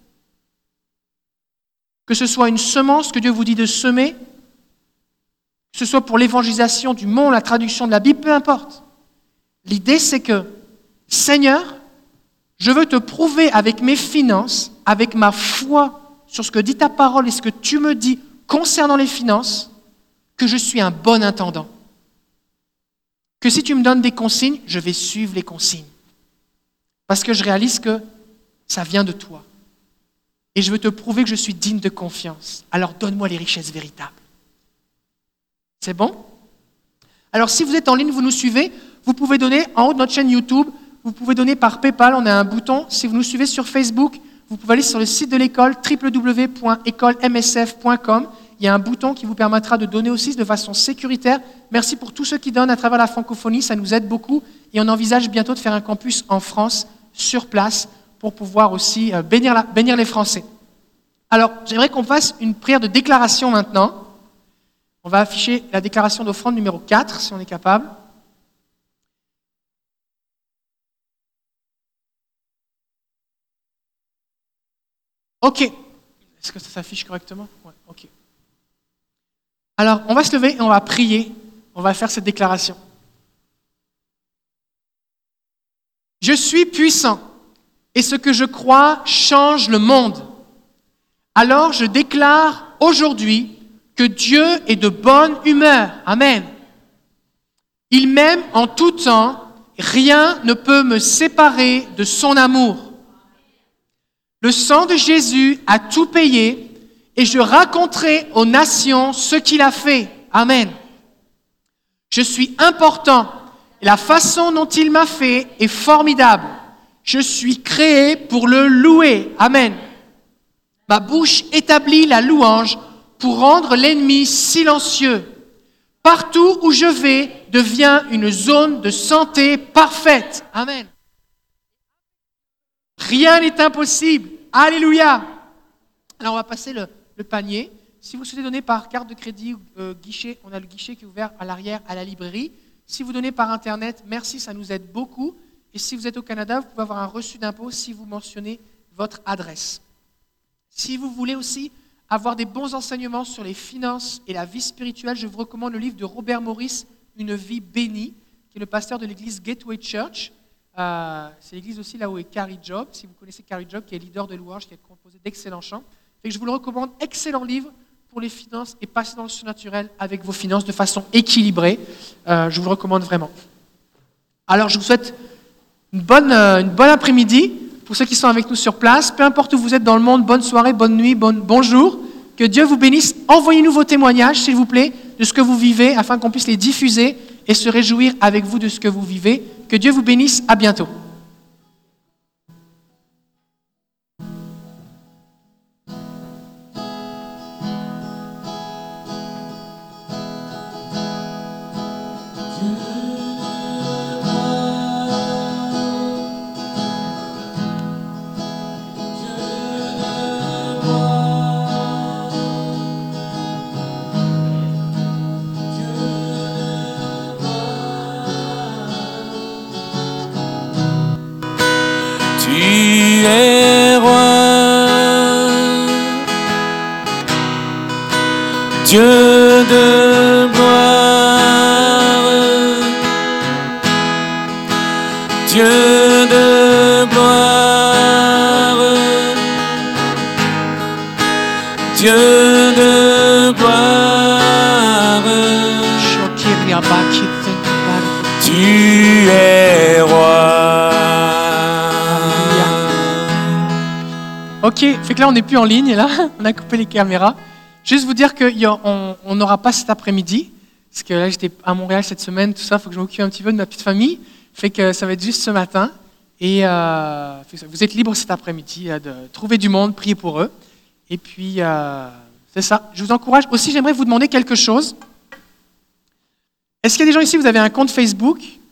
Que ce soit une semence que Dieu vous dit de semer, que ce soit pour l'évangélisation du monde, la traduction de la Bible, peu importe. L'idée, c'est que, Seigneur, je veux te prouver avec mes finances, avec ma foi sur ce que dit ta parole et ce que tu me dis concernant les finances, que je suis un bon intendant. Que si tu me donnes des consignes, je vais suivre les consignes. Parce que je réalise que ça vient de toi. Et je veux te prouver que je suis digne de confiance. Alors donne-moi les richesses véritables. C'est bon? Alors si vous êtes en ligne, vous nous suivez, vous pouvez donner en haut de notre chaîne YouTube, vous pouvez donner par PayPal, on a un bouton. Si vous nous suivez sur Facebook, vous pouvez aller sur le site de l'école, w w w point école m s f point com. Il y a un bouton qui vous permettra de donner aussi de façon sécuritaire. Merci pour tous ceux qui donnent à travers la francophonie, ça nous aide beaucoup. Et on envisage bientôt de faire un campus en France, sur place, pour pouvoir aussi bénir, la, bénir les Français. Alors, j'aimerais qu'on fasse une prière de déclaration maintenant. On va afficher la déclaration d'offrande numéro quatre, si on est capable. OK. Est-ce que ça s'affiche correctement? Ouais, OK. Alors, on va se lever et on va prier. On va faire cette déclaration. Je suis puissant et ce que je crois change le monde. Alors, je déclare aujourd'hui que Dieu est de bonne humeur. Amen. Il m'aime en tout temps. Rien ne peut me séparer de son amour. Le sang de Jésus a tout payé et je raconterai aux nations ce qu'il a fait. Amen. Je suis important et la façon dont il m'a fait est formidable. Je suis créé pour le louer. Amen. Ma bouche établit la louange pour rendre l'ennemi silencieux. Partout où je vais devient une zone de santé parfaite. Amen. Rien n'est impossible. Alléluia. Alors on va passer le, le panier. Si vous souhaitez donner par carte de crédit ou euh, guichet, on a le guichet qui est ouvert à l'arrière à la librairie. Si vous donnez par Internet, merci, ça nous aide beaucoup. Et si vous êtes au Canada, vous pouvez avoir un reçu d'impôt si vous mentionnez votre adresse. Si vous voulez aussi avoir des bons enseignements sur les finances et la vie spirituelle, je vous recommande le livre de Robert Morris, Une vie bénie, qui est le pasteur de l'église Gateway Church. Euh, c'est l'église aussi là où est Carrie Job, si vous connaissez Carrie Job, qui est leader de louange, qui a composé d'excellents chants. Et je vous le recommande, excellent livre pour les finances et passer dans le surnaturel avec vos finances de façon équilibrée. Euh, je vous le recommande vraiment. Alors je vous souhaite une bonne, euh, une bonne après-midi pour ceux qui sont avec nous sur place. Peu importe où vous êtes dans le monde, bonne soirée, bonne nuit, bonne, bonjour. Que Dieu vous bénisse. Envoyez-nous vos témoignages, s'il vous plaît, de ce que vous vivez, afin qu'on puisse les diffuser et se réjouir avec vous de ce que vous vivez. Que Dieu vous bénisse. À bientôt. Tu es roi, Dieu de gloire, Dieu de gloire, Dieu de gloire. Ok, fait que là, on n'est plus en ligne, là, on a coupé les caméras. Juste vous dire qu'on n'aura pas cet après-midi, parce que là, j'étais à Montréal cette semaine, tout ça, il faut que je m'occupe un petit peu de ma petite famille. Fait que ça va être juste ce matin. Et euh, vous êtes libres cet après-midi de trouver du monde, prier pour eux. Et puis, euh, c'est ça. Je vous encourage. Aussi, j'aimerais vous demander quelque chose. Est-ce qu'il y a des gens ici, vous avez un compte Facebook?